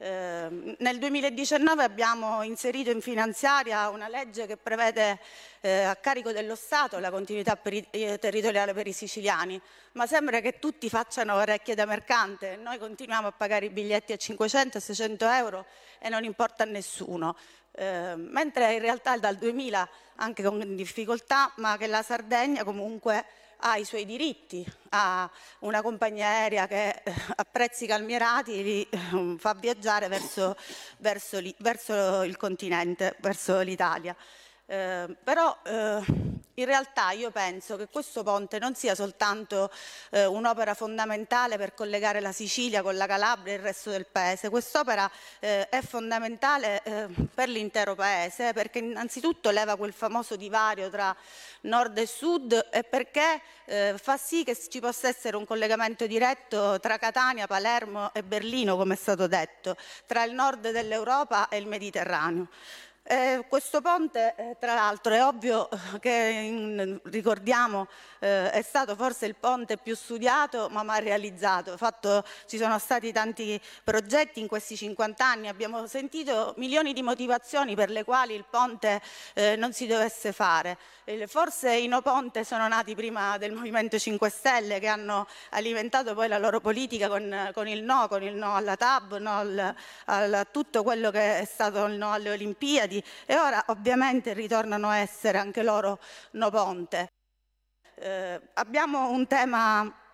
Eh, nel duemiladiciannove abbiamo inserito in finanziaria una legge che prevede eh, a carico dello Stato la continuità per i, eh, territoriale per i siciliani, ma sembra che tutti facciano orecchie da mercante. Noi continuiamo a pagare i biglietti a cinquecento, seicento euro e non importa a nessuno. Eh, mentre in realtà dal duemila anche con difficoltà, ma che la Sardegna comunque ha i suoi diritti, ha una compagnia aerea che eh, a prezzi calmierati li eh, fa viaggiare verso, verso, li, verso il continente, verso l'Italia. Eh, però eh, in realtà io penso che questo ponte non sia soltanto eh, un'opera fondamentale per collegare la Sicilia con la Calabria e il resto del Paese. Quest'opera eh, è fondamentale eh, per l'intero Paese, perché innanzitutto leva quel famoso divario tra nord e sud e perché eh, fa sì che ci possa essere un collegamento diretto tra Catania, Palermo e Berlino, come è stato detto, tra il nord dell'Europa e il Mediterraneo. Eh, questo ponte, eh, tra l'altro, è ovvio che in, ricordiamo eh, è stato forse il ponte più studiato ma mai realizzato. Fatto, ci sono stati tanti progetti in questi cinquanta anni, abbiamo sentito milioni di motivazioni per le quali il ponte eh, non si dovesse fare. Eh, forse i no ponte sono nati prima del Movimento cinque Stelle, che hanno alimentato poi la loro politica con, con il no, con il no alla T A B, no al, a tutto quello che è stato il no alle Olimpiadi. E ora ovviamente ritornano a essere anche loro no ponte. Eh, abbiamo un tema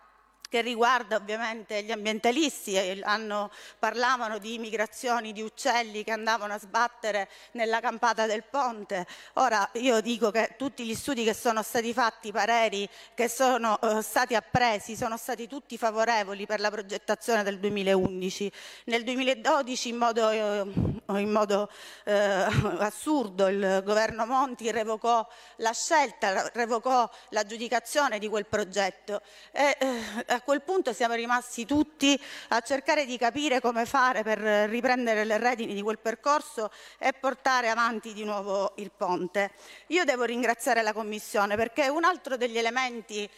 che riguarda ovviamente gli ambientalisti, e hanno, parlavano di migrazioni di uccelli che andavano a sbattere nella campata del ponte. Ora io dico che tutti gli studi che sono stati fatti, i pareri che sono eh, stati appresi, sono stati tutti favorevoli per la progettazione del duemilaundici. Nel duemiladodici in modo, eh, in modo eh, assurdo il governo Monti revocò la scelta, revocò l'aggiudicazione di quel progetto. E, eh, a quel punto siamo rimasti tutti a cercare di capire come fare per riprendere le redini di quel percorso e portare avanti di nuovo il ponte. Io devo ringraziare la Commissione, perché un altro degli elementi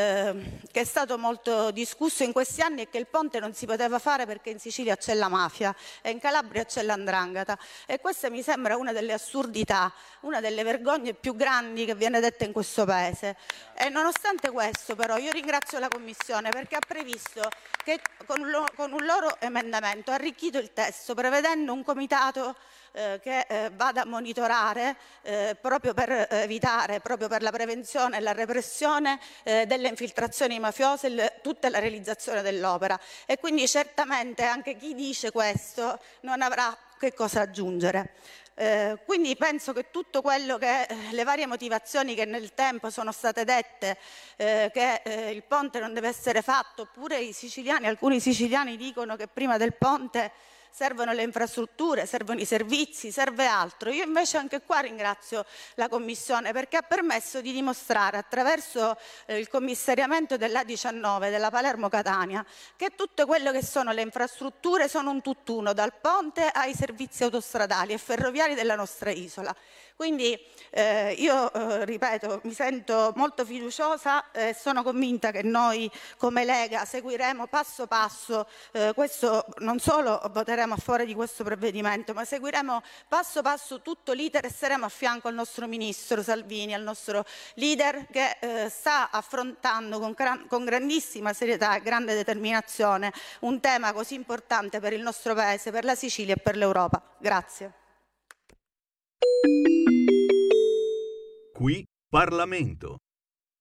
eh, che è stato molto discusso in questi anni è che il ponte non si poteva fare perché in Sicilia c'è la mafia e in Calabria c'è l'andrangheta, e questa mi sembra una delle assurdità, una delle vergogne più grandi che viene detta in questo Paese. E nonostante questo però io ringrazio la Commissione perché ha previsto che con un, lo, con un loro emendamento ha arricchito il testo prevedendo un comitato eh, che eh, vada a monitorare eh, proprio per evitare, proprio per la prevenzione e la repressione eh, delle infiltrazioni mafiose, il, tutta la realizzazione dell'opera. E quindi certamente anche chi dice questo non avrà che cosa aggiungere. Eh, quindi penso che tutto quello che eh, le varie motivazioni che nel tempo sono state dette, eh, che eh, il ponte non deve essere fatto, oppure i siciliani, alcuni siciliani dicono che prima del ponte servono le infrastrutture, servono i servizi, serve altro. Io invece anche qua ringrazio la Commissione perché ha permesso di dimostrare attraverso eh, il commissariamento dell'A diciannove, della Palermo-Catania, che tutte quelle che sono le infrastrutture sono un tutt'uno, dal ponte ai servizi autostradali e ferroviari della nostra isola. Quindi eh, io, eh, ripeto, mi sento molto fiduciosa e sono convinta che noi come Lega seguiremo passo passo eh, questo, non solo voteremo a favore di questo provvedimento, ma seguiremo passo passo tutto l'iter e saremo a fianco al nostro Ministro Salvini, al nostro leader che eh, sta affrontando con, gran, con grandissima serietà e grande determinazione un tema così importante per il nostro Paese, per la Sicilia e per l'Europa. Grazie. Qui Parlamento.